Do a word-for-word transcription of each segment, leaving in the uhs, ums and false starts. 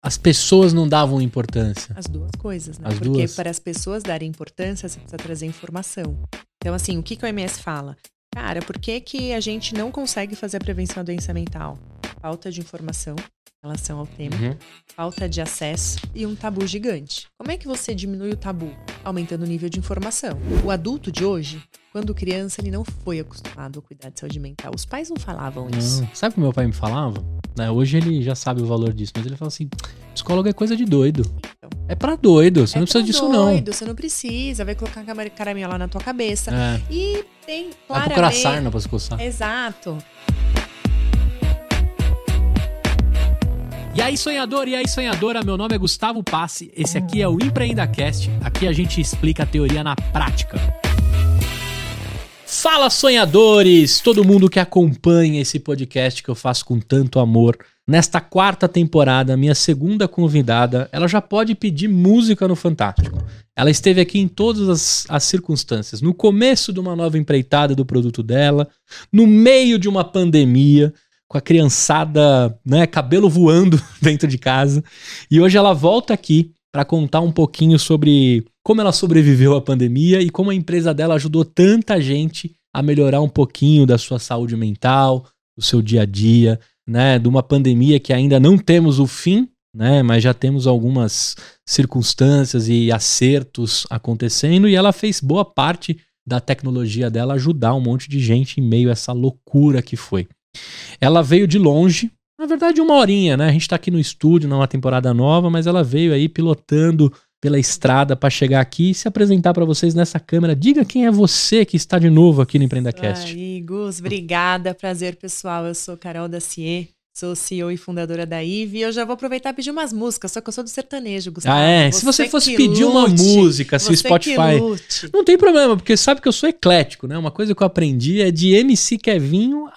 as pessoas não davam importância? As duas coisas, né? As Porque duas? para as pessoas darem importância, você precisa trazer informação. Então, assim, o que, que o O M S fala? Cara, por que, que a gente não consegue fazer a prevenção da doença mental? Falta de informação em relação ao tema, Uhum. falta de acesso e um tabu gigante. Como é que você diminui o tabu? Aumentando o nível de informação. O adulto de hoje, quando criança, ele não foi acostumado a cuidar de saúde mental. Os pais não falavam isso. Não. Sabe o que meu pai me falava? Né, hoje ele já sabe o valor disso, mas ele fala assim, psicólogo é coisa de doido. Então, É pra doido, você é não precisa pra disso doido, não. Você não precisa, vai colocar a caraminha lá na tua cabeça. É. E tem Vai claramente... procurar sarna pra se coçar. Exato. E aí, sonhador, e aí, sonhadora, meu nome é Gustavo Passi, esse aqui é o EmpreendaCast, aqui a gente explica a teoria na prática. Fala, sonhadores, todo mundo que acompanha esse podcast que eu faço com tanto amor. Nesta quarta temporada, minha segunda convidada, ela já pode pedir música no Fantástico. Ela esteve aqui em todas as, as circunstâncias, no começo de uma nova empreitada do produto dela, no meio de uma pandemia, com a criançada, né, cabelo voando dentro de casa. E hoje ela volta aqui para contar um pouquinho sobre como ela sobreviveu à pandemia e como a empresa dela ajudou tanta gente a melhorar um pouquinho da sua saúde mental, do seu dia a dia, né, de uma pandemia que ainda não temos o fim, né, mas já temos algumas circunstâncias e acertos acontecendo, e ela fez boa parte da tecnologia dela ajudar um monte de gente em meio a essa loucura que foi. Ela veio de longe, na verdade uma horinha, né? A gente tá aqui no estúdio, numa temporada nova, mas ela veio aí pilotando pela estrada para chegar aqui e se apresentar para vocês nessa câmera. Diga quem é você que está de novo aqui no EmpreendaCast. Aí, Gus, obrigada. Prazer, pessoal. Eu sou Carol Dacier, sou C E O e fundadora da I V E e eu já vou aproveitar e pedir umas músicas, só que eu sou do sertanejo, Gustavo. Ah, é? Você se você fosse que pedir lute, uma música, se o Spotify... Não tem problema, porque sabe que eu sou eclético, né? Uma coisa que eu aprendi é de M C Kevinho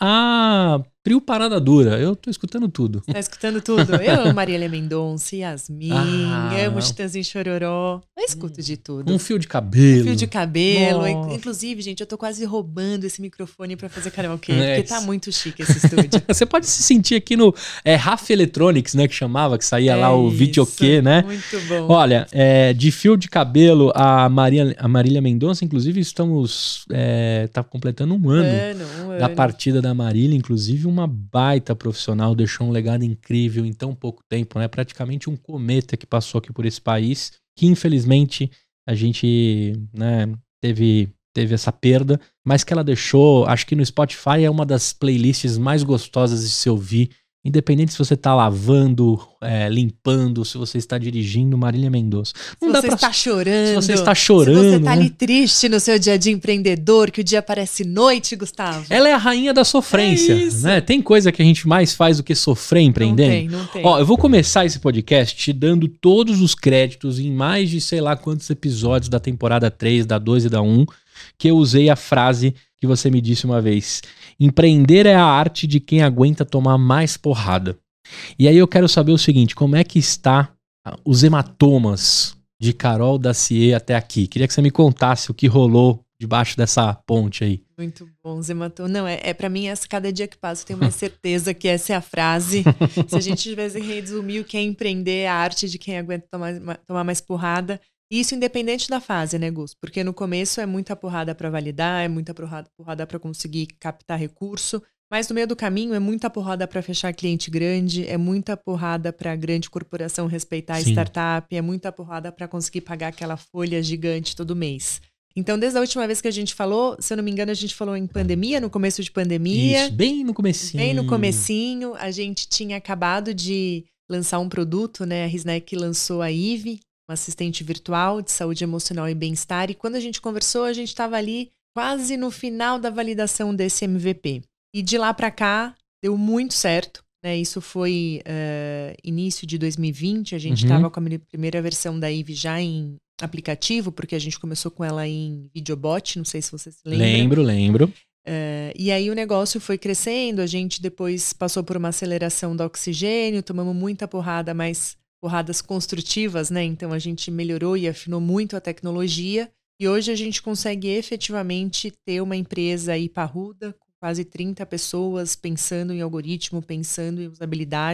a Trio Parada Dura. Eu tô escutando tudo. Tá escutando tudo? Eu amo Marília Mendonça, Yasmin, Ah. amo Chitãozinho Chororó. Eu escuto de tudo. Um fio de cabelo. Um fio de cabelo. Nossa. Inclusive, gente, eu tô quase roubando esse microfone pra fazer karaokê, É porque isso. tá muito chique esse estúdio. Você pode se sentir aqui no é, Raf Electronics, né, que chamava, que saía É lá o isso, videokê, né? Muito bom. Olha, é, de fio de cabelo, a, Maria, a Marília Mendonça, inclusive, estamos é, tá completando um ano, ano, um da ano. partida da Marília, inclusive uma baita profissional, deixou um legado incrível em tão pouco tempo, né? Praticamente um cometa que passou aqui por esse país, que infelizmente a gente, né, teve... teve essa perda, mas que ela deixou, acho que no Spotify é uma das playlists mais gostosas de se ouvir, independente se você tá lavando, é, limpando, se você está dirigindo, Marília Mendonça. Não Se dá você pra... está chorando, se você está chorando, se você tá né? ali triste no seu dia de empreendedor, que o dia parece noite, Gustavo. Ela é a rainha da sofrência, É isso. né? Tem coisa que a gente mais faz do que sofrer empreendendo? Não tem, não tem. Ó, eu vou começar esse podcast te dando todos os créditos em mais de sei lá quantos episódios da temporada três, da dois e da um, que eu usei a frase que você me disse uma vez. Empreender é a arte de quem aguenta tomar mais porrada. E aí eu quero saber o seguinte, como é que está os hematomas de Carol Dacier até aqui? Queria que você me contasse o que rolou debaixo dessa ponte aí. Muito bom, Zé Matou. Não, é, é pra mim, essa, cada dia que passa, eu tenho mais certeza que essa é a frase. Se a gente tivesse resumir o que é empreender, é a arte de quem aguenta tomar, tomar mais porrada. Isso independente da fase, né, Gus? Porque no começo é muita porrada para validar, é muita porrada, porrada para conseguir captar recurso, mas no meio do caminho é muita porrada para fechar cliente grande, é muita porrada para grande corporação respeitar a Sim. startup, é muita porrada para conseguir pagar aquela folha gigante todo mês. Então, desde a última vez que a gente falou, se eu não me engano, a gente falou em pandemia, no começo de pandemia. Isso, bem no comecinho. Bem no comecinho, a gente tinha acabado de lançar um produto, né? A Risneck lançou a I V E, uma assistente virtual de saúde emocional e bem-estar. E quando a gente conversou, a gente estava ali quase no final da validação desse M V P. E de lá para cá, deu muito certo. Né? Isso foi uh, início de dois mil e vinte. A gente estava Uhum. com a primeira versão da I V E já em aplicativo, porque a gente começou com ela em Videobot. Não sei se você se lembra. Lembro, lembro. Uh, e aí o negócio foi crescendo. A gente depois passou por uma aceleração do oxigênio. Tomamos muita porrada, mas... porradas construtivas, né? Então a gente melhorou e afinou muito a tecnologia e hoje a gente consegue efetivamente ter uma empresa aí parruda, com quase trinta pessoas pensando em algoritmo, pensando em usabilidade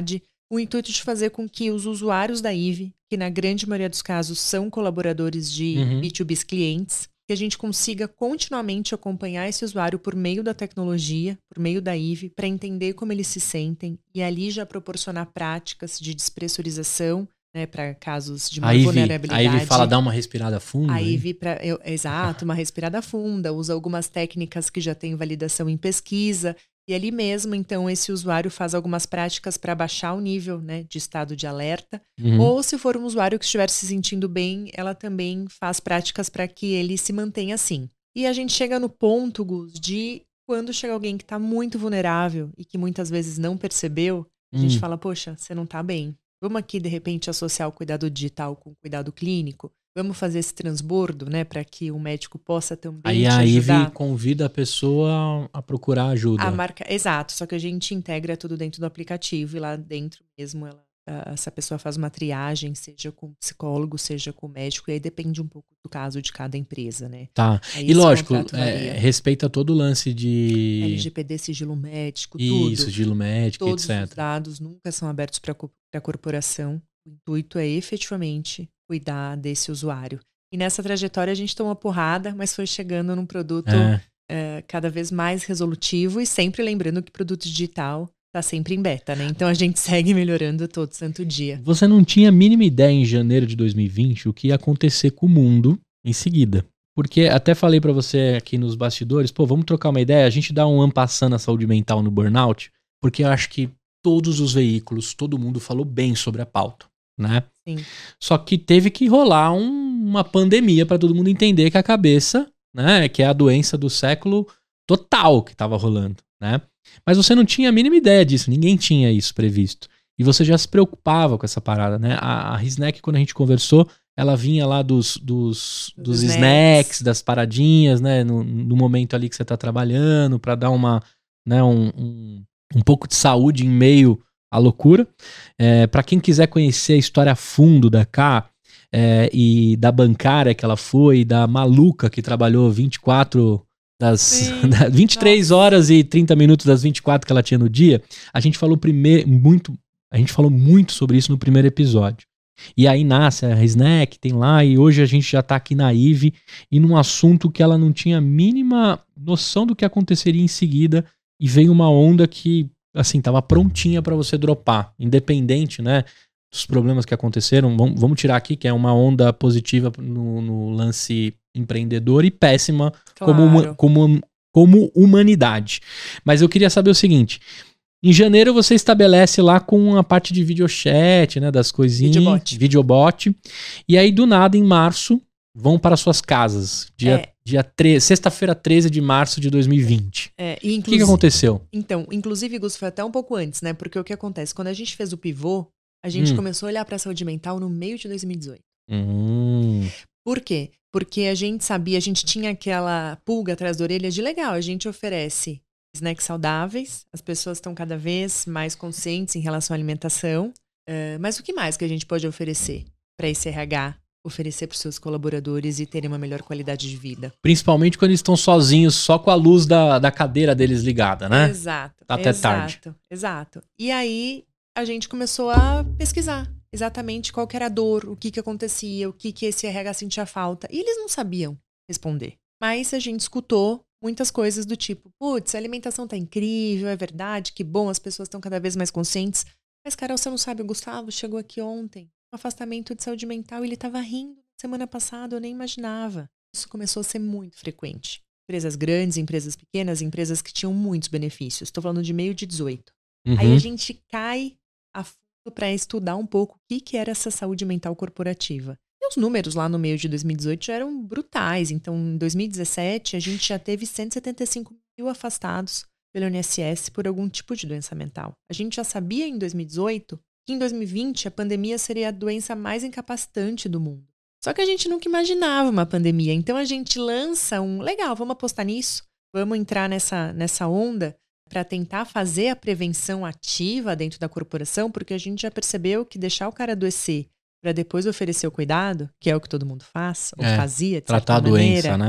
o intuito de fazer com que os usuários da I V E, que na grande maioria dos casos são colaboradores de Uhum. B dois B clientes, que a gente consiga continuamente acompanhar esse usuário por meio da tecnologia, por meio da I V E, para entender como eles se sentem e ali já proporcionar práticas de despressurização, né, para casos de A maior I V E, vulnerabilidade. a I V E fala, dá uma respirada funda. A hein? I V E, pra, eu, exato, uma respirada funda, usa algumas técnicas que já têm validação em pesquisa, e ali mesmo, então, esse usuário faz algumas práticas para baixar o nível, né, de estado de alerta, Uhum. ou se for um usuário que estiver se sentindo bem, ela também faz práticas para que ele se mantenha assim. E a gente chega no ponto, Gus, de quando chega alguém que está muito vulnerável e que muitas vezes não percebeu, a gente Hum. fala, poxa, você não está bem. Vamos aqui, de repente, associar o cuidado digital com o cuidado clínico? Vamos fazer esse transbordo, né, para que o médico possa também Aí te a I V E ajudar. convida a pessoa a procurar ajuda. A marca, exato, só que a gente integra tudo dentro do aplicativo e lá dentro mesmo ela, a- essa pessoa faz uma triagem, seja com psicólogo, seja com médico, e aí depende um pouco do caso de cada empresa, né? Tá. Aí E esse lógico, contrato é, varia. respeita todo o lance de... L G P D, sigilo médico, Isso, tudo. sigilo médico, Todos os etcétera. dados nunca são abertos para a corporação. O intuito é efetivamente cuidar desse usuário. E nessa trajetória a gente tomou porrada, mas foi chegando num produto É. eh, cada vez mais resolutivo e sempre lembrando que produto digital está sempre em beta, né? Então a gente segue melhorando todo santo dia. Você não tinha a mínima ideia em janeiro de dois mil e vinte o que ia acontecer com o mundo em seguida. Porque até falei pra você aqui nos bastidores, pô, vamos trocar uma ideia, a gente dá um ampassando na saúde mental no burnout, porque eu acho que todos os veículos, todo mundo falou bem sobre a pauta, né? Sim. Só que teve que rolar um- uma pandemia pra todo mundo entender que a cabeça, né, que é a doença do século total que tava rolando, né? Mas você não tinha a mínima ideia disso, ninguém tinha isso previsto. E você já se preocupava com essa parada, né? A, a Risneck, quando a gente conversou, ela vinha lá dos, dos, dos Dos snacks. snacks. das paradinhas, né? No, no momento ali que você tá trabalhando, pra dar uma, né, um, um, um pouco de saúde em meio à loucura. É, para quem quiser conhecer a história a fundo da Ká, é, e da bancária que ela foi, da maluca que trabalhou vinte e quatro das Sim, da- vinte e três nossa. horas e trinta minutos das vinte e quatro que ela tinha no dia, a gente falou primeiro muito, a gente falou muito sobre isso no primeiro episódio. E aí nasce a Snack, tem lá, e hoje a gente já tá aqui na I V E e num assunto que ela não tinha a mínima noção do que aconteceria em seguida, e veio uma onda que, assim, tava prontinha pra você dropar, independente, né, dos problemas que aconteceram. Vamos, vamos tirar aqui que é uma onda positiva no, no lance empreendedor e péssima como, uma- Claro. como, como humanidade. Mas eu queria saber o seguinte: em janeiro você estabelece lá com a parte de videochat, né, das coisinhas, Videobot. videobot, e aí do nada em março vão para suas casas, dia, É. dia treze, sexta-feira treze de março de dois mil e vinte. É, e O que, que inclusive- aconteceu? Então, inclusive, Gus, foi até um pouco antes, né? Porque o que acontece? Quando a gente fez o pivô, a gente Hum. começou a olhar para a saúde mental no meio de dois mil e dezoito. Hum, Por quê? Porque a gente sabia, a gente tinha aquela pulga atrás da orelha de legal, a gente oferece snacks saudáveis, as pessoas estão cada vez mais conscientes em relação à alimentação, eh, mas o que mais que a gente pode oferecer para esse R H, oferecer para os seus colaboradores e terem uma melhor qualidade de vida? principalmente quando eles estão sozinhos, só com a luz da, da cadeira deles ligada, né? Exato. Até exato, tarde. Exato. E aí a gente começou a pesquisar exatamente qual que era a dor, o que que acontecia, o que que esse R H sentia falta. E eles não sabiam responder. Mas a gente escutou muitas coisas do tipo, putz, a alimentação tá incrível, é verdade, que bom, as pessoas estão cada vez mais conscientes. Mas, Carol, você não sabe, o Gustavo chegou aqui ontem, um afastamento de saúde mental, e ele tava rindo semana passada, eu nem imaginava. Isso começou a ser muito frequente. Empresas grandes, empresas pequenas, empresas que tinham muitos benefícios. Estou falando de meio de dezoito. Uhum. Aí a gente cai a fundo para estudar um pouco o que, que era essa saúde mental corporativa. E os números lá no meio de dois mil e dezoito já eram brutais. Então, em dois mil e dezessete, a gente já teve cento e setenta e cinco mil afastados pelo I N S S por algum tipo de doença mental. A gente já sabia em dois mil e dezoito que em dois mil e vinte a pandemia seria a doença mais incapacitante do mundo. Só que a gente nunca imaginava uma pandemia. Então a gente lança um, legal, vamos apostar nisso, vamos entrar nessa, nessa onda para tentar fazer a prevenção ativa dentro da corporação, porque a gente já percebeu que deixar o cara adoecer para depois oferecer o cuidado, que é o que todo mundo faz, ou É, fazia, de tratar a certa doença, maneira, né?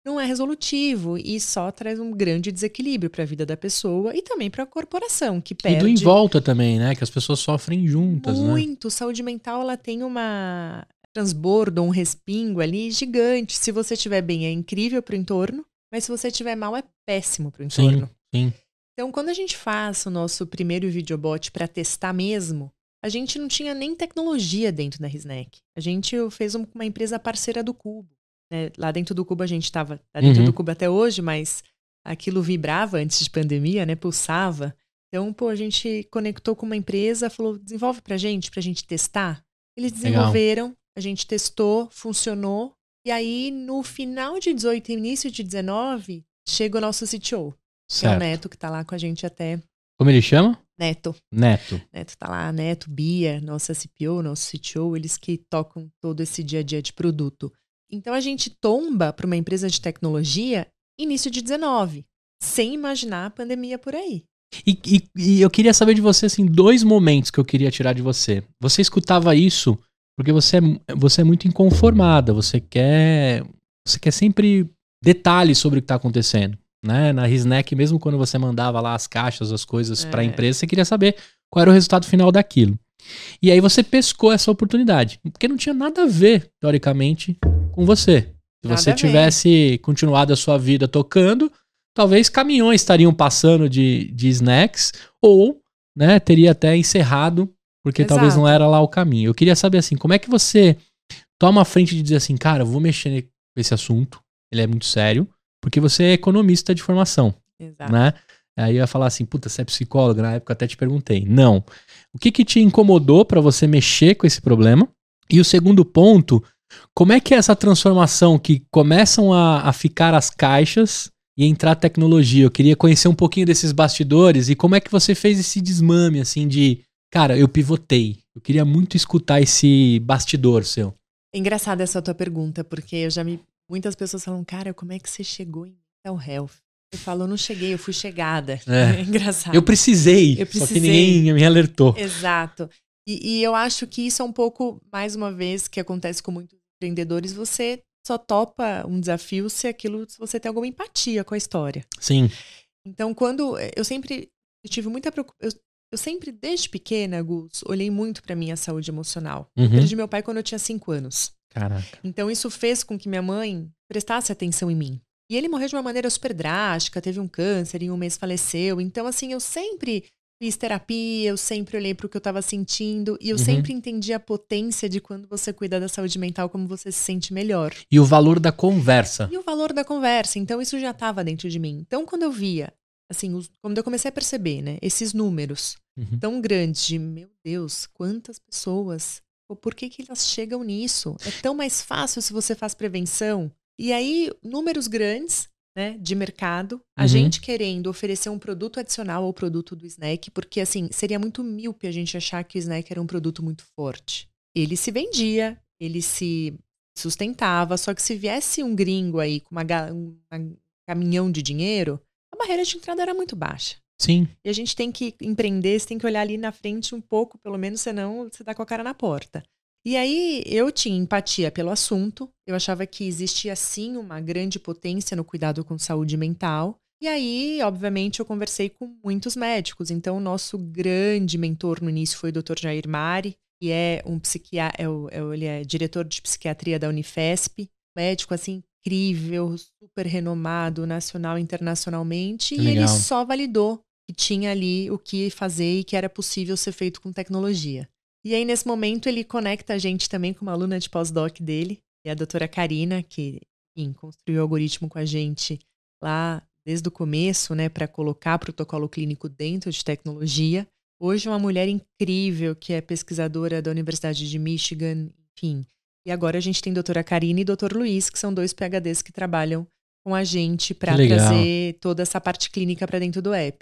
não é resolutivo e só traz um grande desequilíbrio para a vida da pessoa e também para a corporação, que perde... E do em volta também, né? Que as pessoas sofrem juntas, né? Muito. Saúde mental, ela tem uma transbordo, um respingo ali gigante. Se você estiver bem, é incrível para o entorno, mas se você estiver mal, é péssimo para o entorno. Sim, sim. Então, quando a gente faz o nosso primeiro videobot para testar mesmo, a gente não tinha nem tecnologia dentro da Risnec. A gente fez um, uma empresa parceira do Cubo. Né? Lá dentro do Cubo a gente estava tá dentro Uhum. do Cubo até hoje, mas aquilo vibrava antes de pandemia, né? Pulsava. Então, pô, a gente conectou com uma empresa, falou, desenvolve pra gente, pra gente testar. Eles desenvolveram, Legal. A gente testou, funcionou. E aí, no final de dezoito e início de dezenove, chega o nosso C T O. Certo. Que é o Neto, que tá lá com a gente até... Como ele chama? Neto. Neto. Neto tá lá, Neto, Bia, nossa C P O, nosso C T O, eles que tocam todo esse dia a dia de produto. Então a gente tomba para uma empresa de tecnologia início de dezenove, sem imaginar a pandemia por aí. E, e, e eu queria saber de você, assim, dois momentos que eu queria tirar de você. Você escutava isso porque você é, você é muito inconformada, você quer, você quer sempre detalhes sobre o que está acontecendo. Né? Na Risnec, mesmo quando você mandava lá as caixas, as coisas é. para a empresa, você queria saber qual era o resultado final daquilo. E aí você pescou essa oportunidade, porque não tinha nada a ver, teoricamente, com você. Se nada você tivesse continuado a sua vida tocando, talvez caminhões estariam passando de, de snacks, ou né, teria até encerrado, porque Exato. talvez não era lá o caminho. Eu queria saber assim, como é que você toma a frente de dizer assim, cara, eu vou mexer com esse assunto, ele é muito sério, porque você é economista de formação, Exato. né? Aí eu ia falar assim, puta, você é psicóloga? Na época eu até te perguntei. Não. O que que te incomodou para você mexer com esse problema? E o segundo ponto, como é que é essa transformação que começam a, a ficar as caixas e entrar tecnologia? Eu queria conhecer um pouquinho desses bastidores e como é que você fez esse desmame, assim, de, cara, eu pivotei. Eu queria muito escutar esse bastidor seu. É engraçada essa tua pergunta, porque eu já me... Muitas pessoas falam, cara, como é que você chegou em mental health? Eu falo, eu não cheguei, eu fui chegada. É, é engraçado. Eu precisei, eu precisei, só que ninguém me alertou. Exato. E, e eu acho que isso é um pouco, mais uma vez, que acontece com muitos empreendedores, você só topa um desafio se aquilo, se você tem alguma empatia com a história. Sim. Então, quando eu sempre eu tive muita preocupação, eu, eu sempre, desde pequena, Gus, olhei muito para minha saúde emocional. Uhum. Eu perdi meu pai quando eu tinha cinco anos. Caraca. Então, isso fez com que minha mãe prestasse atenção em mim. E ele morreu de uma maneira super drástica, teve um câncer, em um mês faleceu. Então, assim, eu sempre fiz terapia, eu sempre olhei para o que eu estava sentindo e eu uhum. sempre entendi a potência de quando você cuida da saúde mental, como você se sente melhor. E o valor da conversa. E o valor da conversa. Então, isso já estava dentro de mim. Então, quando eu via, assim, os, quando eu comecei a perceber, né, esses números uhum. tão grandes de, meu Deus, quantas pessoas, por que que elas chegam nisso? É tão mais fácil se você faz prevenção. E aí, números grandes, né, de mercado, a uhum. gente querendo oferecer um produto adicional ao produto do snack, porque, assim, seria muito míope a gente achar que o snack era um produto muito forte. Ele se vendia, ele se sustentava, só que se viesse um gringo aí com uma, um, um caminhão de dinheiro, a barreira de entrada era muito baixa. Sim. E a gente tem que empreender, você tem que olhar ali na frente um pouco, pelo menos, senão você dá com a cara na porta. E aí eu tinha empatia pelo assunto, eu achava que existia sim uma grande potência no cuidado com saúde mental. E aí, obviamente, eu conversei com muitos médicos. Então, o nosso grande mentor no início foi o doutor Jair Mari, que é um psiquiatra, é o, é, ele é diretor de psiquiatria da Unifesp, médico assim incrível, super renomado, nacional e internacionalmente. E ele só validou que tinha ali o que fazer e que era possível ser feito com tecnologia. E aí, nesse momento, ele conecta a gente também com uma aluna de pós-doc dele, que é a doutora Karina, que enfim, construiu o algoritmo com a gente lá desde o começo, né, para colocar protocolo clínico dentro de tecnologia. Hoje, uma mulher incrível, que é pesquisadora da Universidade de Michigan, enfim. E agora a gente tem a doutora Karina e o doutor Luiz, que são dois P H Ds que trabalham com a gente para trazer toda essa parte clínica para dentro do app.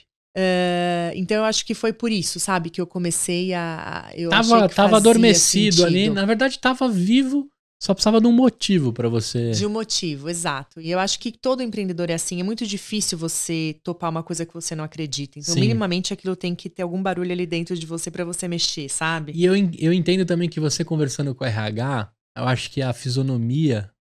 Uh, então eu acho que foi por isso, sabe, que eu comecei a... Eu tava tava adormecido sentido. ali, na verdade tava vivo, só precisava de um motivo para você... De um motivo, exato. E eu acho que todo empreendedor é assim, é muito difícil você topar uma coisa que você não acredita. Então, Sim. minimamente, aquilo tem que ter algum barulho ali dentro de você para você mexer, sabe? E eu, eu entendo também que você conversando com o R H, eu acho que a fisionomia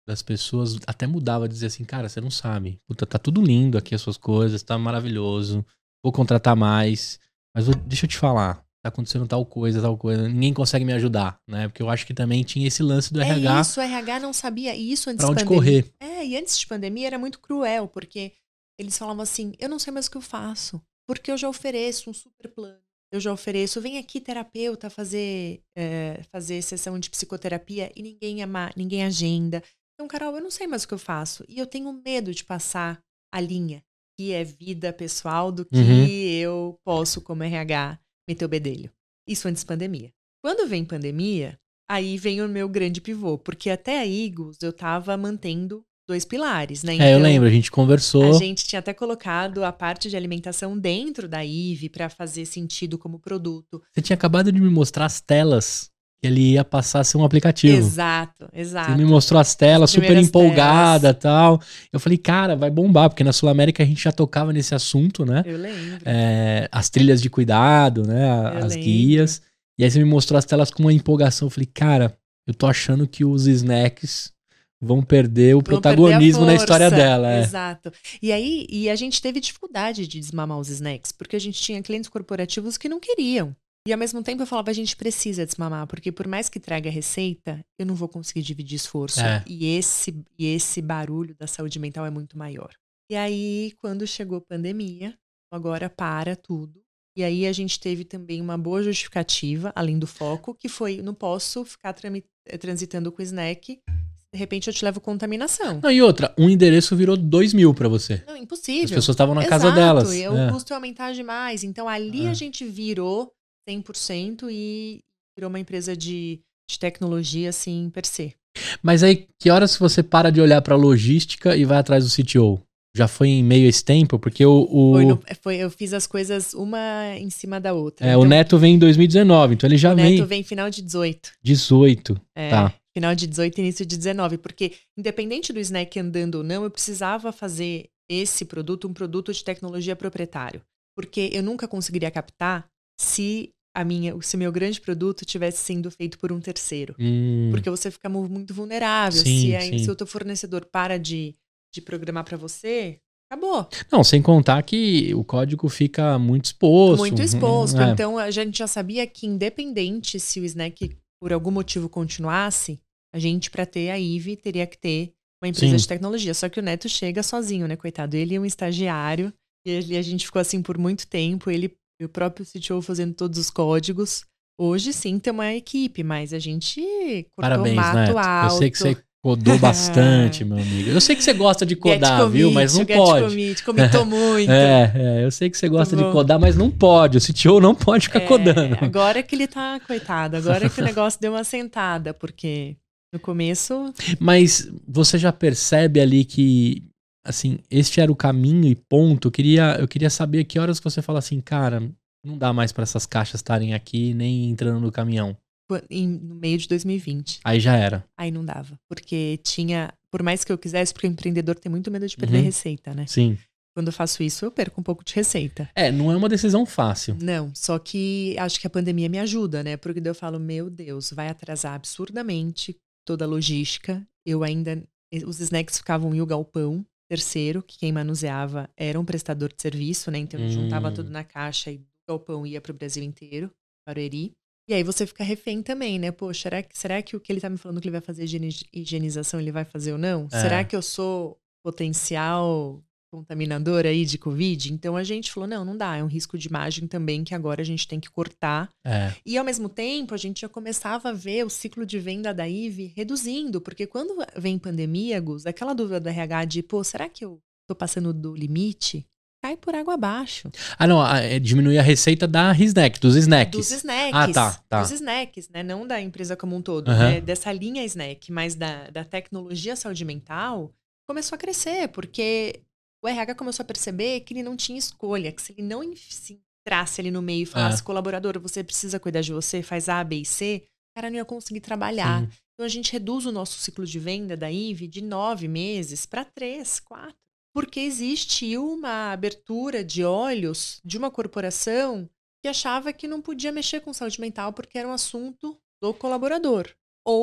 das pessoas até mudava, dizia assim, cara, você não sabe. Puta, tá tudo lindo aqui as suas coisas, tá maravilhoso. Vou contratar mais. Mas vou, deixa eu te falar, tá acontecendo tal coisa, tal coisa. Ninguém consegue me ajudar, né? Porque eu acho que também tinha esse lance do É R H. isso, o R H não sabia. E isso antes Pra de onde pandemia. correr. É, e antes de pandemia era muito cruel, porque eles falavam assim, eu não sei mais o que eu faço. Porque eu já ofereço um super plano. Eu já ofereço, vem aqui terapeuta fazer, é, fazer sessão de psicoterapia e ninguém ama, ninguém agenda. Então, Carol, eu não sei mais o que eu faço. E eu tenho medo de passar a linha, que é vida pessoal, do que Uhum. eu posso, como R H, meter o bedelho. Isso antes de pandemia. Quando vem pandemia, aí vem o meu grande pivô. Porque até aí, Gus, eu tava mantendo dois pilares, né? É, eu Então, lembro, a gente conversou. a gente tinha até colocado a parte de alimentação dentro da I V E para fazer sentido como produto. Você tinha acabado de me mostrar as telas que ele ia passar a ser um aplicativo. Exato, exato. Você me mostrou as telas, As super primeiras empolgada e telas. tal. Eu falei, cara, vai bombar, porque na Sul-América a gente já tocava nesse assunto, né? Eu lembro. É, as trilhas de cuidado, né? a- Eu As lembro. guias. E aí você me mostrou as telas com uma empolgação. Eu falei, cara, eu tô achando que os snacks vão perder o Vão protagonismo perder a na história força. dela. É. Exato. E aí, e a gente teve dificuldade de desmamar os snacks, porque a gente tinha clientes corporativos que não queriam. E ao mesmo tempo eu falava, a gente precisa desmamar, porque por mais que traga receita, eu não vou conseguir dividir esforço. É. E esse, e esse barulho da saúde mental é muito maior. E aí, quando chegou a pandemia, agora para tudo. E aí a gente teve também uma boa justificativa, além do foco, que foi, não posso ficar trami- transitando com snack, de repente eu te levo contaminação. Não, e outra, um endereço virou dois mil pra você. Não, impossível. As pessoas estavam na Exato, casa delas. E É. o custo ia aumentar demais. Então ali É. a gente virou cem por cento e virou uma empresa de, de tecnologia, assim, per se. Mas aí, que horas você para de olhar pra logística e vai atrás do C T O? Já foi em meio a esse tempo? Porque o... o... Foi no- foi- eu fiz as coisas uma em cima da outra. É, Então, o Neto vem em dois mil e dezenove, então ele já o vem... Neto vem final de dezoito. dezoito, É, tá. final de dezoito e início de dezenove. Porque, independente do snack andando ou não, eu precisava fazer esse produto um produto de tecnologia proprietário. Porque eu nunca conseguiria captar se a minha, se o meu grande produto tivesse sendo feito por um terceiro. Hum, Porque você fica mu- muito vulnerável. Sim, se, a- sim. se o teu fornecedor para de, de programar para você, acabou. Não, sem contar que o código fica muito exposto. Muito exposto. É. Então, a gente já sabia que, independente se o snack, por algum motivo, continuasse, a gente, para ter a I V E, teria que ter uma empresa Sim. de tecnologia. Só que o Neto chega sozinho, né, coitado? Ele é um estagiário, e ele- a gente ficou assim por muito tempo. Ele, o próprio C T O fazendo todos os códigos. Hoje, sim, tem uma equipe, mas a gente cortou Parabéns, mato Neto. alto. Eu sei que você codou bastante, meu amigo. Eu sei que você gosta de codar, Get viu? commit, Mas não o get pode. commit, comitou muito. É, é, eu sei que você gosta de bom. codar, mas não pode. O C T O não pode ficar É, codando. agora que ele tá, coitado, agora que o negócio deu uma sentada, porque no começo. Mas você já percebe ali que, assim, este era o caminho e ponto. Eu queria, eu queria saber que horas você fala assim, cara, não dá mais pra essas caixas estarem aqui nem entrando no caminhão. Em, no meio de dois mil e vinte. Aí já era. Aí não dava. Porque tinha. Por mais que eu quisesse, porque o empreendedor tem muito medo de perder Uhum. receita, né? Sim. Quando eu faço isso, eu perco um pouco de receita. É, não é uma decisão fácil. Não, só que acho que a pandemia me ajuda, né? Porque daí eu falo, meu Deus, vai atrasar absurdamente toda a logística. Eu ainda. Os snacks ficavam em o galpão. Terceiro, que quem manuseava era um prestador de serviço, né? Então ele Hum. juntava tudo na caixa e o galpão ia para o Brasil inteiro, para o Eri. E aí você fica refém também, né? Pô, será que, será que o que ele tá me falando que ele vai fazer higiene- higienização, ele vai fazer ou não? É. Será que eu sou potencial contaminador aí de Covid? Então a gente falou, não, não dá. É um risco de imagem também que agora a gente tem que cortar. É. E ao mesmo tempo, a gente já começava a ver o ciclo de venda da I V E reduzindo. Porque quando vem pandemia, Gus, aquela dúvida do R H de, pô, será que eu tô passando do limite? Cai por água abaixo. Ah, não, a- é diminuir a receita da snack, dos snacks. Dos snacks. Ah, tá, tá. Dos snacks, né? Não da empresa como um todo, Aham. né? Dessa linha snack, mas da, da tecnologia saúde mental, começou a crescer, porque o R H começou a perceber que ele não tinha escolha, que se ele não en- se entrasse ali no meio e falasse, É. colaborador, você precisa cuidar de você, faz A, B e C, o cara não ia conseguir trabalhar. Sim. Então a gente reduz o nosso ciclo de venda da I V E de nove meses para três, quatro. Porque existiu uma abertura de olhos de uma corporação que achava que não podia mexer com saúde mental porque era um assunto do colaborador. Ou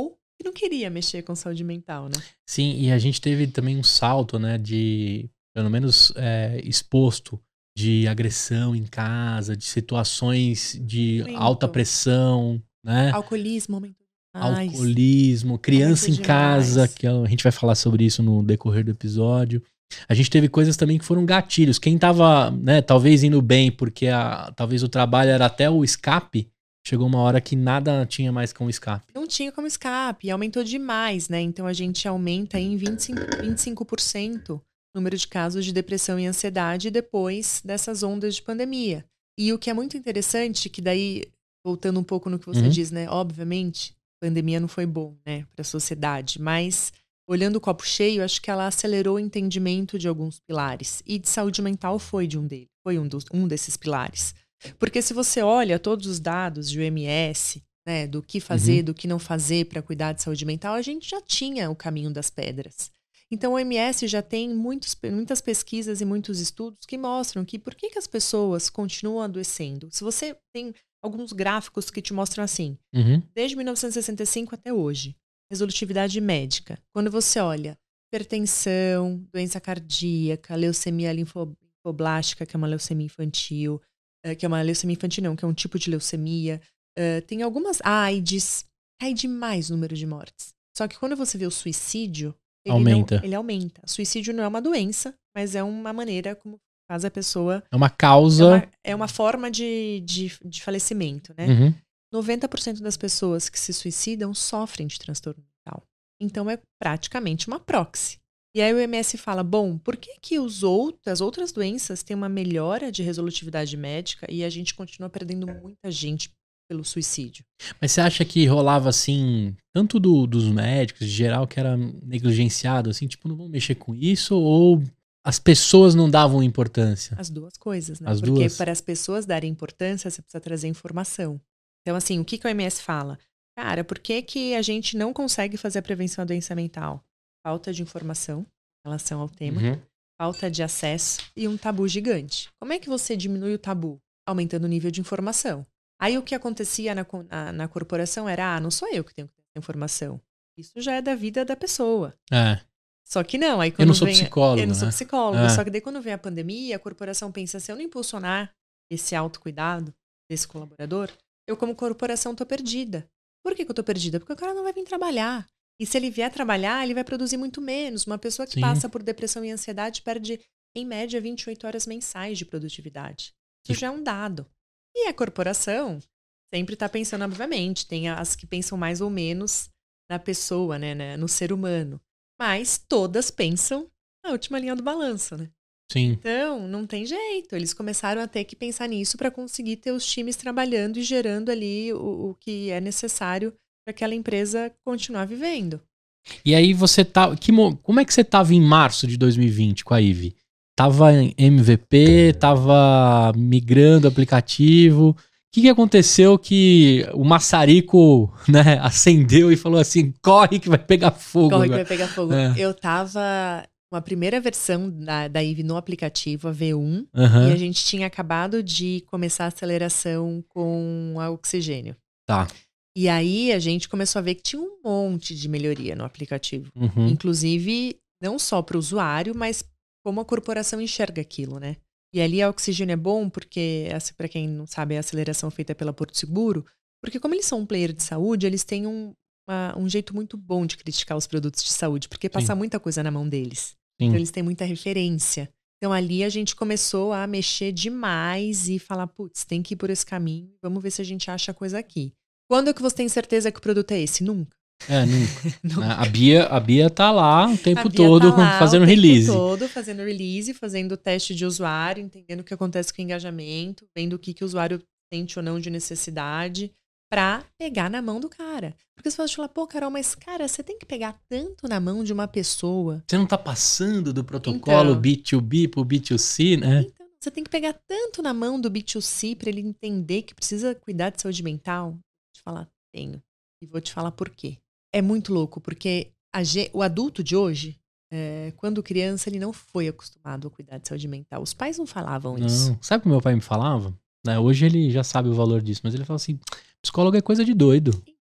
que não queria mexer com saúde mental, né? Sim, e a gente teve também um salto, né, de, pelo menos, é, exposto de agressão em casa, de situações de Muito. alta pressão, né? Alcoolismo aumentou demais. Alcoolismo, criança Aumentou em casa, demais. que a gente vai falar sobre isso no decorrer do episódio. A gente teve coisas também que foram gatilhos. Quem tava, né, talvez indo bem, porque a, talvez o trabalho era até o escape, chegou uma hora que nada tinha mais como escape. Não tinha como escape, e aumentou demais, né? Então a gente aumenta em vinte e cinco, vinte e cinco por cento o número de casos de depressão e ansiedade depois dessas ondas de pandemia. E o que é muito interessante, que daí, voltando um pouco no que você Uhum. diz, né? Obviamente, a pandemia não foi bom, né, para a sociedade, mas olhando o copo cheio, acho que ela acelerou o entendimento de alguns pilares. E de saúde mental foi de um deles, foi um, dos, um desses pilares. Porque se você olha todos os dados de O M S, né, do que fazer, Uhum. do que não fazer para cuidar de saúde mental, a gente já tinha o caminho das pedras. Então, o O M S já tem muitos, muitas pesquisas e muitos estudos que mostram que por que, que as pessoas continuam adoecendo. Se você tem alguns gráficos que te mostram assim, Uhum. desde mil novecentos e sessenta e cinco até hoje, resolutividade médica. Quando você olha hipertensão, doença cardíaca, leucemia linfoblástica, que é uma leucemia infantil, que é uma leucemia infantil não, que é um tipo de leucemia, uh, tem algumas AIDS, cai demais o número de mortes. Só que quando você vê o suicídio, ele Aumenta. Não, ele aumenta. Suicídio não é uma doença, mas é uma maneira como faz a pessoa... É uma causa... É uma, é uma forma de, de, de falecimento, né? Uhum. noventa por cento das pessoas que se suicidam sofrem de transtorno mental. Então é praticamente uma proxy. E aí o O M S fala, bom, por que que os outros, as outras doenças têm uma melhora de resolutividade médica e a gente continua perdendo muita gente pelo suicídio? Mas você acha que rolava assim, tanto do, dos médicos, em geral, que era negligenciado, assim, tipo, não vão mexer com isso, ou as pessoas não davam importância? As duas coisas, né? As Porque duas? para as pessoas darem importância, você precisa trazer informação. Então, assim, o que que o O M S fala? Cara, por que que a gente não consegue fazer a prevenção à doença mental? Falta de informação em relação ao tema, Uhum. falta de acesso e um tabu gigante. Como é que você diminui o tabu? Aumentando o nível de informação. Aí o que acontecia na, na, na corporação era, ah, não sou eu que tenho que ter essa informação. Isso já é da vida da pessoa. É. Só que não, aí quando Eu não sou vem, psicólogo, eu não sou né? psicólogo, É. só que daí quando vem a pandemia, a corporação pensa, se eu não impulsionar esse autocuidado desse colaborador, eu como corporação tô perdida. Por que que eu tô perdida? Porque o cara não vai vir trabalhar. E se ele vier trabalhar, ele vai produzir muito menos. Uma pessoa que Sim. passa por depressão e ansiedade perde, em média, vinte e oito horas mensais de produtividade. Isso E- já é um dado. E a corporação sempre está pensando, obviamente, tem as que pensam mais ou menos na pessoa, né, né, no ser humano. Mas todas pensam na última linha do balanço, né? Sim. Então, não tem jeito. Eles começaram a ter que pensar nisso para conseguir ter os times trabalhando e gerando ali o, o que é necessário para aquela empresa continuar vivendo. E aí você tá. Que, mo- como é que você tava em março de dois mil e vinte com a Ivy? Tava em M V P, tava migrando o aplicativo. O que, que aconteceu que o maçarico, né, acendeu e falou assim: corre que vai pegar fogo. Corre que agora. vai pegar fogo. É. Eu tava com a primeira versão da, da Ivy no aplicativo, a V um, Aham. e a gente tinha acabado de começar a aceleração com a oxigênio. Tá. E aí a gente começou a ver que tinha um monte de melhoria no aplicativo. Uhum. Inclusive, não só para o usuário, mas como a corporação enxerga aquilo, né? E ali a oxigênio é bom porque, para quem não sabe, é a aceleração feita pela Porto Seguro, porque como eles são um player de saúde, eles têm um, uma, um jeito muito bom de criticar os produtos de saúde, porque passa Sim. muita coisa na mão deles. Sim. Então eles têm muita referência. Então ali a gente começou a mexer demais e falar, putz, tem que ir por esse caminho, vamos ver se a gente acha coisa aqui. Quando é que você tem certeza que o produto é esse? Nunca. É, nunca. Nunca. A Bia, a Bia tá lá o tempo A Bia todo tá lá fazendo o tempo release. todo fazendo release, fazendo teste de usuário, entendendo o que acontece com o engajamento, vendo o que, que o usuário sente ou não de necessidade, pra pegar na mão do cara. Porque você pode falar, pô, Carol, mas cara, você tem que pegar tanto na mão de uma pessoa. Você não tá passando do protocolo Então. B dois B pro B dois C, né? Então, você tem que pegar tanto na mão do B dois C pra ele entender que precisa cuidar de saúde mental. Vou te falar, tenho. E vou te falar por quê. É muito louco, porque a ge- o adulto de hoje, é, quando criança, ele não foi acostumado a cuidar de saúde mental. Os pais não falavam isso. Não. Sabe o que meu pai me falava? Né, hoje ele já sabe o valor disso, mas ele fala assim: psicólogo é coisa de doido.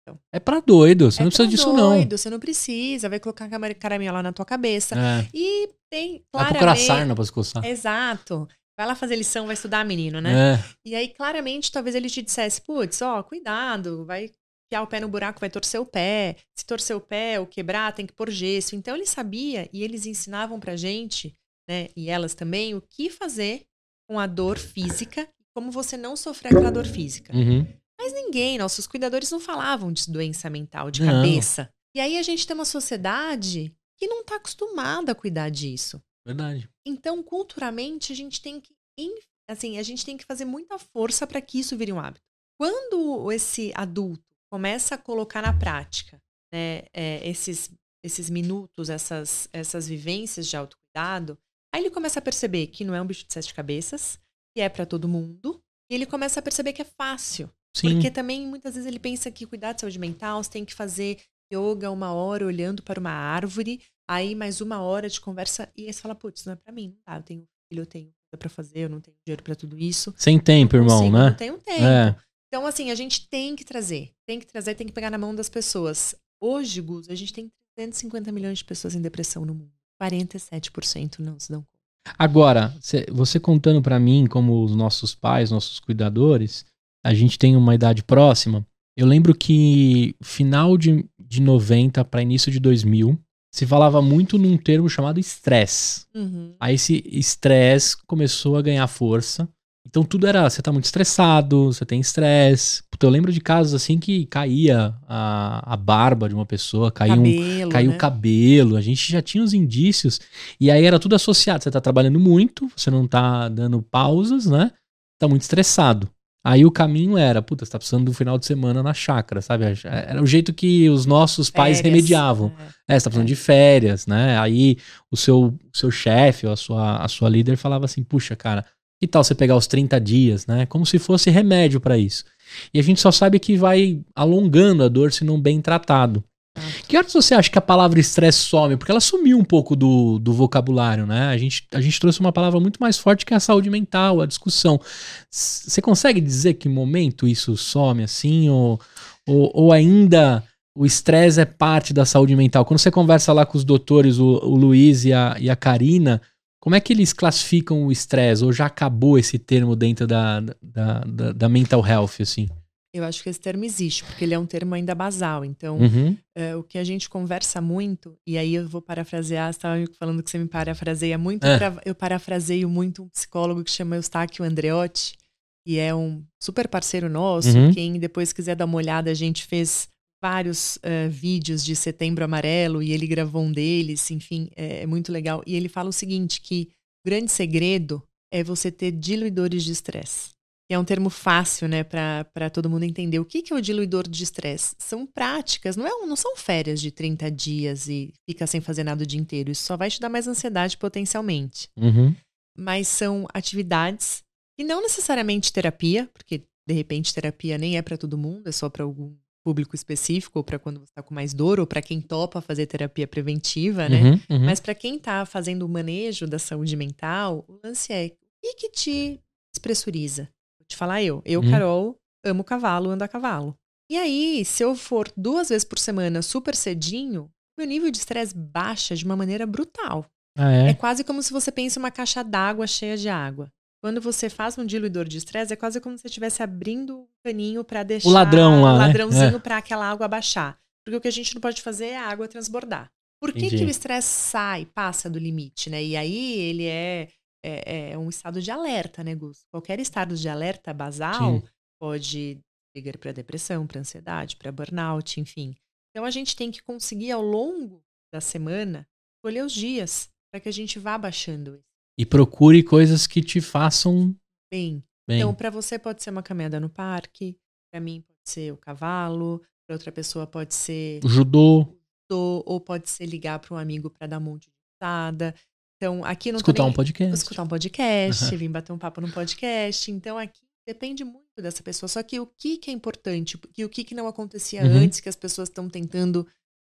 É pra doido, você é não precisa pra disso doido, não. Você não precisa, vai colocar a caraminha lá na tua cabeça. É. E tem, Vai claramente... procurar sarna pra se coçar. Exato. Vai lá fazer lição, vai estudar, menino, né? É. E aí, claramente, talvez ele te dissesse, putz, ó, cuidado, vai enfiar o pé no buraco, vai torcer o pé. Se torcer o pé ou quebrar, tem que pôr gesso. Então, ele sabia e eles ensinavam pra gente, né, e elas também, o que fazer com a dor física, como você não sofrer aquela dor física. Uhum. Mas ninguém, nossos cuidadores não falavam de doença mental, de Não. cabeça. E aí, a gente tem uma sociedade que não tá acostumada a cuidar disso. Verdade. Então, culturalmente, a gente tem que, assim, a gente tem que fazer muita força para que isso vire um hábito. Quando esse adulto começa a colocar na prática, né, é, esses, esses minutos, essas, essas vivências de autocuidado, aí ele começa a perceber que não é um bicho de sete cabeças, que é para todo mundo, e ele começa a perceber que é fácil. Sim. Porque também, muitas vezes, ele pensa que cuidar de saúde mental, você tem que fazer yoga uma hora olhando para uma árvore, aí mais uma hora de conversa, e aí você fala, putz, não é pra mim, não tá, eu tenho filho, eu tenho coisa pra fazer, eu não tenho dinheiro pra tudo isso. Sem tempo, não irmão, consigo, né? Não tenho tempo. É. Então, assim, a gente tem que trazer, tem que trazer, tem que pegar na mão das pessoas. Hoje, Gus, a gente tem trezentos e cinquenta milhões de pessoas em depressão no mundo. quarenta e sete por cento não se dão conta. Agora, cê- você contando pra mim como os nossos pais, nossos cuidadores, a gente tem uma idade próxima. Eu lembro que final de, de noventa para início de dois mil, se falava muito num termo chamado estresse. Uhum. Aí esse estresse começou a ganhar força. Então tudo era, você tá muito estressado, você tem estresse. Puta, eu lembro de casos assim que caía a, a barba de uma pessoa, caía, um, Cabelo, caía né? o cabelo, a gente já tinha os indícios. E aí era tudo associado, você tá trabalhando muito, você não tá dando pausas, né? Tá muito estressado. Aí o caminho era, puta, você tá precisando do final de semana na chácara, sabe? Era o jeito que os nossos pais Férias, remediavam. é. É, você tá precisando É. de férias, né? Aí o seu, o seu chefe ou a sua, a sua líder falava assim, puxa, cara, que tal você pegar os trinta dias, né? Como se fosse remédio pra isso. E a gente só sabe que vai alongando a dor se não bem tratado. Que horas você acha que a palavra estresse some? Porque ela sumiu um pouco do, do vocabulário, né? A gente, a gente trouxe uma palavra muito mais forte que é a saúde mental, a discussão. Você consegue dizer que momento isso some assim? Ou, ou, ou ainda o estresse é parte da saúde mental? Quando você conversa lá com os doutores, o, o Luiz e a, e a Karina, como é que eles classificam o estresse? Ou já acabou esse termo dentro da, da, da, da mental health, assim? Eu acho que esse termo existe, porque ele é um termo ainda basal. Então, Uhum. é, o que a gente conversa muito, e aí eu vou parafrasear, você estava falando que você me parafraseia muito, É. eu, pra, eu parafraseio muito um psicólogo que chama Eustáquio Andreotti, que é um super parceiro nosso. Uhum. Quem depois quiser dar uma olhada, a gente fez vários uh, vídeos de Setembro Amarelo e ele gravou um deles, enfim, é, é muito legal. E ele fala o seguinte, que o grande segredo é você ter diluidores de estresse. Que é um termo fácil, né, para todo mundo entender. O que, que é o diluidor de estresse? São práticas, não, é um, não são férias de trinta dias e fica sem fazer nada o dia inteiro. Isso só vai te dar mais ansiedade potencialmente. Uhum. Mas são atividades e não necessariamente terapia, porque de repente terapia nem é para todo mundo, é só para algum público específico, ou para quando você está com mais dor, ou para quem topa fazer terapia preventiva, né? Uhum. Uhum. Mas para quem está fazendo o manejo da saúde mental, o lance é o que, que te despressuriza? Te falar eu. Eu, Uhum. Carol, amo cavalo, ando a cavalo. E aí, se eu for duas vezes por semana super cedinho, meu nível de estresse baixa de uma maneira brutal. Ah, é? É quase como se você pensa uma caixa d'água cheia de água. Quando você faz um diluidor de estresse, é quase como se você estivesse abrindo um caninho para deixar O ladrão lá, o né? ladrãozinho É. para aquela água baixar. Porque o que a gente não pode fazer é a água transbordar. Por que, Entendi. que o estresse sai, passa do limite, né? E aí ele é... É, é um estado de alerta, né, Gus? Qualquer estado de alerta basal Sim. pode trigger para depressão, para ansiedade, para burnout, enfim. Então a gente tem que conseguir ao longo da semana escolher os dias para que a gente vá baixando isso. E procure coisas que te façam Bem, bem. então para você pode ser uma caminhada no parque, para mim pode ser o cavalo, para outra pessoa pode ser Judô. ou, ou pode ser ligar para um amigo para dar um monte de risada. Então, aqui não Escutar tô nem... um podcast. Escutar um podcast, vir bater um papo num podcast. Então, aqui depende muito dessa pessoa. Só que o que, que é importante e o que, que não acontecia Uhum. antes, que as pessoas estão tentando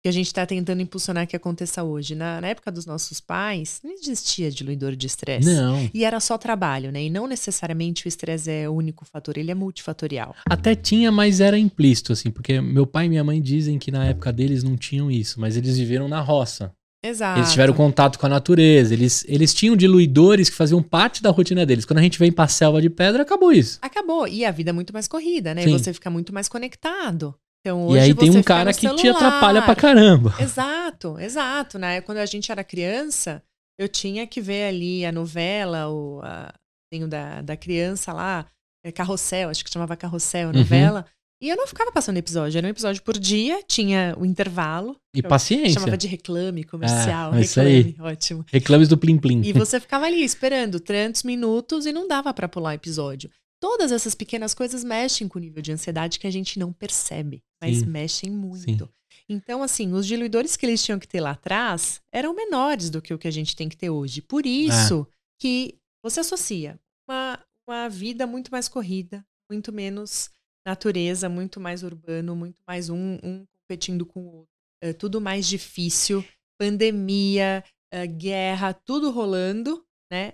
que a gente está tentando impulsionar que aconteça hoje. Na, na época dos nossos pais, não existia diluidor de estresse. Não. E era só trabalho, né? E não necessariamente o estresse é o único fator, ele é multifatorial. Até tinha, mas era implícito, assim, porque meu pai e minha mãe dizem que na época deles não tinham isso, mas eles viveram na roça. Exato. Eles tiveram contato com a natureza, eles, eles tinham diluidores que faziam parte da rotina deles. Quando a gente vem pra selva de pedra, acabou isso. Acabou. E a vida é muito mais corrida, né? Sim. E você fica muito mais conectado. Então, hoje e aí tem você um fica cara no que celular. te atrapalha pra caramba. Exato, exato. Né? Quando a gente era criança, eu tinha que ver ali a novela, o a, tem o da, da criança lá, é Carrossel, acho que chamava Carrossel, a novela. Uhum. E eu não ficava passando episódio, era um episódio por dia, tinha o intervalo. E paciência. Chamava de reclame comercial, é, reclame, ótimo. Reclames do Plim Plim. E você ficava ali esperando tantos minutos e não dava pra pular episódio. Todas essas pequenas coisas mexem com o nível de ansiedade que a gente não percebe, mas Sim. mexem muito. Sim. Então, assim, os diluidores que eles tinham que ter lá atrás eram menores do que o que a gente tem que ter hoje. Por isso é. que você associa uma, uma vida muito mais corrida, muito menos natureza, muito mais urbano, muito mais um, um competindo com o outro. É, tudo mais difícil, pandemia, é, guerra, tudo rolando, né?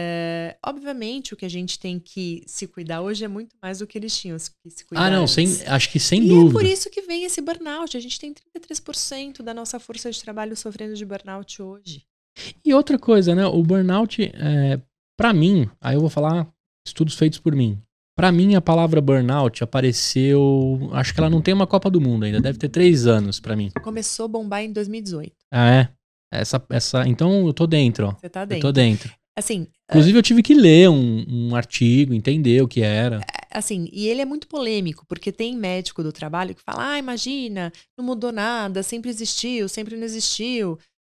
É, obviamente, o que a gente tem que se cuidar hoje é muito mais do que eles tinham que se cuidar. Ah, não, antes. sem, acho que sem e dúvida. E é por isso que vem esse burnout. A gente tem trinta e três por cento da nossa força de trabalho sofrendo de burnout hoje. E outra coisa, né? O burnout, é, pra mim, aí eu vou falar estudos feitos por mim. Pra mim, a palavra burnout apareceu... Acho que ela não tem uma Copa do Mundo ainda. Deve ter três anos pra mim. Começou a bombar em dois mil e dezoito. Ah, é? Essa, essa, então eu tô dentro, ó. Você tá dentro. Eu tô dentro. Assim, Inclusive, eu tive que ler um, um artigo, entender o que era. Assim, e ele é muito polêmico, porque tem médico do trabalho que fala, ah, imagina, não mudou nada, sempre existiu, sempre não existiu.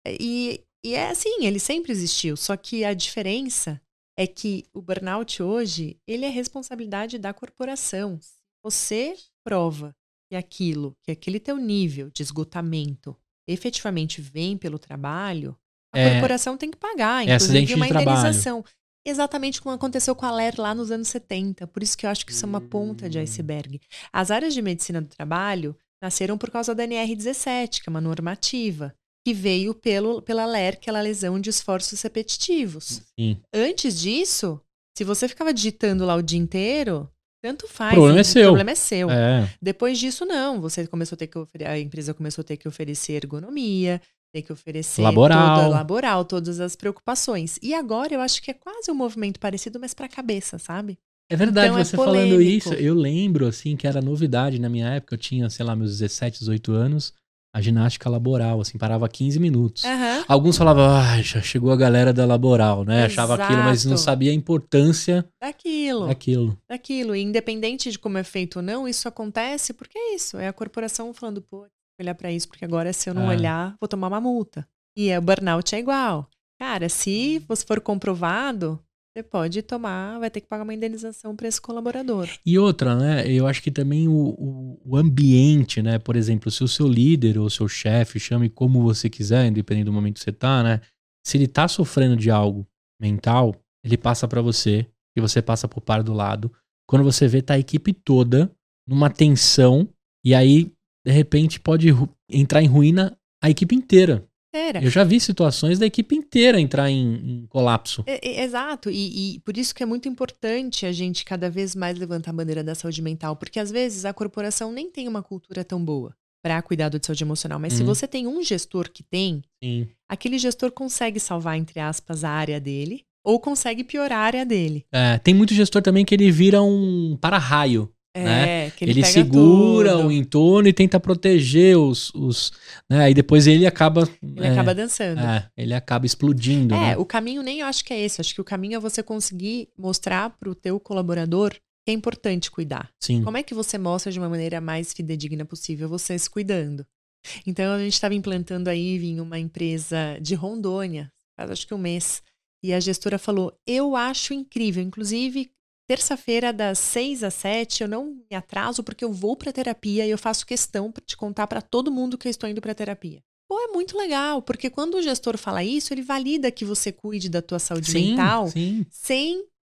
E, e é assim, ele sempre existiu, só que a diferença é que o burnout hoje, ele é responsabilidade da corporação. Você prova que aquilo, que aquele teu nível de esgotamento efetivamente vem pelo trabalho, a é, corporação tem que pagar, inclusive é uma indenização. Trabalho. Exatamente como aconteceu com a Ler lá nos anos setenta. Por isso que eu acho que isso é uma ponta de iceberg. As áreas de medicina do trabalho nasceram por causa da N R dezessete, que é uma normativa, que veio pelo, pela Ler, que é a lesão de esforços repetitivos. Sim. Antes disso, se você ficava digitando lá o dia inteiro, tanto faz. O problema é seu. O problema é seu. É. Depois disso, não. Você começou a ter que ofere- a empresa começou a ter que oferecer ergonomia, ter que oferecer laboral. Toda, laboral, todas as preocupações. E agora eu acho que é quase um movimento parecido, mas para a cabeça, sabe? É verdade, então, você é falando isso, eu lembro, assim, que era novidade na minha época. Eu tinha, sei lá, meus dezessete, dezoito anos, a ginástica laboral, assim, parava quinze minutos. Uhum. Alguns falavam, ah, já chegou a galera da laboral, né? Exato. Achava aquilo, mas não sabia a importância daquilo. daquilo. Daquilo. E independente de como é feito ou não, isso acontece porque é isso. É a corporação falando, pô, vou olhar para isso, porque agora se eu não é. olhar, vou tomar uma multa. E é, o burnout é igual. Cara, se você for comprovado, você pode tomar, vai ter que pagar uma indenização para esse colaborador. E outra, né? Eu acho que também o, o, o ambiente, né? Por exemplo, se o seu líder ou o seu chefe, chame como você quiser, independente do momento que você tá, né? Se ele tá sofrendo de algo mental, ele passa para você e você passa pro par do lado. Quando você vê, tá a equipe toda numa tensão e aí, de repente, pode ru- entrar em ruína a equipe inteira. Era. Eu já vi situações da equipe inteira entrar em, em colapso. É, é, exato, e, e por isso que é muito importante a gente cada vez mais levantar a bandeira da saúde mental, porque às vezes a corporação nem tem uma cultura tão boa para cuidado de saúde emocional, mas uhum. se você tem um gestor que tem, Sim. aquele gestor consegue salvar, entre aspas, a área dele, ou consegue piorar a área dele. É, tem muito gestor também que ele vira um para-raio. É, né? que ele, ele pega segura tudo. o entorno e tenta proteger os... os né? Aí depois ele acaba... Ele é, acaba dançando. É, ele acaba explodindo. É, né? o caminho nem eu acho que é esse. Acho que o caminho é você conseguir mostrar para o teu colaborador que é importante cuidar. Sim. Como é que você mostra de uma maneira mais fidedigna possível você se cuidando? Então a gente estava implantando a I V em uma empresa de Rondônia, faz acho que um mês, e a gestora falou, eu acho incrível, inclusive... Terça-feira, das seis às sete, eu não me atraso porque eu vou pra terapia e eu faço questão de contar pra todo mundo que eu estou indo pra terapia. Pô, é muito legal, porque quando o gestor fala isso, ele valida que você cuide da tua saúde sim, mental sim. sem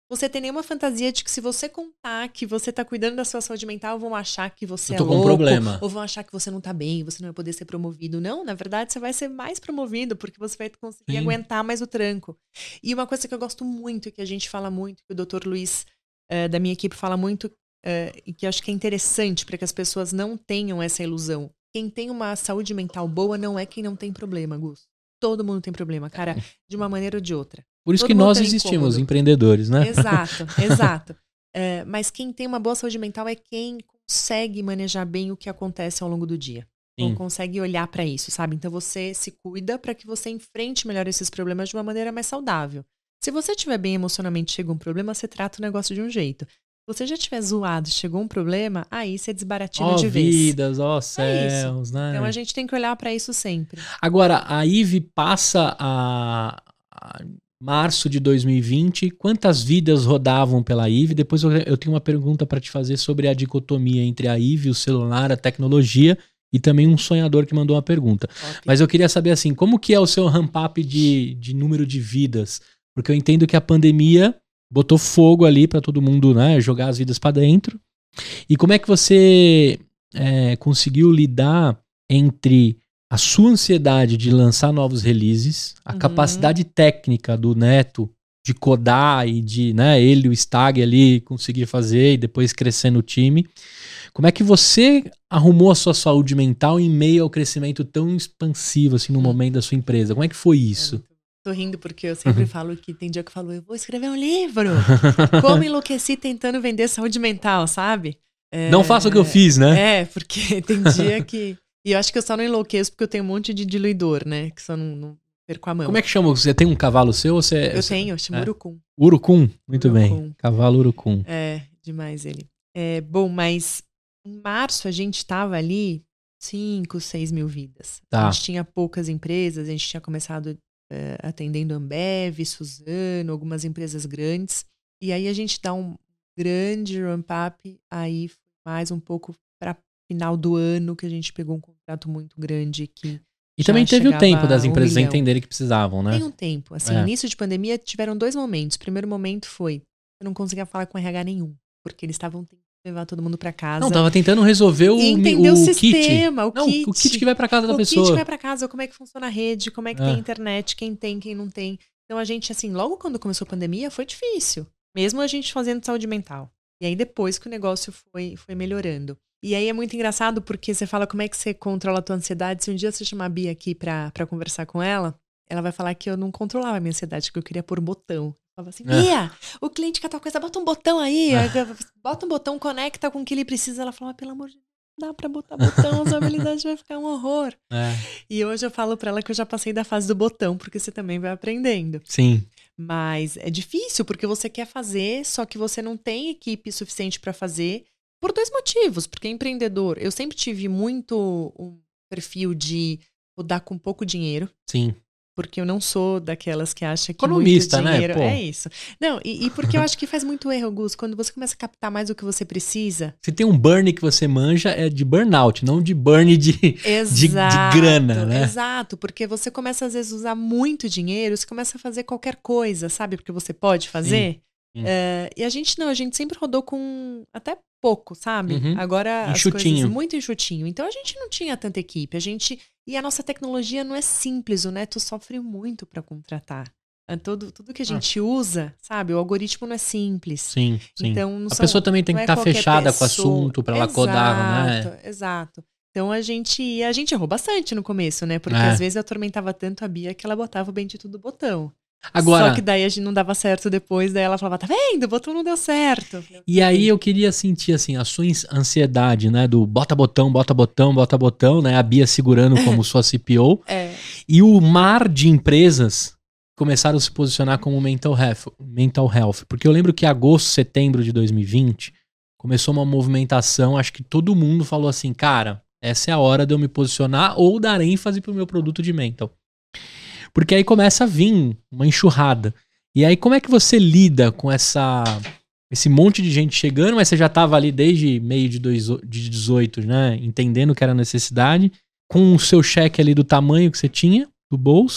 você ter nenhuma fantasia de que se você contar que você tá cuidando da sua saúde mental, vão achar que você Eu tô é com um louco, problema. ou vão achar que você não tá bem, você não vai poder ser promovido. Não, na verdade, você vai ser mais promovido, porque você vai conseguir Sim. aguentar mais o tranco. E uma coisa que eu gosto muito, que a gente fala muito, que o doutor Luiz, uh, da minha equipe, fala muito, uh, e que eu acho que é interessante para que as pessoas não tenham essa ilusão. Quem tem uma saúde mental boa não é quem não tem problema, Gus. Todo mundo tem problema, cara, de uma maneira ou de outra. Por isso Todo que mundo nós tem existimos, incômodo. empreendedores, né? Exato, exato. É, mas quem tem uma boa saúde mental é quem consegue manejar bem o que acontece ao longo do dia. Ou Sim. consegue olhar pra isso, sabe? Então você se cuida pra que você enfrente melhor esses problemas de uma maneira mais saudável. Se você estiver bem emocionalmente e chega um problema, você trata o negócio de um jeito. Se você já estiver zoado e chegou um problema, aí você desbaratina Ó de vez. vidas, ó É céus, isso. né? Então a gente tem que olhar pra isso sempre. Agora, a I V E passa a, a março de dois mil e vinte. Quantas vidas rodavam pela I V E? Depois eu, eu tenho uma pergunta para te fazer sobre a dicotomia entre a I V E, o celular, a tecnologia e também um sonhador que mandou uma pergunta. Ótimo. Mas eu queria saber assim, como que é o seu ramp-up de, de número de vidas? Porque eu entendo que a pandemia botou fogo ali para todo mundo, né, jogar as vidas para dentro. E como é que você é, conseguiu lidar entre a sua ansiedade de lançar novos releases, a Uhum. capacidade técnica do Neto de codar e de, né, ele, o Stag ali, conseguir fazer e depois crescer no time. Como é que você arrumou a sua saúde mental em meio ao crescimento tão expansivo assim no Uhum. momento da sua empresa? Como é que foi isso? É, tô rindo porque eu sempre falo que tem dia que eu falo, eu vou escrever um livro. Como enlouqueci tentando vender saúde mental, sabe? É, Não faça o que eu fiz, né? É, porque tem dia que... E eu acho que eu só não enlouqueço porque eu tenho um monte de diluidor, né? Que só não, não perco a mão. Como é que chama? Você tem um cavalo seu ou você... Eu você... tenho, chamo é? Urucum. Urucum? Muito Urucum. bem. Cavalo Urucum. É, demais ele. É, bom, mas em março a gente tava ali cinco, seis mil vidas. Tá. A gente tinha poucas empresas, a gente tinha começado é, atendendo Ambev, Suzano, algumas empresas grandes. E aí a gente dá um grande ramp-up, aí mais um pouco para final do ano que a gente pegou um contrato muito grande que E também teve o tempo das um empresas milhão. entenderem que precisavam, né? Tem um tempo. Assim, É. início de pandemia tiveram dois momentos. O primeiro momento foi, eu não conseguia falar com R H nenhum, porque eles estavam tentando levar todo mundo para casa. Não, tava tentando resolver o, e entender o, o sistema, kit. o Não, kit. o kit que vai para casa da o pessoa. kit que vai para casa, como é que funciona a rede, como é que É. tem internet, quem tem, quem não tem. Então a gente, assim, logo quando começou a pandemia, foi difícil. Mesmo a gente fazendo saúde mental. E aí depois que o negócio foi, foi melhorando. E aí é muito engraçado porque você fala como é que você controla a tua ansiedade. Se um dia você chamar a Bia aqui pra, pra conversar com ela, ela vai falar que eu não controlava a minha ansiedade, que eu queria pôr um botão. Eu falava assim, É. Bia, o cliente quer tal coisa, bota um botão aí. É. Bota um botão, conecta com o que ele precisa. Ela falava, pelo amor de Deus, não dá pra botar botão, a usabilidade vai ficar um horror. É. E hoje eu falo pra ela que eu já passei da fase do botão, porque você também vai aprendendo. Sim. Mas é difícil, porque você quer fazer, só que você não tem equipe suficiente pra fazer, por dois motivos. Porque empreendedor, eu sempre tive muito um perfil de rodar com pouco dinheiro. Sim. Porque eu não sou daquelas que acha que Economista, muito dinheiro... né? Pô. É isso. Não, e, e porque eu acho que faz muito erro, Gus. Quando você começa a captar mais do que você precisa... Se tem um burn que você manja, é de burnout, não de burn de, de, de grana, né? Exato, porque você começa às vezes a usar muito dinheiro, você começa a fazer qualquer coisa, sabe? Porque você pode fazer. Sim, sim. É, e a gente não, a gente sempre rodou com até pouco, sabe? Uhum. Agora as Enxutinho. coisas muito enxutinho. Então a gente não tinha tanta equipe, a gente... E a nossa tecnologia não é simples, o Neto sofre muito para contratar. Todo, tudo que a gente ah. usa, sabe? O algoritmo não é simples. Sim, sim. Então, não a são, pessoa também tem que estar tá fechada pessoa. com o assunto para ela codar, né? Exato, exato. Então a gente, a gente errou bastante no começo, né? Porque é. às vezes eu atormentava tanto a Bia que ela botava o bendito do botão. Agora, Só que daí a gente não dava certo depois, daí ela falava, tá vendo? O botão não deu certo. E aí eu queria sentir assim, a sua ansiedade, né? Do bota botão, bota botão, bota botão, né? A Bia segurando como sua C P O. É. E o mar de empresas começaram a se posicionar como mental health, mental health. Porque eu lembro que em agosto, setembro de dois mil e vinte, começou uma movimentação, acho que todo mundo falou assim, cara, essa é a hora de eu me posicionar ou dar ênfase pro meu produto de mental. Porque aí começa a vir uma enxurrada. E aí como é que você lida com essa, esse monte de gente chegando, mas você já estava ali desde meio de, dois, de dezoito, né? Entendendo que era necessidade, com o seu cheque ali do tamanho que você tinha, do bolso,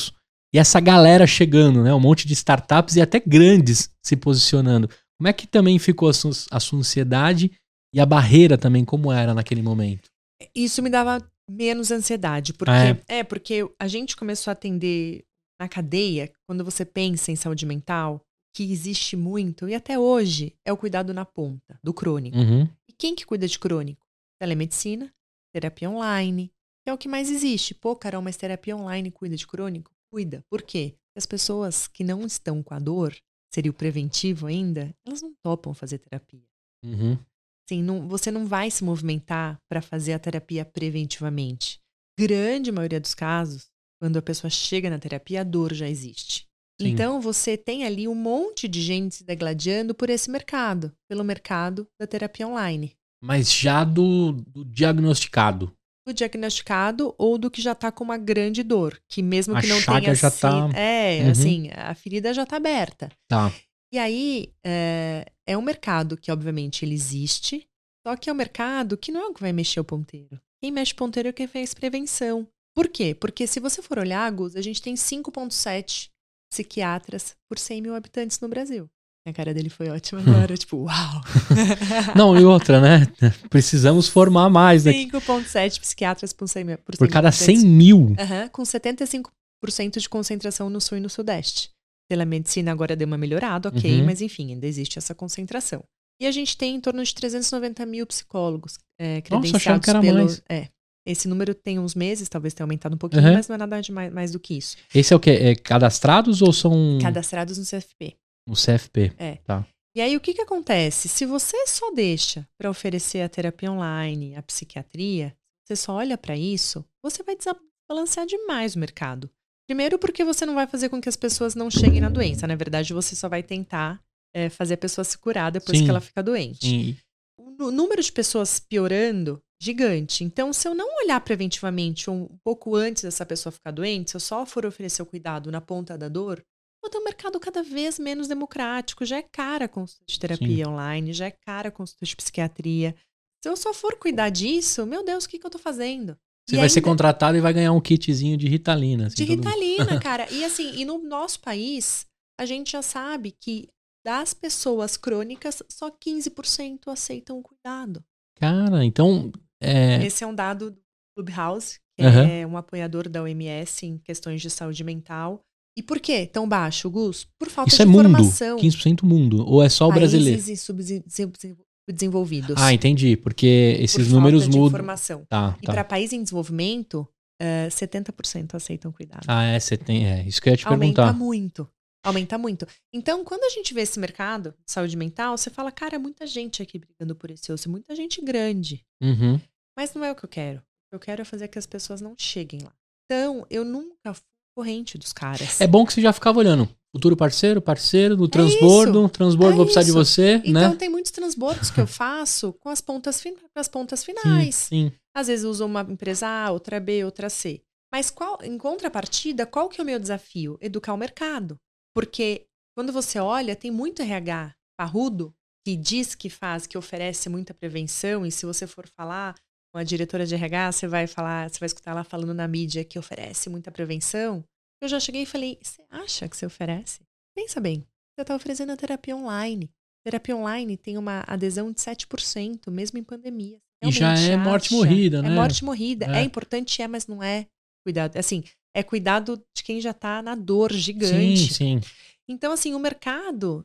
E essa galera chegando, né? Um monte de startups e até grandes se posicionando. Como é que também ficou a sua, a sua ansiedade e a barreira também, como era naquele momento? Isso me dava menos ansiedade, porque Ah, é? é porque a gente começou a atender na cadeia, quando você pensa em saúde mental, que existe muito, e até hoje, é o cuidado na ponta, do crônico. Uhum. E quem que cuida de crônico? Telemedicina, terapia online, que é o que mais existe. Pô, Carol, mas terapia online cuida de crônico? Cuida. Por quê? Porque as pessoas que não estão com a dor, seria o preventivo ainda, elas não topam fazer terapia. Uhum. Assim, não, você não vai se movimentar para fazer a terapia preventivamente. Grande maioria dos casos, quando a pessoa chega na terapia, a dor já existe. Sim. Então, você tem ali um monte de gente se degladiando por esse mercado, pelo mercado da terapia online. Mas já do, do diagnosticado. Do diagnosticado ou do que já está com uma grande dor, que mesmo A que não chaga tenha já sido... tá... É, Uhum. assim, a ferida já está aberta. Tá. E aí, é, é um mercado que, obviamente, ele existe, só que é um mercado que não é o que vai mexer o ponteiro. Quem mexe o ponteiro é quem faz prevenção. Por quê? Porque se você for olhar, Gus, a gente tem cinco vírgula sete psiquiatras por cem mil habitantes no Brasil. A cara dele foi ótima agora, tipo, uau! Não, e outra, né? Precisamos formar mais, né? cinco vírgula sete psiquiatras por cem mil. Por, Por cem cada mil cem mil. Uhum, com setenta e cinco por cento de concentração no sul e no sudeste. Pela medicina agora deu uma melhorada, ok, Uhum. mas enfim, ainda existe essa concentração. E a gente tem em torno de trezentos e noventa mil psicólogos é, credenciados. Nossa, achava que era pelo... mais. É, esse número tem uns meses, talvez tenha aumentado um pouquinho, Uhum. mas não é nada de mais, mais do que isso. Esse é o quê? É cadastrados ou são... Cadastrados no C F P. No C F P. É. Tá. E aí, o que que acontece? Se você só deixa para oferecer a terapia online, a psiquiatria, você só olha para isso, você vai desbalancear demais o mercado. Primeiro porque você não vai fazer com que as pessoas não cheguem na doença. Na verdade, você só vai tentar é, fazer a pessoa se curar depois Sim. que ela fica doente. Sim. O número de pessoas piorando, gigante. Então, se eu não olhar preventivamente um pouco antes dessa pessoa ficar doente, se eu só for oferecer o cuidado na ponta da dor, vou ter um mercado cada vez menos democrático. Já é cara a consulta de terapia Sim. online, já é cara a consulta de psiquiatria. Se eu só for cuidar disso, meu Deus, o que, que eu tô fazendo? Você E vai ainda... ser contratado e vai ganhar um kitzinho de Ritalina. Assim, de todo mundo. Ritalina, cara. E assim, e no nosso país, a gente já sabe que das pessoas crônicas, só quinze por cento aceitam o cuidado. Cara, então... É... Esse é um dado do Clubhouse, que Uhum. é um apoiador da O M S em questões de saúde mental. E por que tão baixo, Gus? Por falta Isso de é mundo? informação. quinze por cento mundo? Ou é só o brasileiro? Países subdesenvolvidos. Ah, entendi. Porque por esses falta números de mudam. informação. Tá, E tá. para países em desenvolvimento, uh, setenta por cento aceitam cuidado. Ah, é, você tem. É, isso que eu ia te Aumenta perguntar. muito. Aumenta muito. Então, quando a gente vê esse mercado de saúde mental, você fala, cara, muita gente aqui brigando por esse osso, muita gente grande. Uhum. Mas não é o que eu quero. O que eu quero é fazer que as pessoas não cheguem lá. Então, eu nunca fui corrente dos caras. É bom que você já ficava olhando. Futuro parceiro, parceiro, no transbordo, isso, transbordo, é vou precisar de isso. você, Então, né? tem muitos transbordos que eu faço com as pontas, fin- as pontas finais. Sim, sim. Às vezes eu uso uma empresa A, outra B, outra C. Mas qual, em contrapartida, qual que é o meu desafio? Educar o mercado. Porque quando você olha, tem muito R H parrudo que diz que faz, que oferece muita prevenção. E se você for falar com a diretora de R H, você vai falar, você vai escutar ela falando na mídia que oferece muita prevenção. Eu já cheguei e falei, você acha que você oferece? Pensa bem, você está oferecendo a terapia online. Terapia online tem uma adesão de sete por cento, mesmo em pandemia. E já é Realmente morte acha? morrida, né? É morte morrida. É. É importante, é, mas não é cuidado. Assim, é cuidado de quem já está na dor gigante. Sim, sim. Então, assim, o mercado,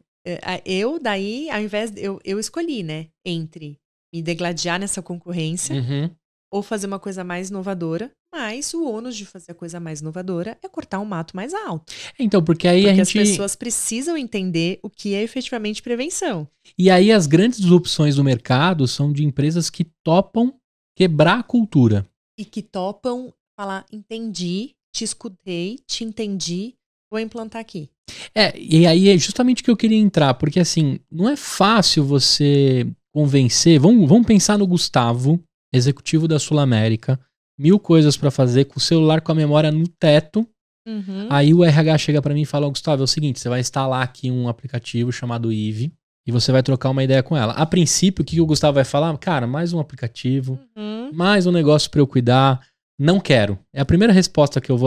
eu daí, ao invés, de, eu, eu escolhi, né, entre me degladiar nessa concorrência Uhum. ou fazer uma coisa mais inovadora, mas o ônus de fazer a coisa mais inovadora é cortar um mato mais alto. Então, porque aí Porque a as gente... pessoas precisam entender o que é efetivamente prevenção. E aí as grandes opções do mercado são de empresas que topam quebrar a cultura. E que topam falar, entendi, te escutei, te entendi, vou implantar aqui. É, e aí é justamente o que eu queria entrar, porque assim, não é fácil você convencer, vamos, vamos pensar no Gustavo, executivo da Sul América, mil coisas pra fazer, com o celular com a memória no teto, Uhum. aí o R H chega pra mim e fala, ó, Gustavo, é o seguinte, você vai instalar aqui um aplicativo chamado Eve e você vai trocar uma ideia com ela. A princípio, o que o Gustavo vai falar? Cara, mais um aplicativo, Uhum. mais um negócio pra eu cuidar, não quero. É a primeira resposta que eu vou dar.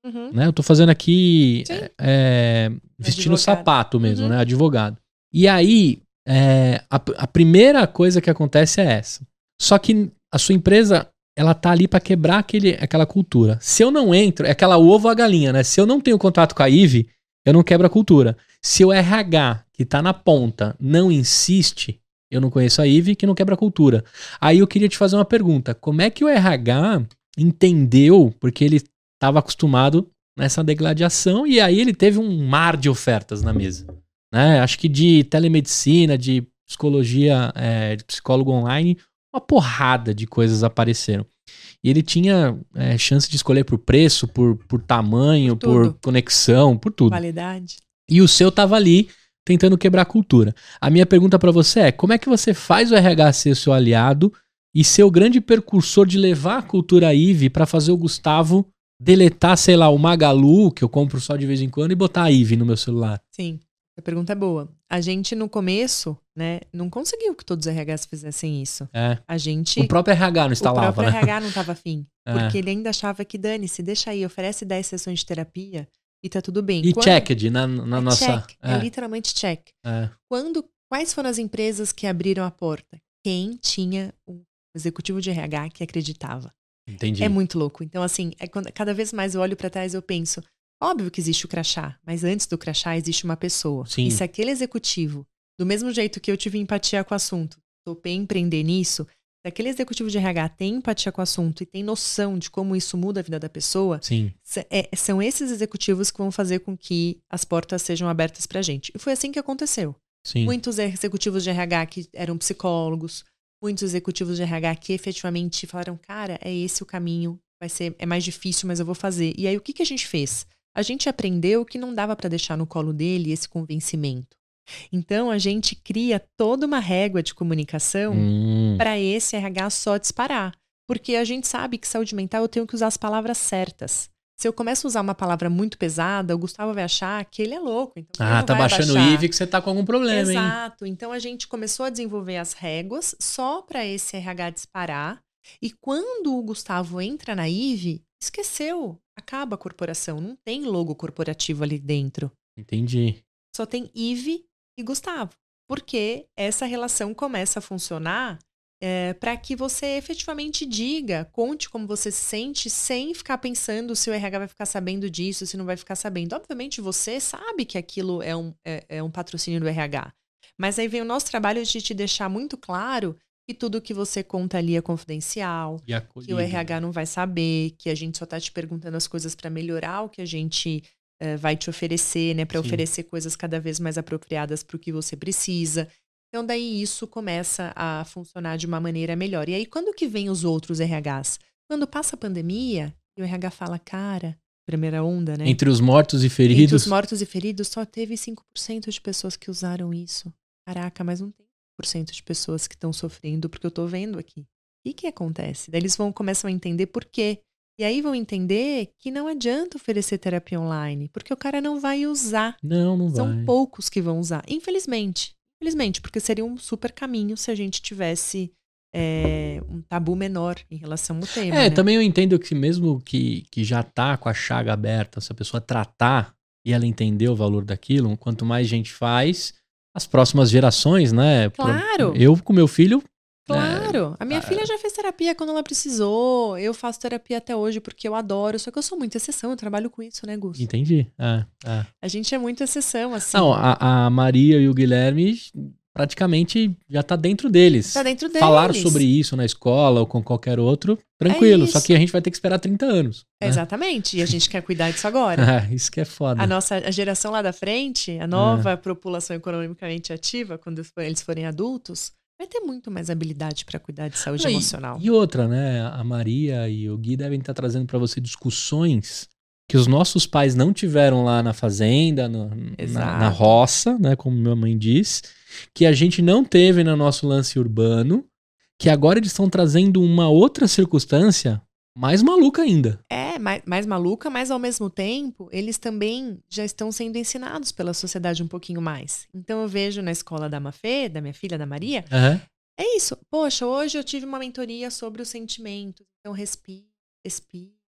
Uhum. Né? Eu tô fazendo aqui é, é, vestindo Advogado. sapato mesmo, Uhum. né? Advogado. E aí, é, a, a primeira coisa que acontece é essa. Só que a sua empresa, ela tá ali pra quebrar aquele, aquela cultura. Se eu não entro, é aquela ovo ou a galinha, né? Se eu não tenho contato com a I V, eu não quebro a cultura. Se o R H, que tá na ponta, não insiste, eu não conheço a I V, que não quebra a cultura. Aí eu queria te fazer uma pergunta. Como é que o R H entendeu, porque ele estava acostumado nessa degladiação, e aí ele teve um mar de ofertas na mesa. Né? Acho que de telemedicina, de psicologia, é, de psicólogo online, uma porrada de coisas apareceram. E ele tinha é, chance de escolher por preço, por, por tamanho, por, por conexão, por tudo. Qualidade. E o seu tava ali tentando quebrar a cultura. A minha pergunta para você é, como é que você faz o R H ser seu aliado e ser o grande percursor de levar a cultura I V para fazer o Gustavo deletar, sei lá, o Magalu, que eu compro só de vez em quando, e botar a I V no meu celular? Sim, a pergunta é boa. A gente, no começo, né, não conseguiu que todos os R Hs fizessem isso. É. A gente... O próprio R H não instalava, O próprio né? R H não estava afim. É. Porque ele ainda achava que, dane-se, deixa aí, oferece dez sessões de terapia e tá tudo bem. E Quando... checked na, na é nossa... Check, é. é literalmente check. É. Quando, quais foram as empresas que abriram a porta? Quem tinha um executivo de R H que acreditava. Entendi. É muito louco. Então, assim, é quando, cada vez mais eu olho pra trás e eu penso, óbvio que existe o crachá, mas antes do crachá existe uma pessoa. Sim. E se aquele executivo, do mesmo jeito que eu tive empatia com o assunto, topei empreender nisso, se aquele executivo de R H tem empatia com o assunto e tem noção de como isso muda a vida da pessoa, Sim. é, são esses executivos que vão fazer com que as portas sejam abertas pra gente. E foi assim que aconteceu. Sim. Muitos executivos de R H que eram psicólogos, muitos executivos de R H que efetivamente falaram, cara, é esse o caminho, vai ser, é mais difícil, mas eu vou fazer. E aí o que, que a gente fez? A gente aprendeu que não dava para deixar no colo dele esse convencimento. Então a gente cria toda uma régua de comunicação hum. para esse R H só disparar. Porque a gente sabe que saúde mental eu tenho que usar as palavras certas. Se eu começo a usar uma palavra muito pesada, o Gustavo vai achar que ele é louco. Então ah, ele tá vai baixando o abaixar. I V que você tá com algum problema, hein? Exato. Então a gente começou a desenvolver as réguas só para esse R H disparar. E quando o Gustavo entra na I V, esqueceu. Acaba a corporação. Não tem logo corporativo ali dentro. Entendi. Só tem I V e Gustavo. Porque essa relação começa a funcionar é, para que você efetivamente diga, conte como você se sente, sem ficar pensando se o R H vai ficar sabendo disso, se não vai ficar sabendo. Obviamente você sabe que aquilo é um, é, é um patrocínio do R H. Mas aí vem o nosso trabalho de te deixar muito claro que tudo que você conta ali é confidencial, que o R H não vai saber, que a gente só tá te perguntando as coisas para melhorar o que a gente uh, vai te oferecer, né? Para oferecer coisas cada vez mais apropriadas para o que você precisa. Então, daí isso começa a funcionar de uma maneira melhor. E aí, quando que vem os outros R Hs? Quando passa a pandemia, e o R H fala, cara, primeira onda, né? Entre os mortos e feridos. Entre os mortos e feridos, só teve cinco por cento de pessoas que usaram isso. Caraca, mas não tem cinco por cento de pessoas que estão sofrendo, porque eu tô vendo aqui. O que que acontece? Daí eles vão, começam a entender por quê. E aí vão entender que não adianta oferecer terapia online, porque o cara não vai usar. Não, não São vai. poucos que vão usar, infelizmente. Infelizmente, porque seria um super caminho se a gente tivesse é, um tabu menor em relação ao tema. É, né? também eu entendo que mesmo que, que já tá com a chaga aberta, se a pessoa tratar e ela entender o valor daquilo, quanto mais gente faz, as próximas gerações, né? Claro! Eu com meu filho... Claro! É, a minha a... filha já fez terapia quando ela precisou. Eu faço terapia até hoje porque eu adoro. Só que eu sou muito exceção, eu trabalho com isso, né, Gus? Entendi. É, é. A gente é muito exceção, assim. Não, a, a Maria e o Guilherme praticamente já tá dentro deles. Tá dentro deles. Falaram sobre isso na escola ou com qualquer outro, tranquilo. É só que a gente vai ter que esperar trinta anos. É, né? Exatamente. E a gente quer cuidar disso agora. É, isso que é foda. A nossa a geração lá da frente, a nova é. população economicamente ativa, quando eles forem adultos, vai ter muito mais habilidade para cuidar de saúde e, emocional. E outra, né? A Maria e o Gui devem estar trazendo para você discussões que os nossos pais não tiveram lá na fazenda, no, na, na roça, né? Como minha mãe diz, que a gente não teve no nosso lance urbano, que agora eles estão trazendo uma outra circunstância mais maluca ainda. É, mais, mais maluca, mas ao mesmo tempo, eles também já estão sendo ensinados pela sociedade um pouquinho mais. Então eu vejo na escola da Mafê, da minha filha, da Maria, uhum. é isso. Poxa, hoje eu tive uma mentoria sobre o sentimento. Então respire, respire.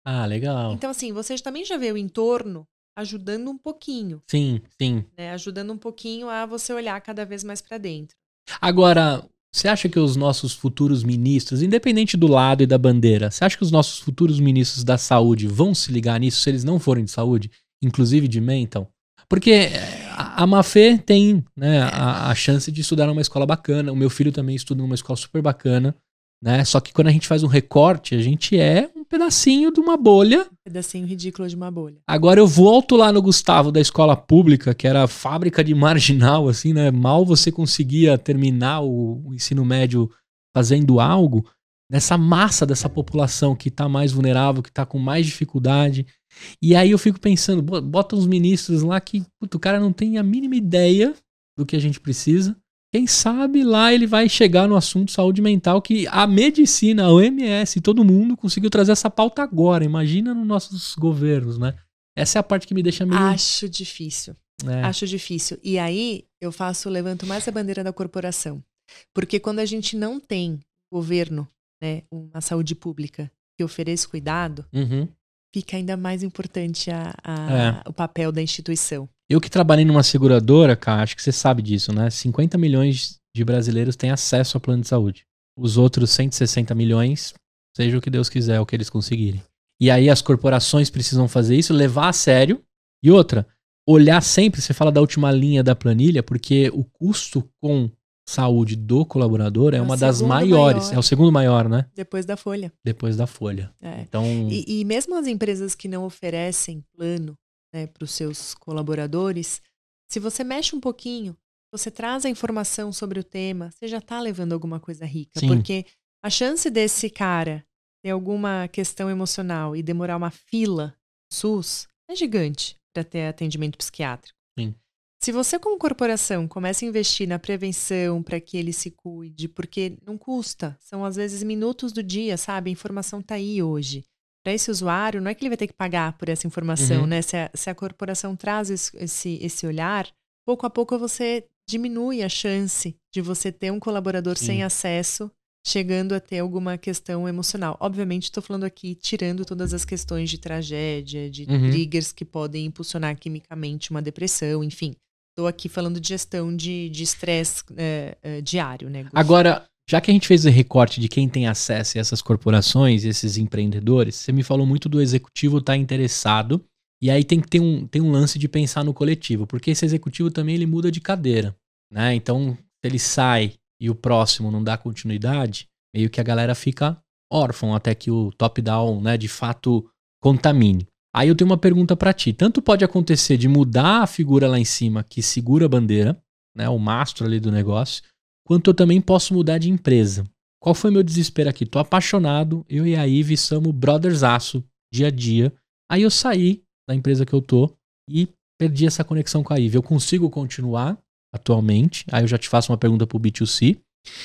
Ah, legal. Então, assim, você também já vê o entorno ajudando um pouquinho. Sim, sim. Né? Ajudando um pouquinho a você olhar cada vez mais para dentro. Agora, você acha que os nossos futuros ministros, independente do lado e da bandeira, você acha que os nossos futuros ministros da saúde vão se ligar nisso se eles não forem de saúde? Inclusive de mental? Porque a, a Mafê tem, né, a, a chance de estudar numa escola bacana. O meu filho também estuda numa escola super bacana. Né? Só que quando a gente faz um recorte, a gente é um pedacinho de uma bolha. Um pedacinho ridículo de uma bolha. Agora eu volto lá no Gustavo da escola pública, que era a fábrica de marginal, assim, né? Mal você conseguia terminar o, o ensino médio fazendo algo, nessa massa dessa população que tá mais vulnerável, que tá com mais dificuldade. E aí eu fico pensando, bota uns ministros lá que puto, o cara não tem a mínima ideia do que a gente precisa. Quem sabe lá ele vai chegar no assunto saúde mental, que a medicina, a O M S, todo mundo conseguiu trazer essa pauta agora. Imagina nos nossos governos, né? Essa é a parte que me deixa meio... Acho difícil. É. Acho difícil. E aí eu faço, levanto mais a bandeira da corporação. Porque quando a gente não tem governo, né, uma saúde pública que ofereça cuidado, uhum. fica ainda mais importante a, a, é. o papel da instituição. Eu que trabalhei numa seguradora, cara, acho que você sabe disso, né? cinquenta milhões de brasileiros têm acesso ao plano de saúde. Os outros cento e sessenta milhões, seja o que Deus quiser, o que eles conseguirem. E aí as corporações precisam fazer isso, levar a sério. E outra, olhar sempre, você fala da última linha da planilha, porque o custo com saúde do colaborador é, é uma das maiores. Maior. É o segundo maior, né? Depois da folha. Depois da folha. É. Então... E, e mesmo as empresas que não oferecem plano, né, para os seus colaboradores, se você mexe um pouquinho, você traz a informação sobre o tema, você já está levando alguma coisa rica. Sim. Porque a chance desse cara ter alguma questão emocional e demorar uma fila no SUS é gigante para ter atendimento psiquiátrico. Sim. Se você, como corporação, começa a investir na prevenção para que ele se cuide, porque não custa, são às vezes minutos do dia, sabe? A informação está aí hoje. Para esse usuário, não é que ele vai ter que pagar por essa informação, uhum. né? Se a, se a corporação traz esse, esse olhar, pouco a pouco você diminui a chance de você ter um colaborador Sim. sem acesso, chegando a ter alguma questão emocional. Obviamente, estou falando aqui, tirando todas as questões de tragédia, de uhum. triggers que podem impulsionar quimicamente uma depressão, enfim. Estou aqui falando de gestão de estresse é, é, diário, né, Gus? Agora, já que a gente fez o recorte de quem tem acesso a essas corporações, esses empreendedores, você me falou muito do executivo estar interessado, e aí tem que ter um, tem um lance de pensar no coletivo, porque esse executivo também ele muda de cadeira, né? Então, se ele sai e o próximo não dá continuidade, meio que a galera fica órfão até que o top-down, né, de fato contamine. Aí eu tenho uma pergunta pra ti. Tanto pode acontecer de mudar a figura lá em cima que segura a bandeira, né, o mastro ali do negócio, quanto eu também posso mudar de empresa. Qual foi meu desespero aqui? Tô apaixonado, eu e a Ive somos brothersaço dia a dia. Aí eu saí da empresa que eu tô e perdi essa conexão com a Ive. Eu consigo continuar atualmente? Aí eu já te faço uma pergunta pro B dois C.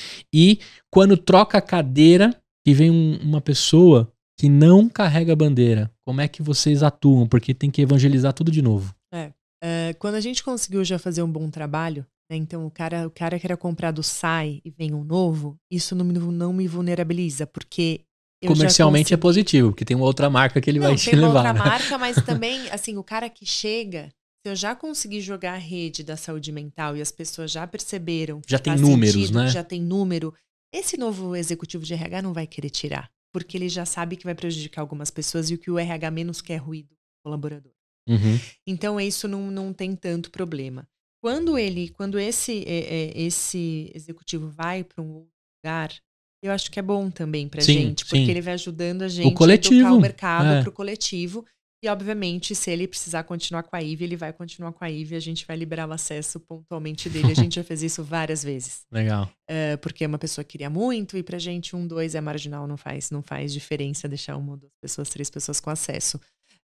E quando troca a cadeira e vem um, uma pessoa que não carrega a bandeira, como é que vocês atuam? Porque tem que evangelizar tudo de novo. É, uh, quando a gente conseguiu já fazer um bom trabalho, né, então o cara, o cara que era comprado sai e vem um novo, isso não me, não me vulnerabiliza, porque eu comercialmente já consegui... é positivo, porque tem uma outra marca que ele não, vai te tem uma levar. outra né? marca, mas também, assim, o cara que chega, se eu já consegui jogar a rede da saúde mental e as pessoas já perceberam que já tem faz números, sentido, né? Já tem número, esse novo executivo de R H não vai querer tirar. Porque ele já sabe que vai prejudicar algumas pessoas e o que o R H menos quer é ruído do colaborador. Uhum. Então, isso não, não tem tanto problema. Quando ele, quando esse, é, é, esse executivo vai para um outro lugar, eu acho que é bom também para a gente, porque sim. ele vai ajudando a gente o a educar o mercado é. para o coletivo. E, obviamente, se ele precisar continuar com a Ive, ele vai continuar com a Ive, a gente vai liberar o acesso pontualmente dele. A gente já fez isso várias vezes. Legal. Uh, porque uma pessoa queria muito e pra gente um, dois é marginal, não faz, não faz diferença deixar uma, duas pessoas, três pessoas com acesso.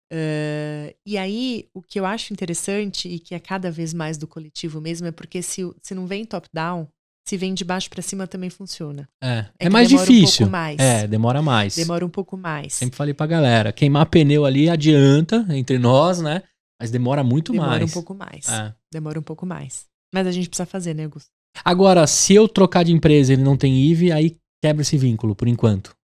Uh, e aí, o que eu acho interessante e que é cada vez mais do coletivo mesmo é porque se, se não vem top-down, se vem de baixo pra cima também funciona. É, é, é mais difícil. Um pouco mais. É, demora mais. Demora um pouco mais. Sempre falei pra galera, queimar pneu ali adianta entre nós, né? Mas demora muito demora mais. Demora um pouco mais. É. Demora um pouco mais. Mas a gente precisa fazer, né, Augusto? Agora, se eu trocar de empresa e ele não tem I V, aí quebra esse vínculo, por enquanto.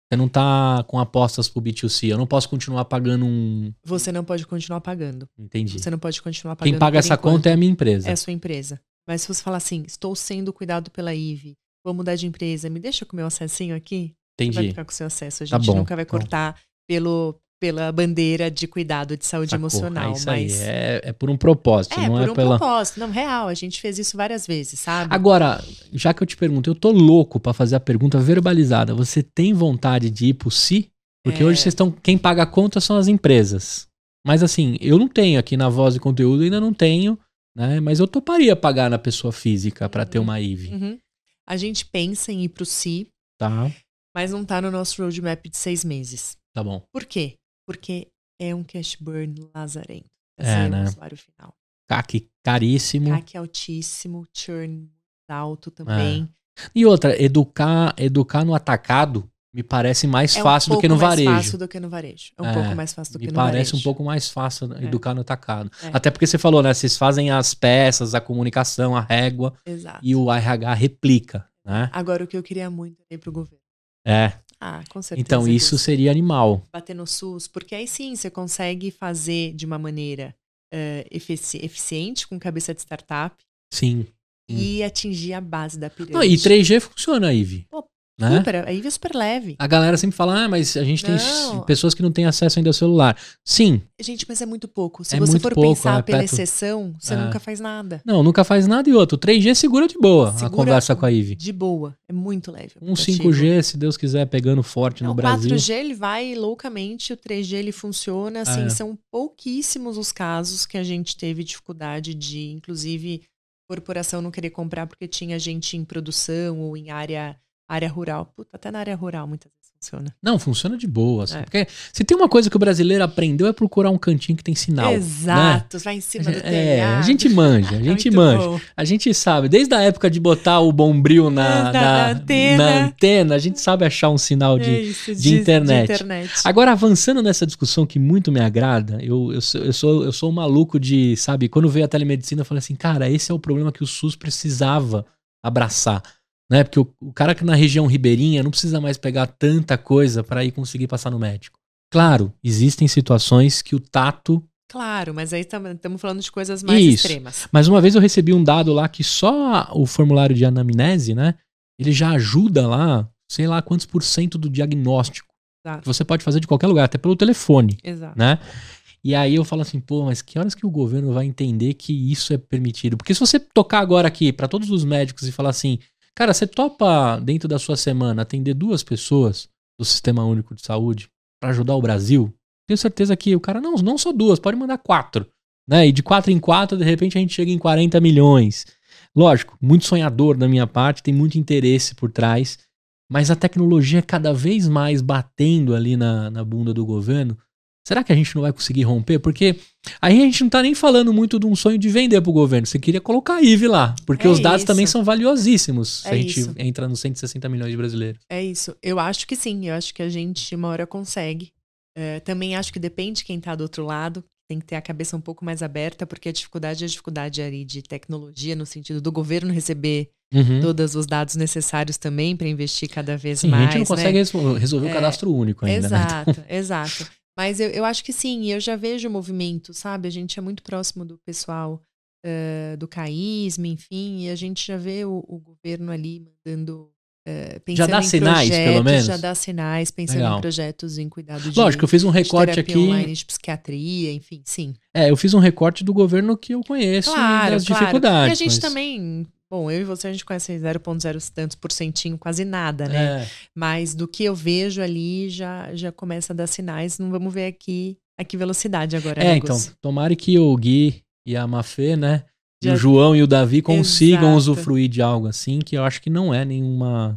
Você não tá com apostas pro B dois C. Eu não posso continuar pagando um... Você não pode continuar pagando. Entendi. Você não pode continuar pagando. Quem paga essa enquanto. conta é a minha empresa. É a sua empresa. Mas se você falar assim, estou sendo cuidado pela I V E, vou mudar de empresa, me deixa com o meu acessinho aqui? Entendi. Você vai ficar com o seu acesso. A Tá gente bom. nunca vai cortar pelo, pela bandeira de cuidado de saúde Sacou. emocional. É isso mas aí. É, é por um propósito, é não por é um pela... propósito. Não, real. A gente fez isso várias vezes, sabe? Agora, já que eu te pergunto, eu tô louco pra fazer a pergunta verbalizada. Você tem vontade de ir pro C I? Porque É. hoje vocês estão... Quem paga a conta são as empresas. Mas assim, eu não tenho aqui na Voz de Conteúdo, ainda não tenho, né? Mas eu toparia pagar na pessoa física pra ter uma I V E. Uhum. A gente pensa em ir pro C I, Tá, mas não tá no nosso roadmap de seis meses. tá bom. Por quê? Porque é um cash burn lazarento. É, É, né? o usuário final. C A C caríssimo. C A C altíssimo, churn alto também. E outra, educar, educar no atacado me parece mais É um fácil do que no pouco mais varejo. fácil do que no varejo. É um É, pouco mais fácil do Me que no parece varejo. um pouco mais fácil né, É. educar no atacado. É. Até porque você falou, né? Vocês fazem as peças, a comunicação, a régua Exato. e o R H replica, né? Agora, o que eu queria muito é ir pro governo. É. Ah, com certeza. Então isso Gus. seria animal. Bater no SUS, porque aí sim você consegue fazer de uma maneira eh, efici- eficiente, com cabeça de startup, Sim. e atingir a base da pirâmide. Não, e três G funciona, Ive. Pô, Né? Super, a I V E é super leve. A galera sempre fala, ah, mas a gente tem Não. pessoas que não têm acesso ainda ao celular. Sim. Gente, mas é muito pouco. Se É você muito for pouco, pensar é, pela perto- exceção, você É. nunca faz nada. Não, nunca faz nada e outro. O três G segura de boa a Segura conversa com a Ive. De boa. É muito leve. o Um aplicativo. cinco G, se Deus quiser, pegando forte Não, no o Brasil. quatro G ele vai loucamente, o três G ele funciona, assim, É. são pouquíssimos os casos que a gente teve dificuldade de, inclusive, corporação não querer comprar porque tinha gente em produção ou em área, área rural. Puta, até na área rural muitas vezes funciona. Não, funciona de boa. Assim, É. Porque se tem uma coisa que o brasileiro aprendeu é procurar um cantinho que tem sinal. Né? Exato, vai em cima do É, telhado. a gente manja, a gente Muito manja. bom. A gente sabe, desde a época de botar o bombril na, Na- na, na antena. na antena, a gente sabe achar um sinal de, É isso, de internet. de internet. Agora, avançando nessa discussão que muito me agrada, eu, eu, sou, eu, sou, eu sou um maluco de, sabe, quando veio a telemedicina, eu falei assim, cara, esse é o problema que o SUS precisava abraçar, né? Porque o, o cara que na região ribeirinha não precisa mais pegar tanta coisa para ir conseguir passar no médico. Claro, existem situações que o tato... Claro, mas aí estamos falando de coisas mais Isso. extremas. Mas uma vez eu recebi um dado lá que só o formulário de anamnese, né? Ele já ajuda lá, sei lá quantos por cento do diagnóstico. Exato. Que você pode fazer de qualquer lugar, até pelo telefone, Exato. né? E aí eu falo assim, pô, mas que horas que o governo vai entender que isso é permitido? Porque se você tocar agora aqui para todos os médicos e falar assim, cara, você topa dentro da sua semana atender duas pessoas do Sistema Único de Saúde para ajudar o Brasil? Tenho certeza que o cara, não, não só duas, pode mandar quatro, né? E de quatro em quatro, de repente a gente chega em quarenta milhões. Lógico, muito sonhador da minha parte, tem muito interesse por trás, mas a tecnologia cada vez mais batendo ali na, na bunda do governo. Será que a gente não vai conseguir romper? Porque aí a gente não tá nem falando muito de um sonho de vender pro governo. Você queria colocar a I V E lá, porque É os dados isso. também são valiosíssimos se É a gente isso. entra nos cento e sessenta milhões de brasileiros. É isso. Eu acho que sim. Eu acho que a gente uma hora consegue. É, também acho que depende de quem tá do outro lado. Tem que ter a cabeça um pouco mais aberta, porque a dificuldade é a dificuldade ali de tecnologia, no sentido do governo receber Uhum. todos os dados necessários também para investir cada vez Sim, mais. a gente não consegue né? reso- resolver É, o cadastro único ainda, né? Exato, exato. Mas eu, eu acho que sim, e eu já vejo o movimento, sabe? A gente é muito próximo do pessoal eh, do CAISM, enfim, e a gente já vê o, o governo ali mandando. eh, pensando dá em sinais, projetos, pelo menos? Já dá sinais, pensando Legal. em projetos em cuidado de, Lógico, eu fiz um de recorte terapia aqui. online, de psiquiatria, enfim, sim. É, eu fiz um recorte do governo que eu conheço e Claro, das claro. dificuldades. E a gente mas- também, bom, eu e você, a gente conhece zero vírgula zero tantos por centinho, quase nada, né? É, Mas do que eu vejo ali, já, já começa a dar sinais. Não vamos ver aqui a que velocidade agora, é, amigos. então, tomara que o Gui e a Mafê, né? E Já- o João e o Davi consigam Exato. usufruir de algo assim, que eu acho que não é nenhuma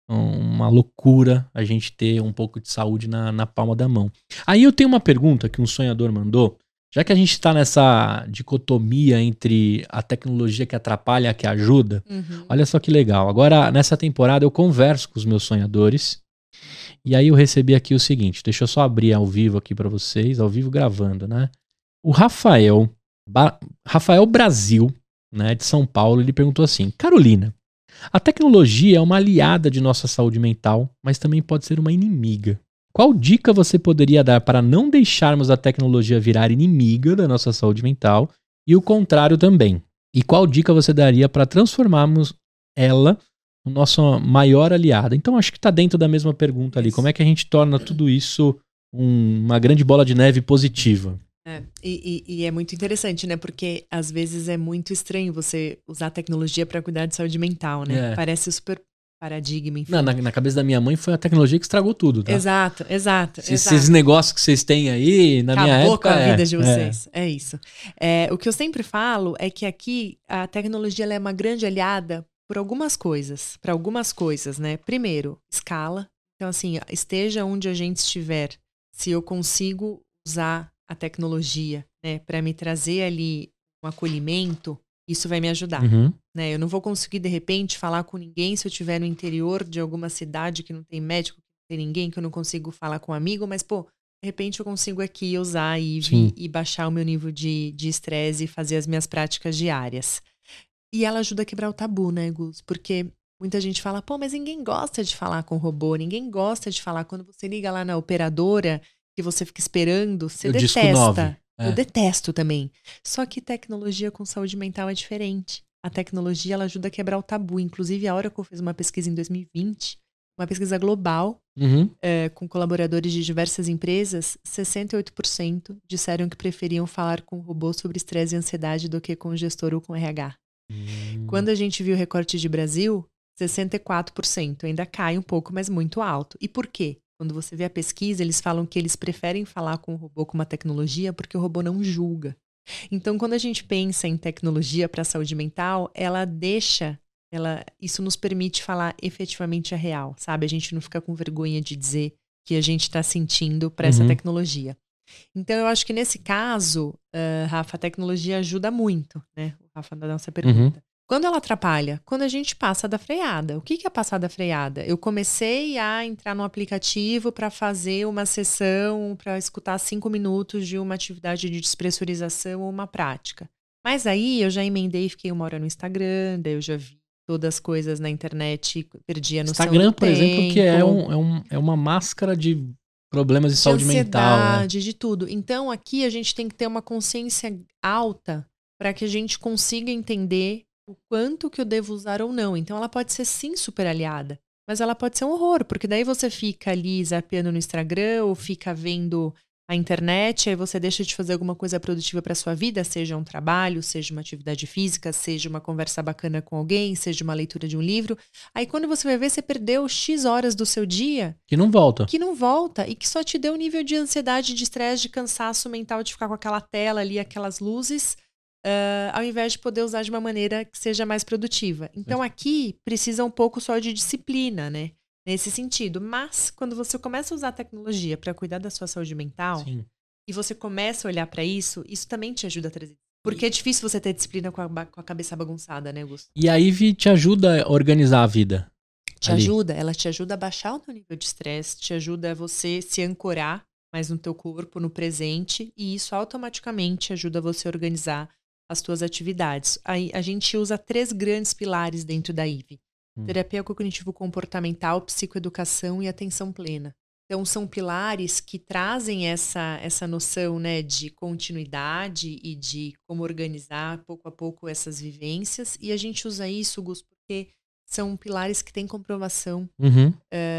uma loucura a gente ter um pouco de saúde na, na palma da mão. Aí eu tenho uma pergunta que um sonhador mandou. Já que a gente está nessa dicotomia entre a tecnologia que atrapalha e a que ajuda, Uhum. olha só que legal. Agora, nessa temporada, eu converso com os meus sonhadores. E aí eu recebi aqui o seguinte. Deixa eu só abrir ao vivo aqui para vocês. Ao vivo gravando, né? O Rafael, Ba- Rafael Brasil, né, de São Paulo, ele perguntou assim. Carolina, A tecnologia é uma aliada de nossa saúde mental, mas também pode ser uma inimiga. Qual dica você poderia dar para não deixarmos a tecnologia virar inimiga da nossa saúde mental e o contrário também? E qual dica você daria para transformarmos ela no nosso maior aliado? Então acho que está dentro da mesma pergunta ali. Como é que a gente torna tudo isso um, uma grande bola de neve positiva? É, e, e, e é muito interessante, né? Porque às vezes é muito estranho você usar a tecnologia para cuidar de saúde mental, né? É. Parece super paradigma, enfim. Não, na, na cabeça da minha mãe foi a tecnologia que estragou tudo, tá? Exato, exato. Se, exato. Esses negócios que vocês têm aí, na Acabou minha época... com a vida é, de vocês. É, é isso. É, o que eu sempre falo é que aqui a tecnologia ela é uma grande aliada por algumas coisas. Para algumas coisas, né? Primeiro, escala. Então, assim, esteja onde a gente estiver. Se eu consigo usar a tecnologia, né, para me trazer ali um acolhimento, isso vai me ajudar. Uhum. Né? Eu não vou conseguir, de repente, falar com ninguém se eu estiver no interior de alguma cidade que não tem médico, que não tem ninguém, que eu não consigo falar com um amigo, mas, pô, de repente eu consigo aqui usar a I V Sim. e baixar o meu nível de de estresse e fazer as minhas práticas diárias. E ela ajuda a quebrar o tabu, né, Gus? Porque muita gente fala, pô, mas ninguém gosta de falar com robô, ninguém gosta de falar. Quando você liga lá na operadora, que você fica esperando, você Eu disco detesta. nove. É. Eu detesto também. Só que tecnologia com saúde mental é diferente. A tecnologia, ela ajuda a quebrar o tabu. Inclusive, a Oracle fez uma pesquisa em dois mil e vinte, uma pesquisa global, Uhum. é, com colaboradores de diversas empresas, sessenta e oito por cento disseram que preferiam falar com o robô sobre estresse e ansiedade do que com o gestor ou com o R H. Hum. Quando a gente viu o recorte de Brasil, sessenta e quatro por cento. Ainda cai um pouco, mas muito alto. E por quê? Quando você vê a pesquisa, eles falam que eles preferem falar com o robô, com uma tecnologia, porque o robô não julga. Então, quando a gente pensa em tecnologia para a saúde mental, ela deixa, ela, isso nos permite falar efetivamente a real, sabe? A gente não fica com vergonha de dizer que a gente está sentindo para essa Uhum. tecnologia. Então, eu acho que nesse caso, uh, Rafa, a tecnologia ajuda muito, né? O Rafa, da nossa pergunta. Uhum. Quando ela atrapalha? Quando a gente passa da freada. O que é passar da freada? Eu comecei a entrar no aplicativo para fazer uma sessão, para escutar cinco minutos de uma atividade de despressurização ou uma prática. Mas aí eu já emendei e fiquei uma hora no Instagram, daí eu já vi todas as coisas na internet, perdi a noção Instagram, do por tempo. exemplo, que é, um, é, um, é uma máscara de problemas de, de saúde mental. Né? De tudo. Então aqui a gente tem que ter uma consciência alta para que a gente consiga entender o quanto que eu devo usar ou não. Então ela pode ser sim super aliada, mas ela pode ser um horror, porque daí você fica ali zapeando no Instagram ou fica vendo a internet, aí você deixa de fazer alguma coisa produtiva para sua vida, seja um trabalho, seja uma atividade física, seja uma conversa bacana com alguém, seja uma leitura de um livro. Aí quando você vai ver, você perdeu X horas do seu dia. Que não volta. Que não volta e que só te deu um nível de ansiedade, de estresse, de cansaço mental, de ficar com aquela tela ali, aquelas luzes, Uh, ao invés de poder usar de uma maneira que seja mais produtiva. Então aqui precisa um pouco só de disciplina, né? Nesse sentido. Mas quando você começa a usar a tecnologia para cuidar da sua saúde mental, sim, e você começa a olhar para isso, isso também te ajuda a trazer. Porque é difícil você ter disciplina com a, com a cabeça bagunçada, né, Augusto? E a I V te ajuda a organizar a vida? Te ali. ajuda, ela te ajuda a baixar o teu nível de estresse, te ajuda a você se ancorar mais no teu corpo, no presente, e isso automaticamente ajuda você a organizar as tuas atividades. Aí a gente usa três grandes pilares dentro da I V. Hum. Terapia cognitivo-comportamental, psicoeducação e atenção plena. Então são pilares que trazem essa, essa noção, né, de continuidade e de como organizar pouco a pouco essas vivências. E a gente usa isso, Gus, porque são pilares que têm comprovação uhum.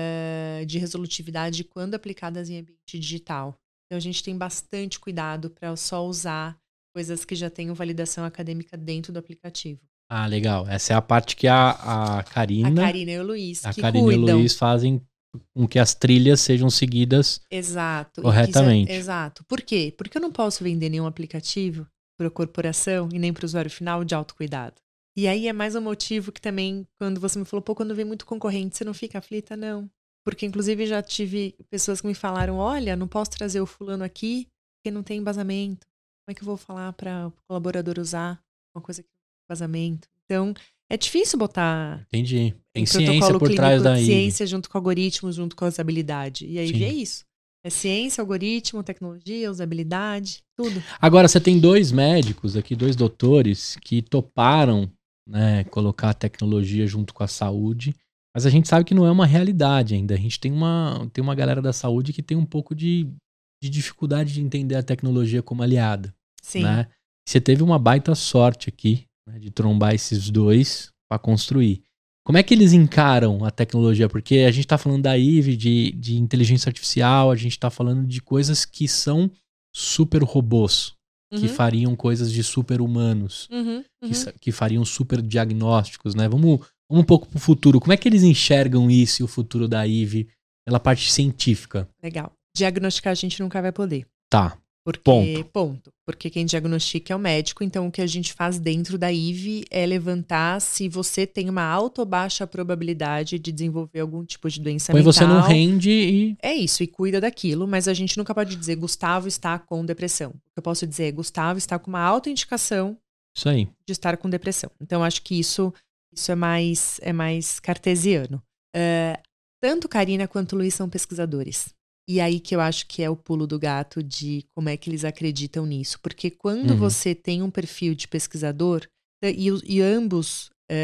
uh, de resolutividade quando aplicadas em ambiente digital. Então a gente tem bastante cuidado para só usar coisas que já tenham validação acadêmica dentro do aplicativo. Ah, legal. Essa é a parte que a, a Karina... A Karina e o Luiz a que Karina cuidam. e o Luiz fazem com que as trilhas sejam seguidas exato, corretamente. Já, exato. Por quê? Porque eu não posso vender nenhum aplicativo para a corporação e nem para o usuário final de autocuidado. E aí é mais um motivo que também, quando você me falou, pô, quando vem muito concorrente, você não fica aflita? Não. Porque, inclusive, já tive pessoas que me falaram, olha, não posso trazer o fulano aqui porque não tem embasamento. Como é que eu vou falar para o colaborador usar uma coisa que não tem embasamento? Então, é difícil botar... Entendi. Tem um ciência por trás da I V. Ciência junto com algoritmos, junto com usabilidade. E a I V Sim. é isso. É ciência, algoritmo, tecnologia, usabilidade, tudo. Agora, você tem dois médicos aqui, dois doutores, que toparam né, colocar a tecnologia junto com a saúde, mas a gente sabe que não é uma realidade ainda. A gente tem uma, tem uma galera da saúde que tem um pouco de, de dificuldade de entender a tecnologia como aliada. Sim. Né? Você teve uma baita sorte aqui, né, de trombar esses dois para construir. Como é que eles encaram a tecnologia? Porque a gente está falando da I V E, de, de inteligência artificial, a gente está falando de coisas que são super robôs, Uhum. que fariam coisas de super humanos, Uhum, uhum. que, que fariam super diagnósticos, né? Vamos, vamos um pouco pro futuro. Como é que eles enxergam isso e o futuro da I V E pela parte científica? Legal. Diagnosticar a gente nunca vai poder. Tá. Porque, Ponto. ponto. Porque quem diagnostica é o médico, então o que a gente faz dentro da I V E é levantar se você tem uma alta ou baixa probabilidade de desenvolver algum tipo de doença Põe mental. você não rende e... É isso, e cuida daquilo, mas a gente nunca pode dizer Gustavo está com depressão. O que eu posso dizer é Gustavo está com uma alta indicação Isso aí. de estar com depressão. Então acho que isso, isso é, mais, é mais cartesiano. Uh, tanto Karina quanto Luiz são pesquisadores. E aí que eu acho que é o pulo do gato de como é que eles acreditam nisso. Porque quando Uhum. você tem um perfil de pesquisador, e, e ambos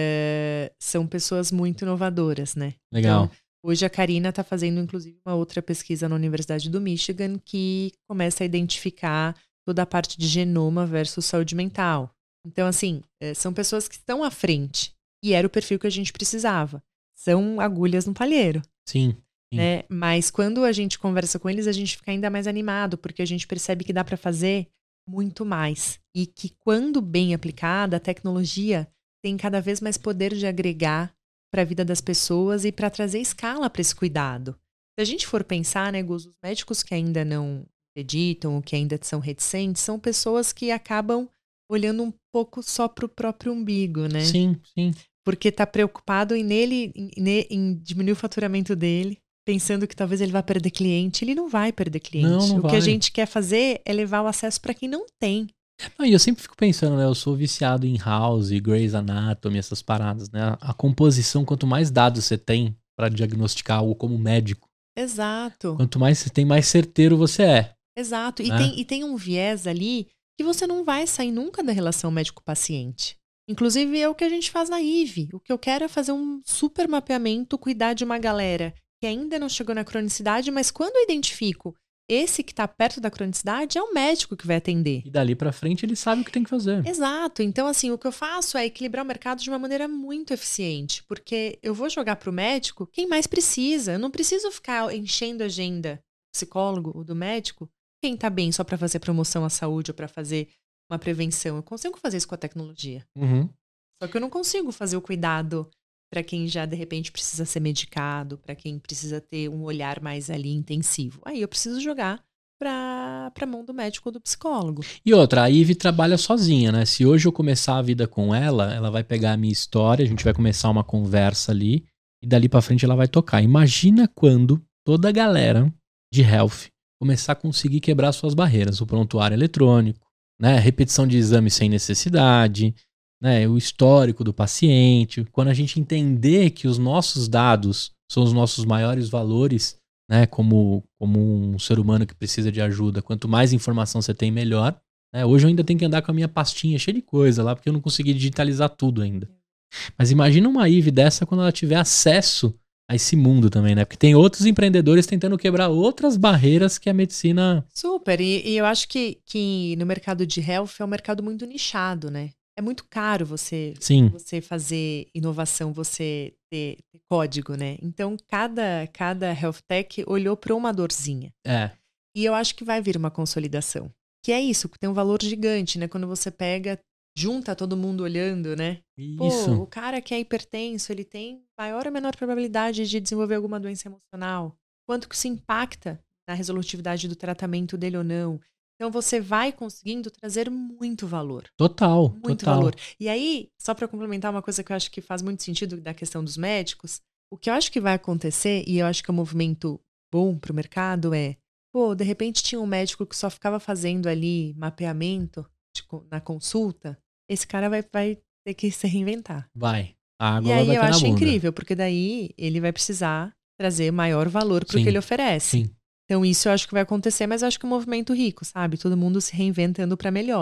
uh, são pessoas muito inovadoras, né? Legal. Então, hoje a Karina está fazendo, inclusive, uma outra pesquisa na Universidade do Michigan que começa a identificar toda a parte de genoma versus saúde mental. Então, assim, uh, são pessoas que estão à frente. E era o perfil que a gente precisava. São agulhas no palheiro. Sim. Né? Mas quando a gente conversa com eles, a gente fica ainda mais animado, porque a gente percebe que dá para fazer muito mais. E que quando bem aplicada, a tecnologia tem cada vez mais poder de agregar para a vida das pessoas e para trazer escala para esse cuidado. Se a gente for pensar, né, Gus, os médicos que ainda não acreditam ou que ainda são reticentes, são pessoas que acabam olhando um pouco só para o próprio umbigo, né? Sim, sim. Porque tá preocupado em, nele, em, em diminuir o faturamento dele, pensando que talvez ele vá perder cliente. Ele não vai perder cliente. Não, não o vai. que a gente quer fazer é levar o acesso para quem não tem. Não, e eu sempre fico pensando, né? Eu sou viciado em House, Grey's Anatomy, essas paradas, né? A composição, quanto mais dados você tem para diagnosticar algo como médico, Exato. quanto mais você tem, mais certeiro você é. Exato. E, né? tem, e tem um viés ali que você não vai sair nunca da relação médico-paciente. Inclusive é o que a gente faz na I V E. O que eu quero é fazer um super mapeamento, cuidar de uma galera que ainda não chegou na cronicidade, mas quando eu identifico esse que está perto da cronicidade, é o médico que vai atender. E dali pra frente ele sabe o que tem que fazer. Exato. Então, assim, o que eu faço é equilibrar o mercado de uma maneira muito eficiente, porque eu vou jogar para o médico quem mais precisa. Eu não preciso ficar enchendo a agenda do psicólogo ou do médico quem está bem só para fazer promoção à saúde ou para fazer uma prevenção. Eu consigo fazer isso com a tecnologia. Uhum. Só que eu não consigo fazer o cuidado para quem já, de repente, precisa ser medicado, para quem precisa ter um olhar mais ali intensivo. Aí eu preciso jogar para a mão do médico ou do psicólogo. E outra, a I V E trabalha sozinha, né? Se hoje eu começar a vida com ela, ela vai pegar a minha história, a gente vai começar uma conversa ali, e dali pra frente ela vai tocar. Imagina quando toda a galera de health começar a conseguir quebrar suas barreiras. O prontuário eletrônico, né? Repetição de exame sem necessidade, né? O histórico do paciente. Quando a gente entender que os nossos dados são os nossos maiores valores, né? Como, como um ser humano que precisa de ajuda. Quanto mais informação você tem, melhor. Né? Hoje eu ainda tenho que andar com a minha pastinha cheia de coisa lá, porque eu não consegui digitalizar tudo ainda. Mas imagina uma I V E dessa quando ela tiver acesso a esse mundo também, né? Porque tem outros empreendedores tentando quebrar outras barreiras que a medicina... Super, e, e eu acho que, que no mercado de health é um mercado muito nichado, né? É muito caro você, Sim. você fazer inovação, você ter, ter código, né? Então, cada, cada health tech olhou para uma dorzinha. É. E eu acho que vai vir uma consolidação. Que é isso, que tem um valor gigante, né? Quando você pega, junta todo mundo olhando, né? Isso. Pô, o cara que é hipertenso, ele tem maior ou menor probabilidade de desenvolver alguma doença emocional? Quanto que isso impacta na resolutividade do tratamento dele ou não? Então você vai conseguindo trazer muito valor. Total, Muito total. valor. E aí, só para complementar uma coisa que eu acho que faz muito sentido da questão dos médicos, o que eu acho que vai acontecer, e eu acho que é um movimento bom para o mercado, é, pô, de repente tinha um médico que só ficava fazendo ali mapeamento de, na consulta, esse cara vai, vai ter que se reinventar. Vai. A água e aí vai eu bater na acho bunda. incrível, porque daí ele vai precisar trazer maior valor para o Sim, que ele oferece. Sim. Então isso eu acho que vai acontecer, mas eu acho que é um movimento rico, sabe? Todo mundo se reinventando para melhor.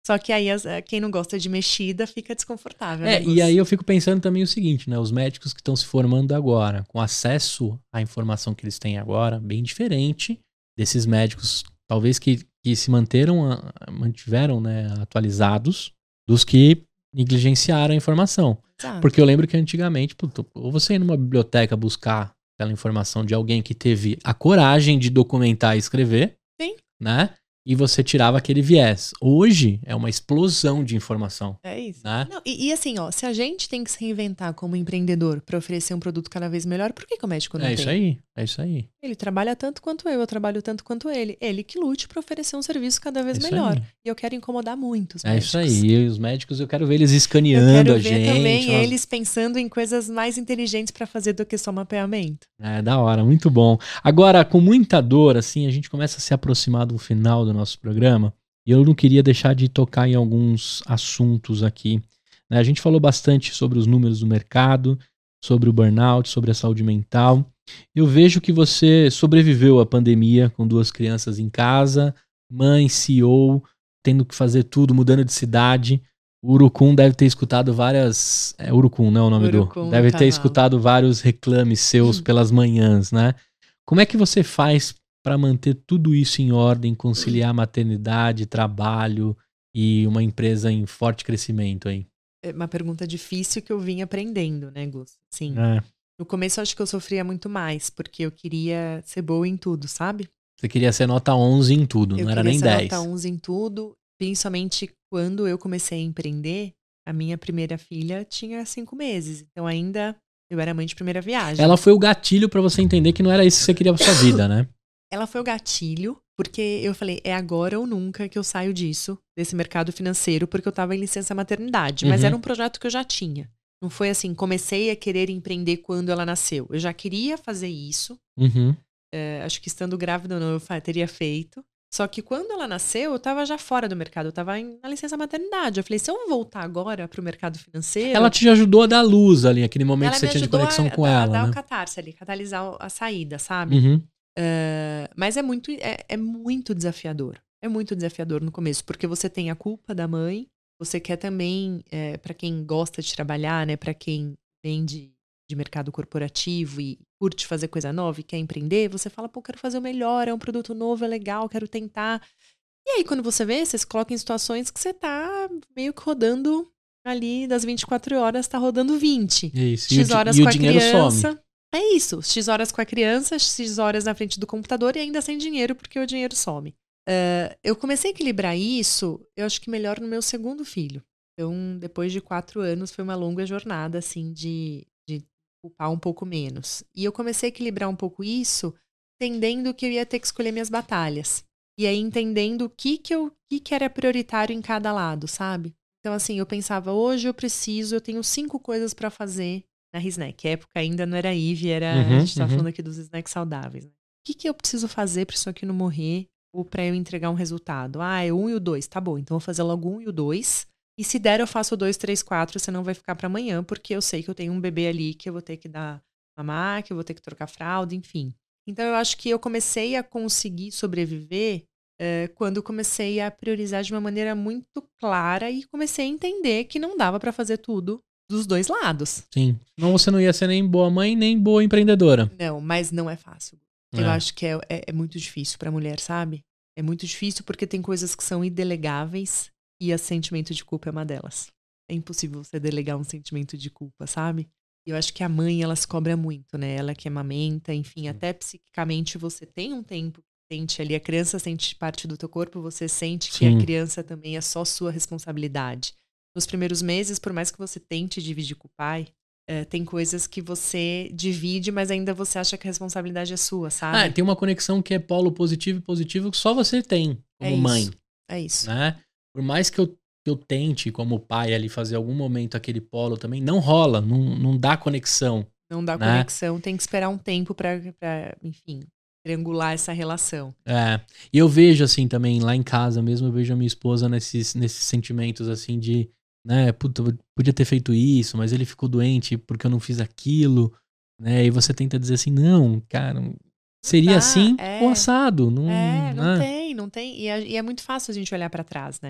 Só que aí as, quem não gosta de mexida fica desconfortável. É, né, e aí eu fico pensando também o seguinte, né? Os médicos que estão se formando agora, com acesso à informação que eles têm agora, bem diferente desses médicos, talvez que, que se manteram, mantiveram, né, atualizados, dos que negligenciaram a informação. Exato. Porque eu lembro que antigamente, puto, ou você ir numa biblioteca buscar aquela informação de alguém que teve a coragem de documentar e escrever, Sim. né? E você tirava aquele viés. Hoje é uma explosão de informação. É isso. Né? Não, e, e assim, ó, se a gente tem que se reinventar como empreendedor para oferecer um produto cada vez melhor, por que, que o médico não é tem? É isso aí, é isso aí. Ele trabalha tanto quanto eu, eu trabalho tanto quanto ele. Ele que lute para oferecer um serviço cada vez é melhor. Aí. E eu quero incomodar muito os é médicos. É isso aí. E os médicos, eu quero ver eles escaneando eu quero a ver gente. também nós... eles pensando em coisas mais inteligentes para fazer do que só mapeamento. É, da hora, muito bom. Agora, com muita dor, assim, a gente começa a se aproximar do final do nosso programa. E eu não queria deixar de tocar em alguns assuntos aqui. A gente falou bastante sobre os números do mercado, sobre o burnout, sobre a saúde mental. Eu vejo que você sobreviveu à pandemia com duas crianças em casa, mãe, C E O, tendo que fazer tudo, mudando de cidade. O Urucum deve ter escutado várias... É Urucum, não é o nome Urucum, do... Deve ter canal. escutado vários reclames seus pelas manhãs, né? Como é que você faz para manter tudo isso em ordem, conciliar maternidade, trabalho e uma empresa em forte crescimento aí? É uma pergunta difícil que eu vim aprendendo, né, Gus? Sim. É. No começo eu acho que eu sofria muito mais, porque eu queria ser boa em tudo, sabe? Você queria ser nota onze em tudo, eu não era nem queria ser dez. nota onze em tudo, principalmente quando eu comecei a empreender, a minha primeira filha tinha cinco meses, então ainda eu era mãe de primeira viagem. Ela foi o gatilho para você entender que não era isso que você queria pra sua vida, né? Ela foi o gatilho, porque eu falei, é agora ou nunca que eu saio disso, desse mercado financeiro, porque eu tava em licença maternidade. Mas Uhum. era um projeto que eu já tinha. Não foi assim, comecei a querer empreender quando ela nasceu. Eu já queria fazer isso. Uhum. É, acho que estando grávida ou não, eu teria feito. Só que quando ela nasceu, eu tava já fora do mercado. Eu tava em, na licença maternidade. Eu falei, se eu voltar agora pro mercado financeiro... Ela te ajudou a dar luz ali, aquele momento ela que você me tinha de ajudou conexão a, com a, ela, a dar né? o catarse ali, catalisar a saída, sabe? Uhum. Uh, mas é muito, é, é muito desafiador. É muito desafiador no começo, porque você tem a culpa da mãe, você quer também, é, para quem gosta de trabalhar, né, para quem vem de, de mercado corporativo e curte fazer coisa nova e quer empreender, você fala, pô, quero fazer o melhor, é um produto novo, é legal, quero tentar. E aí, quando você vê, você se coloca em situações que você tá meio que rodando ali, das vinte e quatro horas, tá rodando vinte. Isso. X e o, horas e com o a dinheiro criança. some. É isso, X horas com a criança, X horas na frente do computador e ainda sem dinheiro, porque o dinheiro some. Uh, eu comecei a equilibrar isso, eu acho que melhor no meu segundo filho. Então, depois de quatro anos, foi uma longa jornada, assim, de, de culpar um pouco menos. E eu comecei a equilibrar um pouco isso, entendendo que eu ia ter que escolher minhas batalhas. E aí, entendendo o que que, eu, que que era prioritário em cada lado, sabe? Então, assim, eu pensava, hoje eu preciso, eu tenho cinco coisas para fazer na Risnack. A época ainda não era I V E, era, Uhum, a gente tá uhum. falando aqui dos snacks saudáveis. Né? O que, que eu preciso fazer para isso aqui não morrer ou para eu entregar um resultado? Ah, é um e o dois, tá bom. Então eu vou fazer logo um e o dois. E se der, eu faço o dois, três, quatro, senão vai ficar para amanhã, porque eu sei que eu tenho um bebê ali que eu vou ter que dar mamar, que eu vou ter que trocar fralda, enfim. Então eu acho que eu comecei a conseguir sobreviver é, quando comecei a priorizar de uma maneira muito clara e comecei a entender que não dava para fazer tudo dos dois lados. Sim. Senão você não ia ser nem boa mãe, nem boa empreendedora. Não, mas não é fácil. É. Eu acho que é, é, é muito difícil pra mulher, sabe? É muito difícil porque tem coisas que são indelegáveis e o sentimento de culpa é uma delas. É impossível você delegar um sentimento de culpa, sabe? E eu acho que a mãe, ela se cobra muito, né? Ela que amamenta, enfim, até psiquicamente você tem um tempo que sente ali, a criança sente parte do teu corpo, você sente que Sim. a criança também é só sua responsabilidade. Nos primeiros meses, por mais que você tente dividir com o pai, é, tem coisas que você divide, mas ainda você acha que a responsabilidade é sua, sabe? Ah, tem uma conexão que é polo positivo e positivo que só você tem como é mãe. Isso. É isso. Né? Por mais que eu, que eu tente, como pai, ali fazer algum momento aquele polo também, não rola, não, não dá conexão. Não dá né? conexão, tem que esperar um tempo pra, pra, enfim, triangular essa relação. É, e eu vejo assim também, lá em casa mesmo, eu vejo a minha esposa nesses, nesses sentimentos assim de, né, puta, eu podia ter feito isso, mas ele ficou doente porque eu não fiz aquilo, né, e você tenta dizer assim, não, cara, seria Tá, assim é, ou assado. Não, é, não né? tem, não tem, e é, e é muito fácil a gente olhar pra trás, né?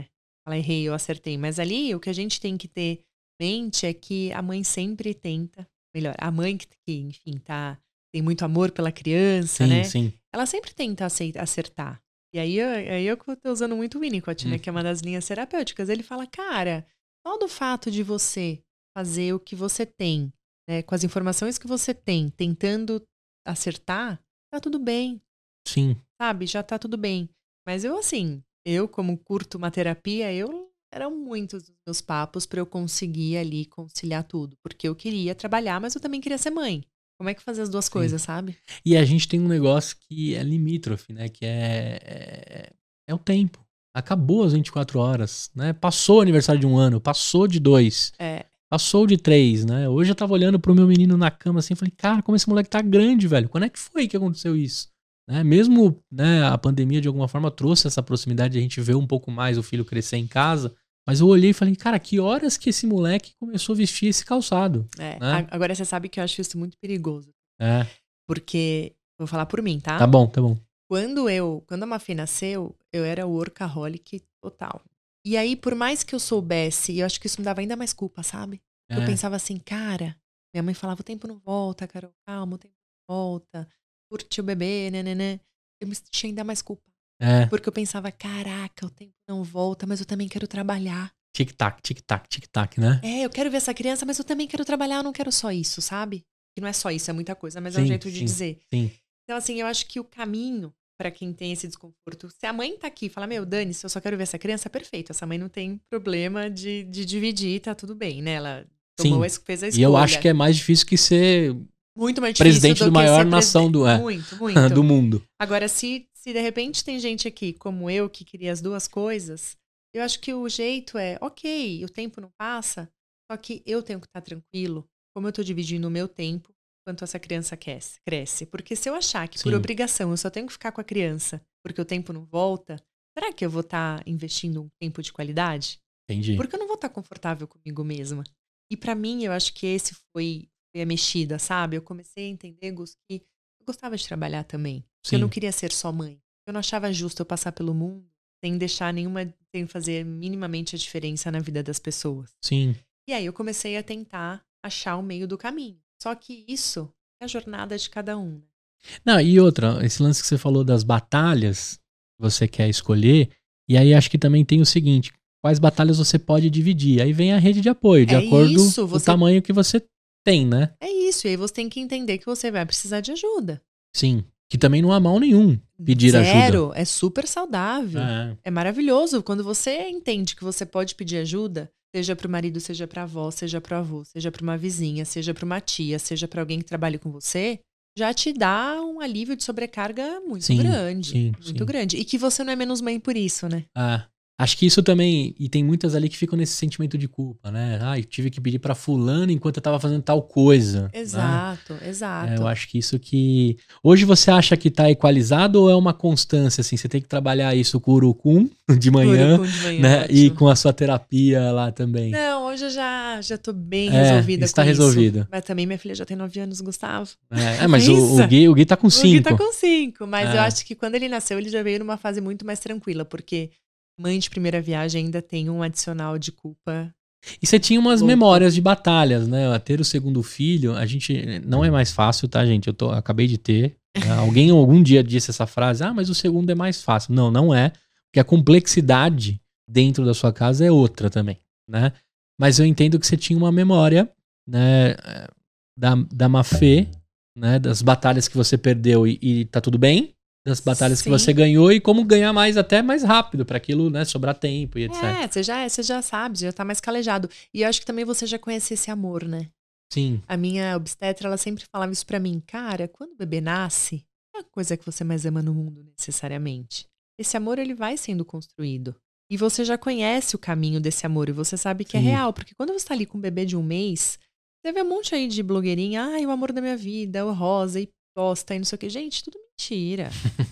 fala, errei, eu acertei. Mas ali, o que a gente tem que ter em mente é que a mãe sempre tenta, melhor, a mãe que, que enfim, tá, tem muito amor pela criança, sim, né? Sim. Ela sempre tenta acertar. E aí, eu, aí eu tô usando muito o Winnicott, né? Hum. Que é uma das linhas terapêuticas. Ele fala, cara, só do fato de você fazer o que você tem, né? Com as informações que você tem, tentando acertar, tá tudo bem. Sim. Sabe? Já tá tudo bem. Mas eu, assim, eu como curto uma terapia, eu eram muitos os meus papos pra eu conseguir ali conciliar tudo. Porque eu queria trabalhar, mas eu também queria ser mãe. Como é que fazer as duas Sim. coisas, sabe? E a gente tem um negócio que é limítrofe, né? Que é, é, é o tempo. Acabou as vinte e quatro horas, né? Passou o aniversário de um ano, passou de dois, é. passou de três, né? Hoje eu tava olhando pro meu menino na cama assim, falei, cara, como esse moleque tá grande, velho. Quando é que foi que aconteceu isso? Né? Mesmo né, a pandemia de alguma forma trouxe essa proximidade de a gente ver um pouco mais o filho crescer em casa. Mas eu olhei e falei, cara, que horas que esse moleque começou a vestir esse calçado? É, né? Agora você sabe que eu acho isso muito perigoso. É. Porque, vou falar por mim, tá? Tá bom, tá bom. Quando eu, quando a Mafê nasceu, eu era workaholic total. E aí, por mais que eu soubesse, eu acho que isso me dava ainda mais culpa, sabe? É. Eu pensava assim, cara, minha mãe falava, o tempo não volta, Carol, calma, o tempo não volta, curte o bebê, né, né, né. Eu me sentia ainda mais culpa. É. Porque eu pensava, caraca, o tempo não volta, mas eu também quero trabalhar. Tic-tac, tic-tac, tic-tac, né? É, eu quero ver essa criança, mas eu também quero trabalhar, eu não quero só isso, sabe? Que não é só isso, é muita coisa, mas sim, é um jeito de sim, dizer. Sim. Então, assim, eu acho que o caminho pra quem tem esse desconforto, se a mãe tá aqui e fala, meu, Dani, se eu só quero ver essa criança, perfeito. Essa mãe não tem problema de, de dividir, tá tudo bem, né? Ela tomou, sim. fez a escolha. E eu acho que é mais difícil que ser muito mais presidente do do que maior ser nação do, é, muito, muito. do mundo. Agora, se, se de repente tem gente aqui como eu que queria as duas coisas, eu acho que o jeito é, ok, o tempo não passa, só que eu tenho que estar tranquilo, como eu tô dividindo o meu tempo, quanto essa criança cresce. Porque se eu achar que, Sim. por obrigação, eu só tenho que ficar com a criança porque o tempo não volta, será que eu vou estar investindo um tempo de qualidade? Entendi. Porque eu não vou estar confortável comigo mesma. E pra mim, eu acho que esse foi, foi a mexida, sabe? Eu comecei a entender, Gus, que eu gostava de trabalhar também. Sim. Eu não queria ser só mãe. Eu não achava justo eu passar pelo mundo sem deixar nenhuma, sem fazer minimamente a diferença na vida das pessoas. Sim. E aí eu comecei a tentar achar o meio do caminho. Só que isso é a jornada de cada um. Não, e outra, esse lance que você falou das batalhas que você quer escolher, e aí acho que também tem o seguinte, quais batalhas você pode dividir? Aí vem a rede de apoio, de é acordo isso, com você... o tamanho que você tem, né? É isso, e aí você tem que entender que você vai precisar de ajuda. Sim, que também não há mal nenhum pedir Zero, ajuda. Zero, é super saudável. É. É maravilhoso quando você entende que você pode pedir ajuda, seja pro marido, seja pra avó, seja pro avô, seja pra uma vizinha, seja pra uma tia, seja pra alguém que trabalhe com você, já te dá um alívio de sobrecarga muito sim, grande. Sim, muito sim. grande. E que você não é menos mãe por isso, né? Ah, acho que isso também, e tem muitas ali que ficam nesse sentimento de culpa, né? Ah, eu tive que pedir pra fulano enquanto eu tava fazendo tal coisa. Exato, né? exato. É, eu acho que isso que... Hoje você acha que tá equalizado ou é uma constância, assim? Você tem que trabalhar isso com o urucum de manhã, Urucum de manhã, né? E com a sua terapia lá também. Não, hoje eu já, já tô bem é, resolvida está com resolvido. isso. Mas também minha filha já tem nove anos, Gustavo. É, é mas o, o, Gui, o Gui tá com cinco. O Gui tá com cinco, mas é. eu acho que quando ele nasceu, ele já veio numa fase muito mais tranquila, porque mãe de primeira viagem ainda tem um adicional de culpa. E você tinha umas louco. memórias de batalhas, né? A ter o segundo filho, a gente... Não é mais fácil, tá, gente? Eu tô, acabei de ter. Né? Alguém algum dia disse essa frase, ah, mas o segundo é mais fácil. Não, não é. Porque a complexidade dentro da sua casa é outra também, né? Mas eu entendo que você tinha uma memória, né? Da, da Mafê, né? Das batalhas que você perdeu e, e tá tudo bem. Das batalhas Sim. que você ganhou e como ganhar mais até mais rápido para aquilo, né, sobrar tempo e etcétera. É, você já, você já sabe, já tá mais calejado. E eu acho que também você já conhece esse amor, né? Sim. A minha obstetra, ela sempre falava isso pra mim. Cara, quando o bebê nasce, não é a coisa que você mais ama no mundo, necessariamente. Esse amor, ele vai sendo construído. E você já conhece o caminho desse amor e você sabe que Sim. é real. Porque quando você tá ali com um bebê de um mês, você vê um monte aí de blogueirinha, ai, o amor da minha vida, o rosa e posta e não sei o que. Gente, tudo mentira.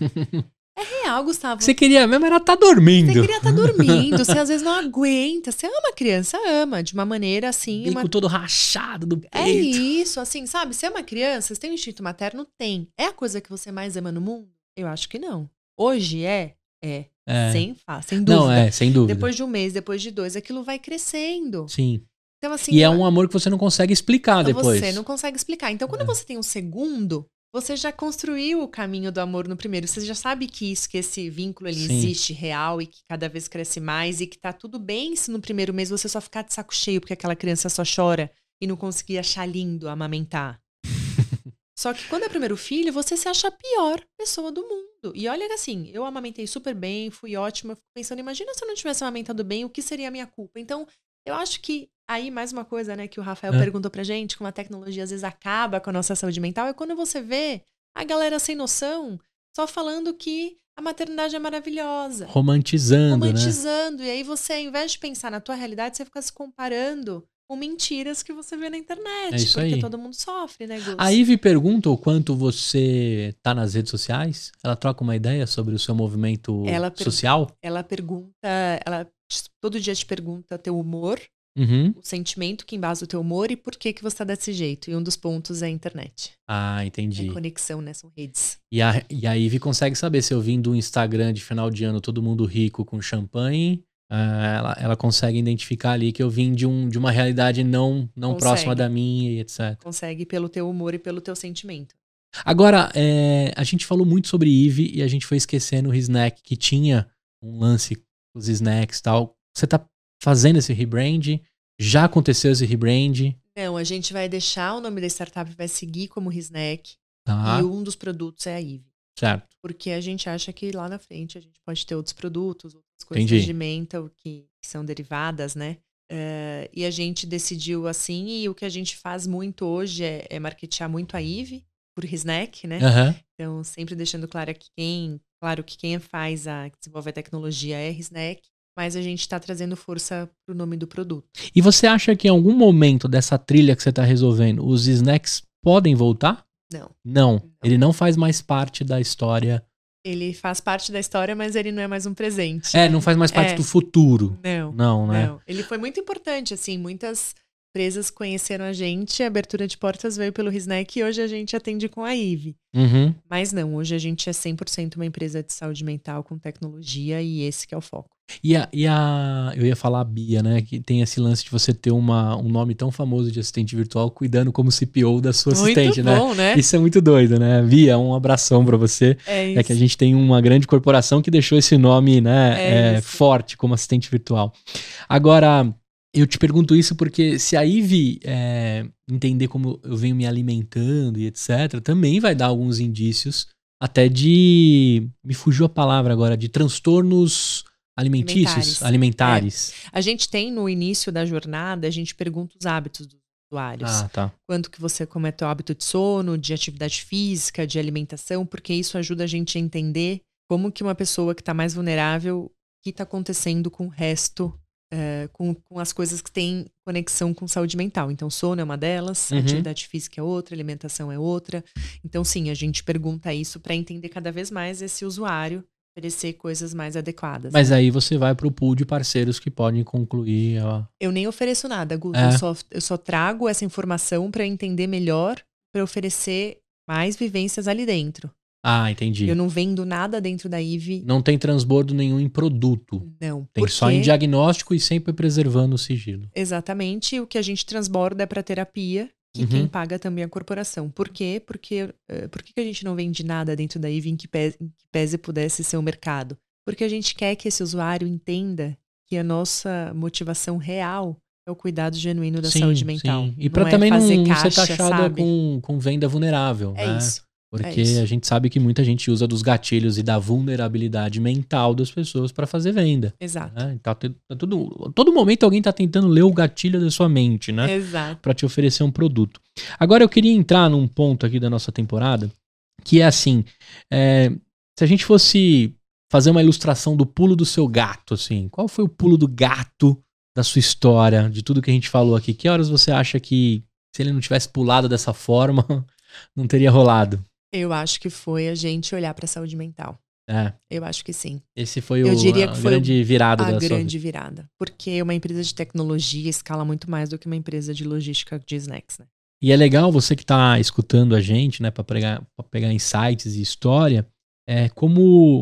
É real, Gustavo. Você queria mesmo era estar tá dormindo. Você queria estar tá dormindo. Você às vezes não aguenta. Você ama a criança, ama. De uma maneira assim. Bico uma... todo rachado do peito. É isso, assim, sabe? Você ama a criança, você tem um instinto materno? Tem. É a coisa que você mais ama no mundo? Eu acho que não. Hoje é? É. É. Sem, sem dúvida. Não, é, sem dúvida. Depois de um mês, depois de dois, aquilo vai crescendo. Sim. Então, assim, e é um amor que você não consegue explicar depois. Você não consegue explicar. Então, quando é. você tem um segundo, você já construiu o caminho do amor no primeiro. Você já sabe que isso, que esse vínculo ele Sim. existe, real, e que cada vez cresce mais, e que tá tudo bem se no primeiro mês você só ficar de saco cheio porque aquela criança só chora e não conseguir achar lindo amamentar. Só que quando é o primeiro filho, você se acha a pior pessoa do mundo. E olha que assim, eu amamentei super bem, fui ótima, eu fico pensando, imagina se eu não tivesse amamentado bem, o que seria a minha culpa? Então, eu acho que aí, mais uma coisa, né, que o Rafael é. perguntou pra gente, como a tecnologia às vezes acaba com a nossa saúde mental, é quando você vê a galera sem noção só falando que a maternidade é maravilhosa. Romantizando, Romantizando. né? E aí você, ao invés de pensar na tua realidade, você fica se comparando com mentiras que você vê na internet. É isso porque aí. todo mundo sofre, né, Gus? A Ivy pergunta o quanto você tá nas redes sociais. Ela troca uma ideia sobre o seu movimento ela per- social? Ela pergunta, ela todo dia te pergunta teu humor, uhum. o sentimento que embasa o teu humor e por que que você tá desse jeito. E um dos pontos é a internet. Ah, entendi. É conexão, né? São redes. E a, e a Ivy consegue saber se eu vim do Instagram de final de ano, todo mundo rico com champanhe. Ela, ela consegue identificar ali que eu vim de, um, de uma realidade não, não próxima da minha e etcétera. Consegue pelo teu humor e pelo teu sentimento. Agora, é, a gente falou muito sobre Ivy e a gente foi esquecendo o Snack, que tinha um lance com os snacks e tal. Você tá fazendo esse rebrand? Já aconteceu esse rebrand? Não, a gente vai deixar o nome da startup, vai seguir como Snack. Tá. E um dos produtos é a Ivy. Certo. Porque a gente acha que lá na frente a gente pode ter outros produtos, outras coisas Entendi. de mental que, que são derivadas, né? Uh, e a gente decidiu assim, e o que a gente faz muito hoje é, é marketear muito a Ivy por Snack, né? Uhum. Então, sempre deixando claro que quem, claro que quem faz a, que desenvolve a tecnologia é Snack, mas a gente está trazendo força pro nome do produto. E você acha que em algum momento dessa trilha que você está resolvendo, os snacks podem voltar? Não. Não. Não. Ele não faz mais parte da história. Ele faz parte da história, mas ele não é mais um presente. É, não faz mais parte é. do futuro. Não. Não, né? Não. Ele foi muito importante, assim, muitas empresas conheceram a gente, a abertura de portas veio pelo Snack e hoje a gente atende com a Ivy. Uhum. Mas não, hoje a gente é cem por cento uma empresa de saúde mental com tecnologia e esse que é o foco. E a, e a eu ia falar a Bia, né, que tem esse lance de você ter uma, um nome tão famoso de assistente virtual cuidando como C P O da sua muito assistente, bom, né? né? Isso é muito doido, né? Bia, um abração pra você. É isso. É que a gente tem uma grande corporação que deixou esse nome, né, é é, forte como assistente virtual. Agora, eu te pergunto isso porque se a Ivy é, entender como eu venho me alimentando e etcétera, também vai dar alguns indícios até de... Me fugiu a palavra agora, de transtornos alimentícios, alimentares. alimentares. É. A gente tem no início da jornada, a gente pergunta os hábitos dos usuários. Ah, tá. Quanto que você comete o hábito de sono, de atividade física, de alimentação, porque isso ajuda a gente a entender como que uma pessoa que está mais vulnerável, o que está acontecendo com o resto, uh, com, com as coisas que têm conexão com saúde mental. Então, sono é uma delas, Uhum. atividade física é outra, alimentação é outra. Então, sim, a gente pergunta isso para entender cada vez mais esse usuário, oferecer coisas mais adequadas. Mas né? aí você vai pro pool de parceiros que podem concluir. Ó. Eu nem ofereço nada, Gus. É. Eu, só, eu só trago essa informação para entender melhor, para oferecer mais vivências ali dentro. Ah, entendi. Eu não vendo nada dentro da Ivy. Não tem transbordo nenhum em produto. Não. Tem só em diagnóstico e sempre preservando o sigilo. Exatamente. O que a gente transborda é para terapia, que Uhum. quem paga também é a corporação. Por quê? Porque uh, por que a gente não vende nada dentro da Ivy em que, pese, em que pese pudesse ser o mercado? Porque a gente quer que esse usuário entenda que a nossa motivação real é o cuidado genuíno da sim, saúde mental. Sim. E para é também não, fazer não caixa, ser taxada sabe? com, com venda vulnerável. É né? isso. Porque é isso. a gente sabe que muita gente usa dos gatilhos e da vulnerabilidade mental das pessoas para fazer venda. Exato. Né? Tá, tá todo, todo momento alguém tá tentando ler o gatilho da sua mente, né? Exato. Para te oferecer um produto. Agora eu queria entrar num ponto aqui da nossa temporada, que é assim, é, se a gente fosse fazer uma ilustração do pulo do seu gato, assim, qual foi o pulo do gato da sua história, de tudo que a gente falou aqui? Que horas você acha que, se ele não tivesse pulado dessa forma, não teria rolado? Eu acho que foi a gente olhar para a saúde mental. É. Eu acho que sim. Esse foi Eu o, diria que a foi grande virada a da grande sua... virada. Porque uma empresa de tecnologia escala muito mais do que uma empresa de logística de snacks, né? E é legal você que está escutando a gente, né, para pegar, pra pegar insights e história, é como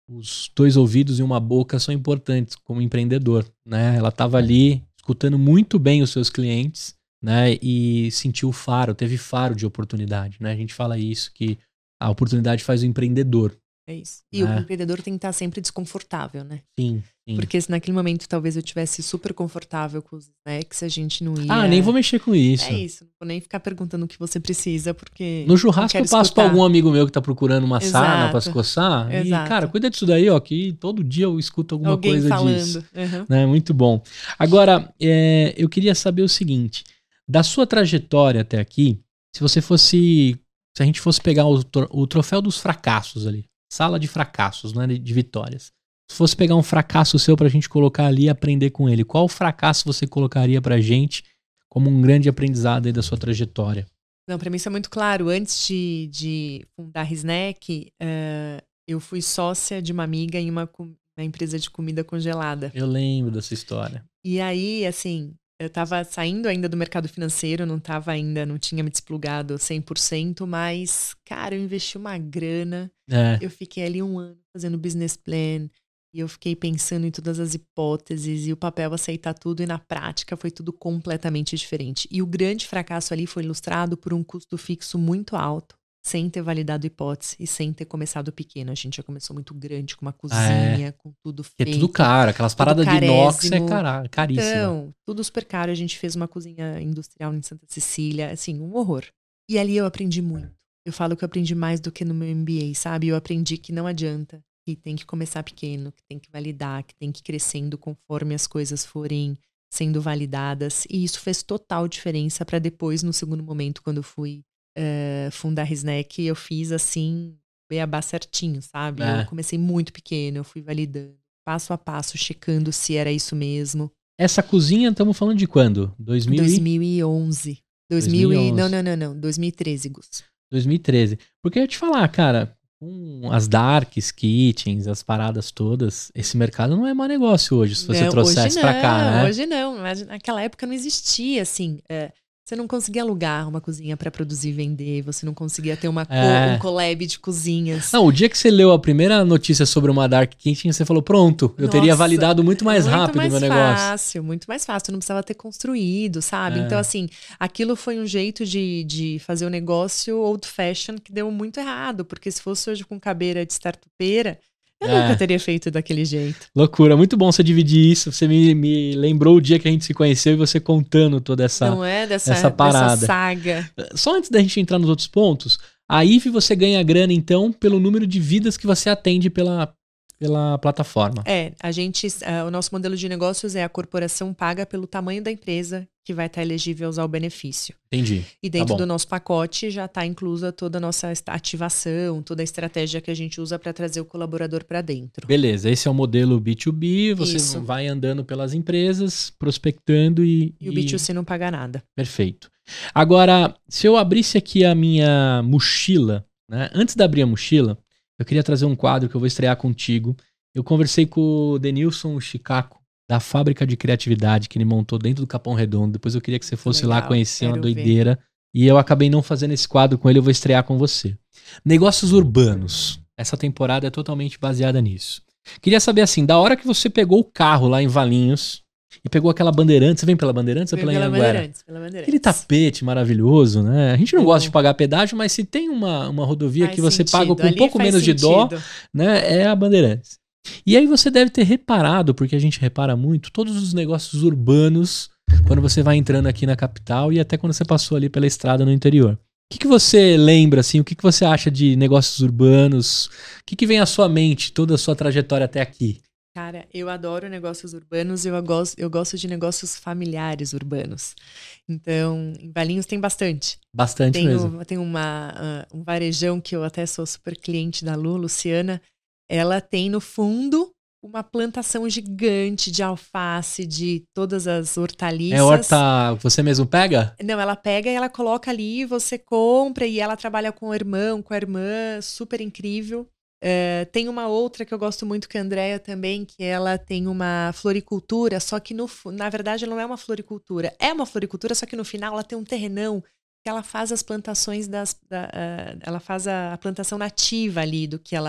os dois ouvidos e uma boca são importantes como empreendedor, né? Ela estava ali escutando muito bem os seus clientes, né? E sentiu o faro, teve faro de oportunidade, né? A gente fala isso, que a oportunidade faz o empreendedor. É isso. E né? o empreendedor tem que estar sempre desconfortável, né? Sim, sim. Porque se naquele momento talvez eu tivesse super confortável com os snacks, a gente não ia... Ah, nem vou mexer com isso. É isso, não vou nem ficar perguntando o que você precisa, porque... No churrasco eu passo pra algum amigo meu que tá procurando uma Exato. sarna pra se coçar. Exato. E, cara, cuida disso daí, ó, que todo dia eu escuto alguma Alguém coisa falando. disso. Uhum. Né? Muito bom. Agora, é, eu queria saber o seguinte. Da sua trajetória até aqui, se você fosse... Se a gente fosse pegar o, o troféu dos fracassos ali, sala de fracassos, não é de vitórias. Se fosse pegar um fracasso seu pra gente colocar ali e aprender com ele, qual fracasso você colocaria pra gente como um grande aprendizado aí da sua trajetória? Não, pra mim isso é muito claro. Antes de, de fundar a Risneck, uh, eu fui sócia de uma amiga em uma, uma empresa de comida congelada. Eu lembro dessa história. E aí, assim, eu tava saindo ainda do mercado financeiro, não tava ainda, não tinha me desplugado cem por cento, mas, cara, eu investi uma grana. É. Eu fiquei ali um ano fazendo business plan, e eu fiquei pensando em todas as hipóteses, e o papel aceitar tudo, e na prática foi tudo completamente diferente. E o grande fracasso ali foi ilustrado por um custo fixo muito alto, sem ter validado hipótese e sem ter começado pequeno. A gente já começou muito grande, com uma cozinha, é. com tudo feito. É tudo caro, aquelas paradas de inox é cara, caríssimo. Então, tudo super caro. A gente fez uma cozinha industrial em Santa Cecília, assim, um horror. E ali eu aprendi muito. Eu falo que eu aprendi mais do que no meu M B A, sabe? Eu aprendi que não adianta, que tem que começar pequeno, que tem que validar, que tem que ir crescendo conforme as coisas forem sendo validadas. E isso fez total diferença para depois, no segundo momento, quando eu fui Uh, fundar a Risneck, eu fiz assim, beabá certinho, sabe? É. Eu comecei muito pequeno, eu fui validando, passo a passo, checando se era isso mesmo. Essa cozinha, estamos falando de quando? dois mil dois mil e onze. dois mil e... Não, não, não, não. dois mil e treze, Gus. dois mil e treze. Porque eu ia te falar, cara, com as darks, kitchens, as paradas todas, esse mercado não é mau negócio hoje, se você não, trouxesse pra cá, né? Hoje não, mas naquela época não existia, assim... É... Você não conseguia alugar uma cozinha para produzir e vender, você não conseguia ter uma é. co- um collab de cozinhas. Não, o dia que você leu a primeira notícia sobre uma Dark Kitchen, você falou, pronto, eu Nossa, teria validado muito mais muito rápido o meu negócio. Muito mais fácil, muito mais fácil, não precisava ter construído, sabe? É. Então, assim, aquilo foi um jeito de, de fazer o negócio old fashion que deu muito errado, porque se fosse hoje com cabeira de startupeira, eu é. nunca teria feito daquele jeito. Loucura, muito bom você dividir isso. Você me, me lembrou o dia que a gente se conheceu e você contando toda essa, Não é dessa, essa parada. Dessa saga. Só antes da gente entrar nos outros pontos, a I F E você ganha grana, então, pelo número de vidas que você atende pela, pela plataforma. É, a gente, uh, o nosso modelo de negócios é a corporação paga pelo tamanho da empresa que vai estar elegível a usar o benefício. Entendi. E dentro tá do nosso pacote já está inclusa toda a nossa ativação, toda a estratégia que a gente usa para trazer o colaborador para dentro. Beleza, esse é o modelo B dois B, você Isso. vai andando pelas empresas, prospectando e... E o B dois C não paga nada. Perfeito. Agora, se eu abrisse aqui a minha mochila, né? Antes de abrir a mochila, eu queria trazer um quadro que eu vou estrear contigo. Eu conversei com o Denilson Chicaco, da Fábrica de Criatividade, que ele montou dentro do Capão Redondo. Depois eu queria que você fosse Legal, lá conhecer uma doideira. Ver. E eu acabei não fazendo esse quadro com ele, eu vou estrear com você. Negócios urbanos. Essa temporada é totalmente baseada nisso. Queria saber assim, da hora que você pegou o carro lá em Valinhos e pegou aquela Bandeirantes, você vem pela Bandeirantes ou pela Anhanguera? Bandeirantes, pela Bandeirantes. Aquele tapete maravilhoso, né? A gente não oh. gosta de pagar pedágio, mas se tem uma, uma rodovia faz que você sentido. paga com um Ali pouco menos sentido. de dó, né? É a Bandeirantes. E aí você deve ter reparado, porque a gente repara muito, todos os negócios urbanos, quando você vai entrando aqui na capital e até quando você passou ali pela estrada no interior. O que, que você lembra, assim, o que, que você acha de negócios urbanos? O que, que vem à sua mente, toda a sua trajetória até aqui? Cara, eu adoro negócios urbanos, eu gosto, eu gosto de negócios familiares urbanos. Então, em Valinhos tem bastante. Bastante tem mesmo. Um, tem uma, uh, um varejão que eu até sou super cliente da Lu, Luciana. Ela tem no fundo uma plantação gigante de alface, de todas as hortaliças. É horta, você mesmo pega? Não, ela pega e ela coloca ali, você compra e ela trabalha com o irmão, com a irmã, super incrível. Uh, tem uma outra que eu gosto muito, que é a Andrea também, que ela tem uma floricultura, só que no, na verdade ela não é uma floricultura. É uma floricultura, só que no final ela tem um terrenão que ela faz as plantações das... Da, uh, ela faz a, a plantação nativa ali do que ela...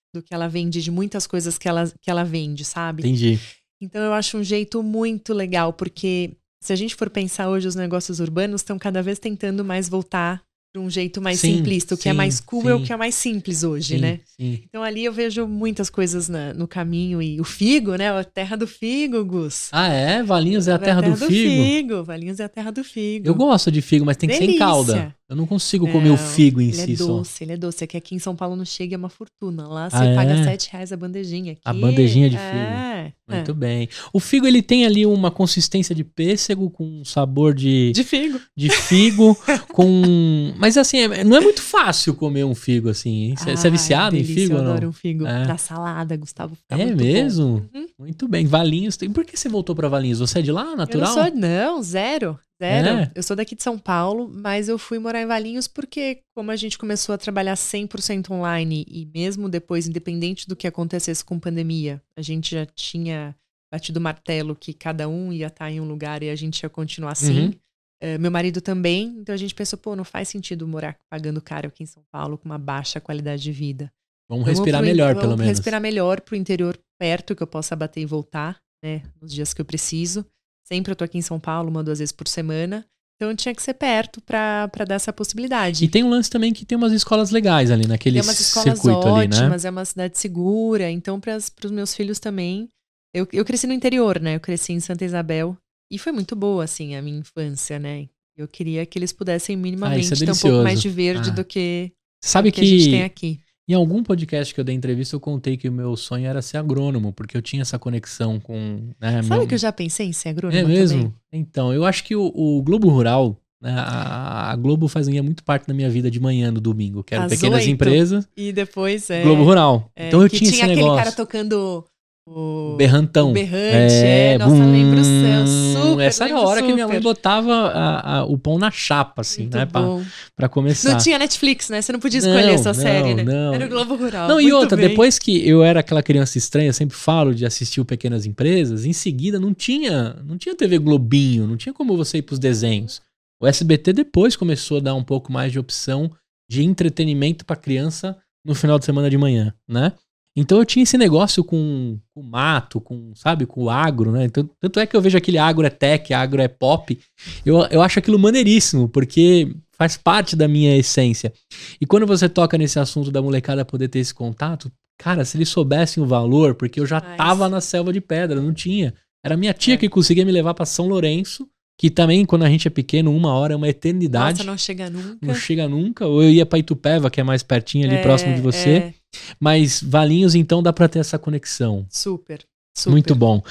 do que ela vende, de muitas coisas que ela, que ela vende, sabe? Entendi. Então eu acho um jeito muito legal, porque se a gente for pensar hoje, os negócios urbanos estão cada vez tentando mais voltar para um jeito mais Sim, simplista. O que sim, é mais cool sim. é o que é mais simples hoje, Sim, né? sim. Então ali eu vejo muitas coisas na- no caminho. E o figo, né? A terra do figo, Gus. Ah, é? Valinhos é a terra, do, figo? figo. Valinhos é a terra do figo. Eu gosto de figo, mas tem que ser em Delícia. calda. Eu não consigo comer o Não, figo em ele si é só. doce, ele é doce. É que aqui em São Paulo não chega, é uma fortuna. Lá Ah, você é? paga sete reais a bandejinha. Aqui, A bandejinha de figo. é, Muito é. bem. O figo, ele tem ali uma consistência de pêssego com um sabor de, De figo. de figo, com... Mas assim, é- não é muito fácil comer um figo assim. Você você é Ai, viciado em delícia, figo ou Eu não? adoro um figo. É. Na salada, Gustavo. Fica É muito bom. mesmo? Uhum. Muito bem. Valinhos. tem- Por que você voltou pra Valinhos? Você é de lá, Eu natural? não sou, não, zero. Zero. É? Eu sou daqui de São Paulo, mas eu fui morar em Valinhos porque, como a gente começou a trabalhar cem por cento online e mesmo depois, independente do que acontecesse com pandemia, a gente já tinha batido o martelo que cada um ia estar em um lugar e a gente ia continuar assim. Uhum. Eh, meu marido também, então a gente pensou, pô, não faz sentido morar pagando caro aqui em São Paulo com uma baixa qualidade de vida. Vamos Vamos respirar pro in- melhor, vamos pelo menos. respirar melhor pro interior perto, que eu possa bater e voltar, né? Nos dias que eu preciso. Sempre eu tô aqui em São Paulo, uma, duas vezes por semana. Então tinha que ser perto pra, pra dar essa possibilidade. E tem um lance também que tem umas escolas legais ali naquele Tem umas escolas circuito ali, né? ótimas, é uma cidade segura. Então, para os meus filhos também. Eu, eu cresci no interior, né? Eu cresci em Santa Isabel. E foi muito boa, assim, a minha infância, né? Eu queria que eles pudessem minimamente isso é ter um delicioso. pouco mais de verde Ah. do que, Sabe do que a gente tem que aqui. em algum podcast que eu dei entrevista eu contei que o meu sonho era ser agrônomo, porque eu tinha essa conexão com... Né, Sabe meu... que eu já pensei em ser agrônoma É mesmo? também? Então, eu acho que o, o Globo Rural, né, a, a Globo fazia muito parte da minha vida de manhã no domingo, que eram Às pequenas oito. empresas, E depois é... Globo Rural. é, Então eu que tinha, tinha esse aquele negócio. cara tocando o... O berrantão. O berrante, é. Nossa, bum, lembro o céu, super, Essa era a lembro hora que minha mãe super. botava a- a- o pão na chapa, assim, Muito né? Pra, bom. pra começar. Não tinha Netflix, né? Você não podia escolher Não, sua não, série, né? não. Era o Globo Rural. Não, e Muito outra, bem. depois que eu era aquela criança estranha, eu sempre falo de assistir o Pequenas Empresas, em seguida não tinha, não tinha T V Globinho, não tinha como você ir pros desenhos. O S B T depois começou a dar um pouco mais de opção de entretenimento pra criança no final de semana de manhã, né? Então eu tinha esse negócio com o mato, com, sabe, com o agro, né? Então, tanto é que eu vejo aquele agro é tech, agro é pop. Eu, eu acho aquilo maneiríssimo, porque faz parte da minha essência. E quando você toca nesse assunto da molecada poder ter esse contato, cara, se eles soubessem o valor, porque eu já Mas... tava na selva de pedra, não tinha. Era minha tia É. que conseguia me levar pra São Lourenço, que também, quando a gente é pequeno, uma hora é uma eternidade. Nossa, não chega nunca. Não chega nunca. Ou eu ia pra Itupeva, que é mais pertinho ali, É, próximo de você. é. Mas Valinhos, então, dá pra ter essa conexão. Super, super. Muito bom.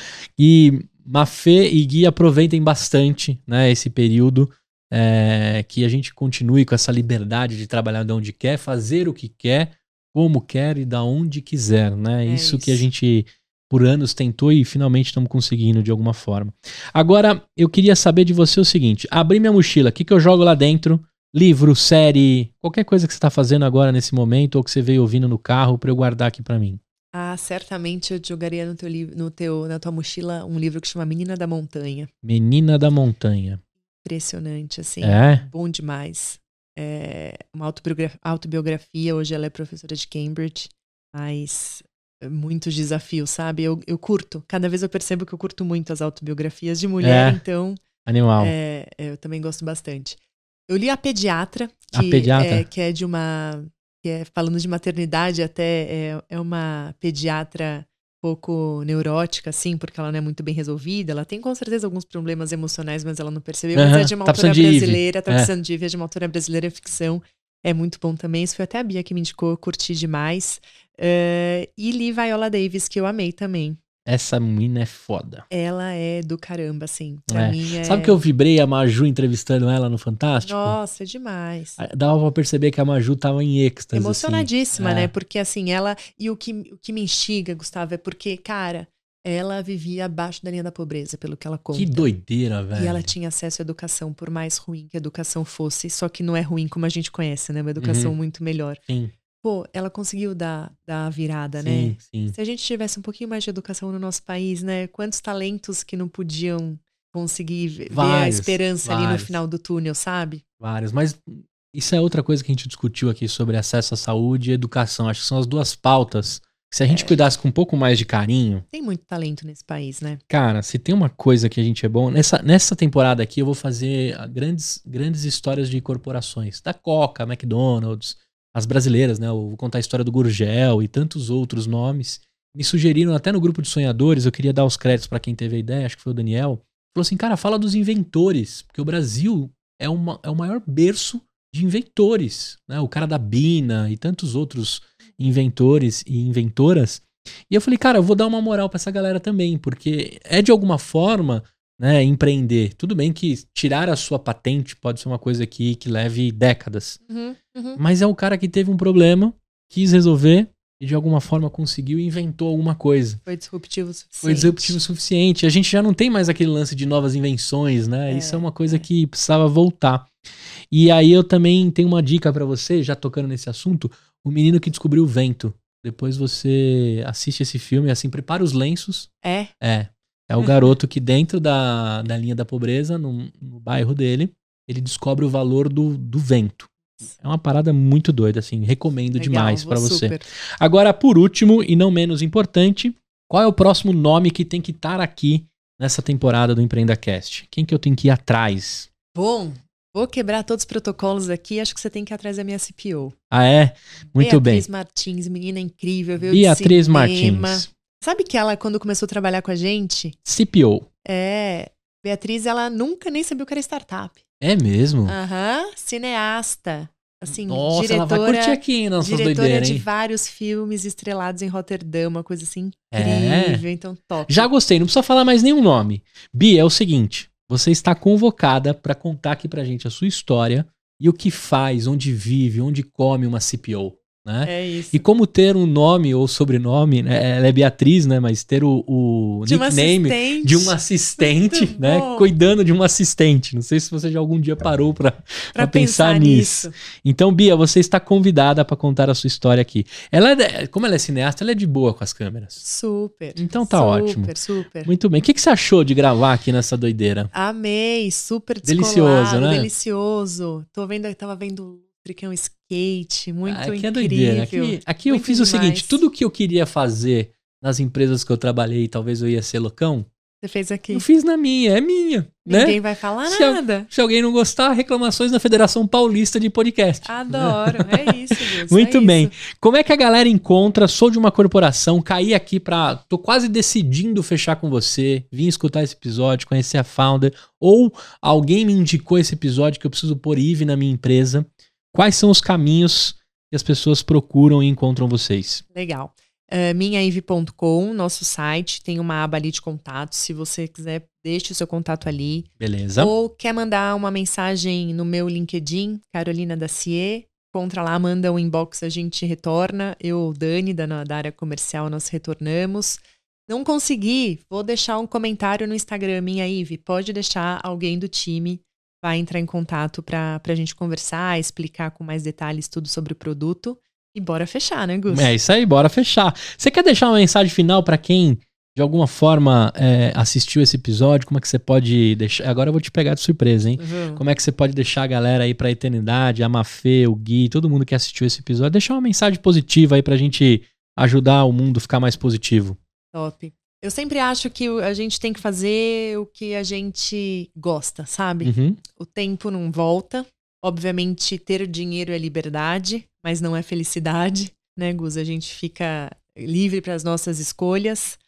E Mafê e Gui aproveitem bastante, né, esse período, é, que a gente continue com essa liberdade de trabalhar de onde quer, fazer o que quer, como quer e da onde quiser, né? É isso, isso. que a gente por anos tentou e finalmente estamos conseguindo de alguma forma. Agora, eu queria saber de você o seguinte: abri minha mochila, o que, que eu jogo lá dentro? Livro, série, qualquer coisa que você está fazendo agora nesse momento ou que você veio ouvindo no carro para eu guardar aqui para mim. Ah, certamente eu jogaria no teu, li- no teu, na tua mochila um livro que chama Menina da Montanha. Menina da Montanha. Impressionante, assim. É? Bom demais. É uma autobiografia, autobiografia. Hoje ela é professora de Cambridge, mas é muitos desafios, sabe? Eu, eu curto. Cada vez eu percebo que eu curto muito as autobiografias de mulher, É. então Animal. é, eu também gosto bastante. Eu li A Pediatra, A que, Pediatra? É, que é de uma... que é falando de maternidade, até é, é uma pediatra um pouco neurótica, assim, porque ela não é muito bem resolvida. Ela tem com certeza alguns problemas emocionais, mas ela não percebeu. Mas Aham, é de uma tá autora precisando de Ive. brasileira, tá É. precisando de Ive, é de uma autora brasileira ficção. É muito bom também. Isso foi até a Bia que me indicou, eu curti demais. Eh, e li Viola Davis, que eu amei também. Essa menina é foda. Ela é do caramba, assim. Pra É. mim é... Sabe que eu vibrei a Maju entrevistando ela no Fantástico? Nossa, é demais. Dava pra perceber que a Maju tava em êxtase. Emocionadíssima, assim. É. né? Porque assim, ela... E o que, o que me instiga, Gustavo, é porque, cara, ela vivia abaixo da linha da pobreza, pelo que ela conta. Que doideira, velho. E ela tinha acesso à educação, por mais ruim que a educação fosse. Só que não é ruim como a gente conhece, né? Uma educação Uhum. muito melhor. Sim, Pô, ela conseguiu dar, dar a virada, sim, né? sim. Se a gente tivesse um pouquinho mais de educação no nosso país, né? Quantos talentos que não podiam conseguir ver a Vários, esperança ali no vários. final do túnel, sabe? Vários. Mas isso é outra coisa que a gente discutiu aqui sobre acesso à saúde e educação. Acho que são as duas pautas Se a gente é. cuidasse com um pouco mais de carinho... Tem muito talento nesse país, né? Cara, se tem uma coisa que a gente é bom... Nessa, nessa temporada aqui eu vou fazer grandes, grandes histórias de corporações. Da Coca, McDonald's, as brasileiras, né? Eu vou contar a história do Gurgel e tantos outros nomes. Me sugeriram até no grupo de sonhadores, eu queria dar os créditos para quem teve a ideia, acho que foi o Daniel. Falou assim, cara, fala dos inventores, porque o Brasil é, uma, é o maior berço de inventores, né? O cara da Bina e tantos outros inventores e inventoras. E eu falei, cara, eu vou dar uma moral pra essa galera também, porque é de alguma forma, né, empreender. Tudo bem que tirar a sua patente pode ser uma coisa aqui que leve décadas. Uhum, uhum. Mas é um cara que teve um problema, quis resolver e de alguma forma conseguiu e inventou alguma coisa. Foi disruptivo o suficiente. Foi disruptivo o suficiente. A gente já não tem mais aquele lance de novas invenções, né? É, Isso é uma coisa é. que precisava voltar. E aí eu também tenho uma dica pra você, já tocando nesse assunto, O Menino que Descobriu o Vento. Depois você assiste esse filme, assim, prepara os lenços. É? É. É o garoto que dentro da, da linha da pobreza, no, no bairro dele, ele descobre o valor do, do vento. É uma parada muito doida, assim, recomendo Legal, demais pra você. Super. Agora, por último, e não menos importante, qual é o próximo nome que tem que estar aqui nessa temporada do EmpreendaCast? Quem que eu tenho que ir atrás? Bom, vou quebrar todos os protocolos aqui, acho que você tem que ir atrás da minha C P O. Ah, é? Muito Beatriz bem. Beatriz Martins, menina incrível, veio Beatriz de cinema. Martins. Sabe que ela, quando começou a trabalhar com a gente... C P O. É, Beatriz, ela nunca nem sabia o que era startup. É mesmo? Aham, uhum, cineasta. Assim, Nossa, diretora, ela vai curtir aqui nas suas diretora doideiras, de hein? vários filmes estrelados em Roterdã, uma coisa assim incrível, É. então top. Já gostei, não precisa falar mais nenhum nome. Bia, é o seguinte, você está convocada para contar aqui pra gente a sua história e o que faz, onde vive, onde come uma C P O. Né? É isso. E como ter um nome ou sobrenome, né? Ela é Beatriz, né? Mas ter o, o de nickname um de um assistente, né? Cuidando de um assistente. Não sei se você já algum dia parou para pensar, pensar nisso. nisso. Então, Bia, você está convidada para contar a sua história aqui. Ela, é, como ela é cineasta, ela é de boa com as câmeras. Super. Então tá super, ótimo. Super, super. Muito bem. O que, que você achou de gravar aqui nessa doideira? Amei, super delicioso, né? Delicioso. Tô vendo, eu tava vendo que é um skate, muito ah, aqui incrível. É doideira. Aqui, aqui eu fiz demais. O seguinte, tudo que eu queria fazer nas empresas que eu trabalhei, talvez eu ia ser loucão. Você fez aqui? Eu fiz na minha, é minha. Ninguém né? vai falar se nada. A, se alguém não gostar, reclamações na Federação Paulista de Podcast. Adoro, é isso, Deus, Muito é bem. Isso. Como é que a galera encontra? Sou de uma corporação, caí aqui pra... Tô quase decidindo fechar com você, vim escutar esse episódio, conhecer a Founder, ou alguém me indicou esse episódio que eu preciso pôr I V na minha empresa. Quais são os caminhos que as pessoas procuram e encontram vocês? Legal. Uh, minha I V ponto com, nosso site, tem uma aba ali de contatos. Se você quiser, deixe o seu contato ali. Beleza. Ou quer mandar uma mensagem no meu LinkedIn, Carolina Dacier. Contra lá, manda um inbox, a gente retorna. Eu ou Dani, da, da área comercial, nós retornamos. Não consegui, vou deixar um comentário no Instagram, minha I V. Pode deixar, alguém do time vai entrar em contato para a gente conversar, explicar com mais detalhes tudo sobre o produto. E bora fechar, né, Gus? É isso aí, bora fechar. Você quer deixar uma mensagem final para quem, de alguma forma, é, assistiu esse episódio? Como é que você pode deixar... Agora eu vou te pegar de surpresa, hein? Uhum. Como é que você pode deixar a galera aí pra eternidade, a Mafê, o Gui, todo mundo que assistiu esse episódio, deixar uma mensagem positiva aí pra gente ajudar o mundo a ficar mais positivo? Top. Eu sempre acho que a gente tem que fazer o que a gente gosta, sabe? Uhum. O tempo não volta. Obviamente, ter dinheiro é liberdade, mas não é felicidade, né, Gus? A gente fica livre para as nossas escolhas.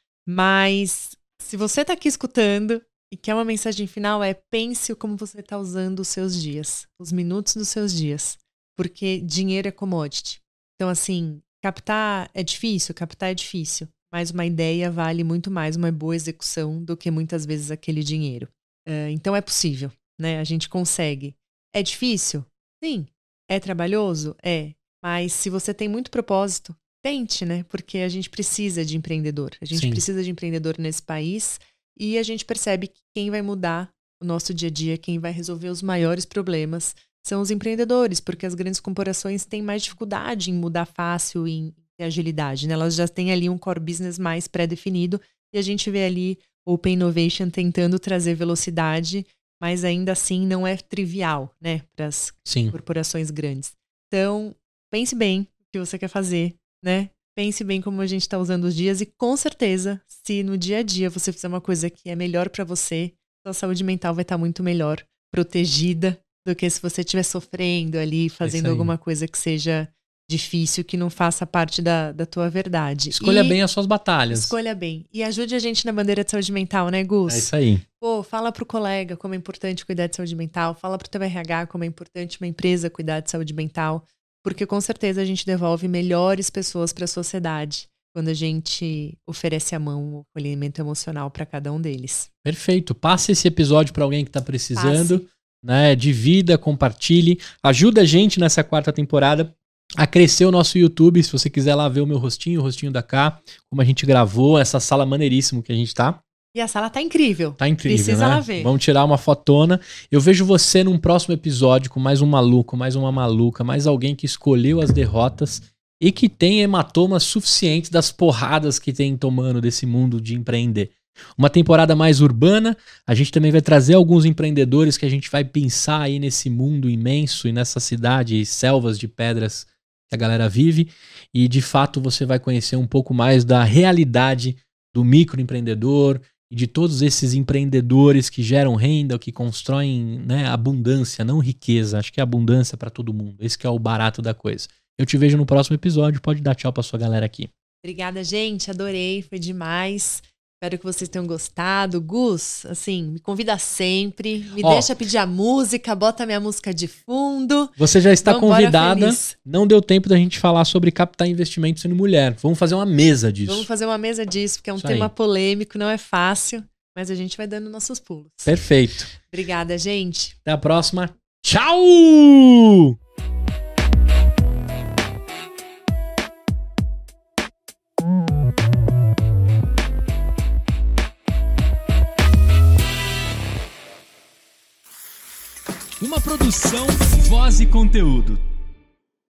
Mas se você tá aqui escutando e quer uma mensagem final, é pense como você tá usando os seus dias, os minutos dos seus dias. Porque dinheiro é commodity. Então, assim, captar é difícil, captar é difícil. Mas uma ideia vale muito mais uma boa execução do que muitas vezes aquele dinheiro. Uh, então é possível, né? A gente consegue. É difícil? Sim. É trabalhoso? É. Mas se você tem muito propósito, tente, né? Porque a gente precisa de empreendedor. A gente Sim. precisa de empreendedor nesse país e a gente percebe que quem vai mudar o nosso dia a dia, quem vai resolver os maiores problemas são os empreendedores, porque as grandes corporações têm mais dificuldade em mudar fácil, em ter agilidade, né? Elas já têm ali um core business mais pré-definido e a gente vê ali Open Innovation tentando trazer velocidade, mas ainda assim não é trivial, né, para as corporações grandes. Então, pense bem o que você quer fazer, né? pense bem como a gente está usando os dias e com certeza, se no dia a dia você fizer uma coisa que é melhor para você, sua saúde mental vai estar muito melhor, protegida, do que se você estiver sofrendo ali, fazendo é alguma coisa que seja difícil, que não faça parte da, da tua verdade. Escolha e bem as suas batalhas. Escolha bem. E ajude a gente na bandeira de saúde mental, né, Gus? É isso aí. Pô, fala pro colega como é importante cuidar de saúde mental, fala pro teu R H como é importante uma empresa cuidar de saúde mental, porque com certeza a gente devolve melhores pessoas para a sociedade quando a gente oferece a mão, o acolhimento emocional para cada um deles. Perfeito. Passe esse episódio para alguém que tá precisando, Passe. né? Divida, compartilhe, ajuda a gente nessa quarta temporada a crescer o nosso YouTube. Se você quiser lá ver o meu rostinho, o rostinho da Cá, como a gente gravou, essa sala maneiríssima que a gente tá. E a sala tá incrível. Tá incrível, Precisa né? lá ver. Vamos tirar uma fotona. Eu vejo você num próximo episódio com mais um maluco, mais uma maluca, mais alguém que escolheu as derrotas e que tem hematomas suficientes das porradas que tem tomando desse mundo de empreender. Uma temporada mais urbana, a gente também vai trazer alguns empreendedores que a gente vai pensar aí nesse mundo imenso e nessa cidade e selvas de pedras que a galera vive, e de fato você vai conhecer um pouco mais da realidade do microempreendedor e de todos esses empreendedores que geram renda, que constroem, né, abundância, não riqueza. Acho que é abundância para todo mundo. Esse que é o barato da coisa. Eu te vejo no próximo episódio. Pode dar tchau para sua galera aqui. Obrigada, gente. Adorei. Foi demais. Espero que vocês tenham gostado. Gus, assim, me convida sempre. Me Ó, deixa pedir a música. Bota minha música de fundo. Você já está Vambora convidada. feliz. Não deu tempo da gente falar sobre captar investimentos sendo mulher. Vamos fazer uma mesa disso. Vamos fazer uma mesa disso, porque é um Isso tema aí. polêmico, não é fácil. Mas a gente vai dando nossos pulos. Perfeito. Obrigada, gente. Até a próxima. Tchau! Uma produção, voz e conteúdo.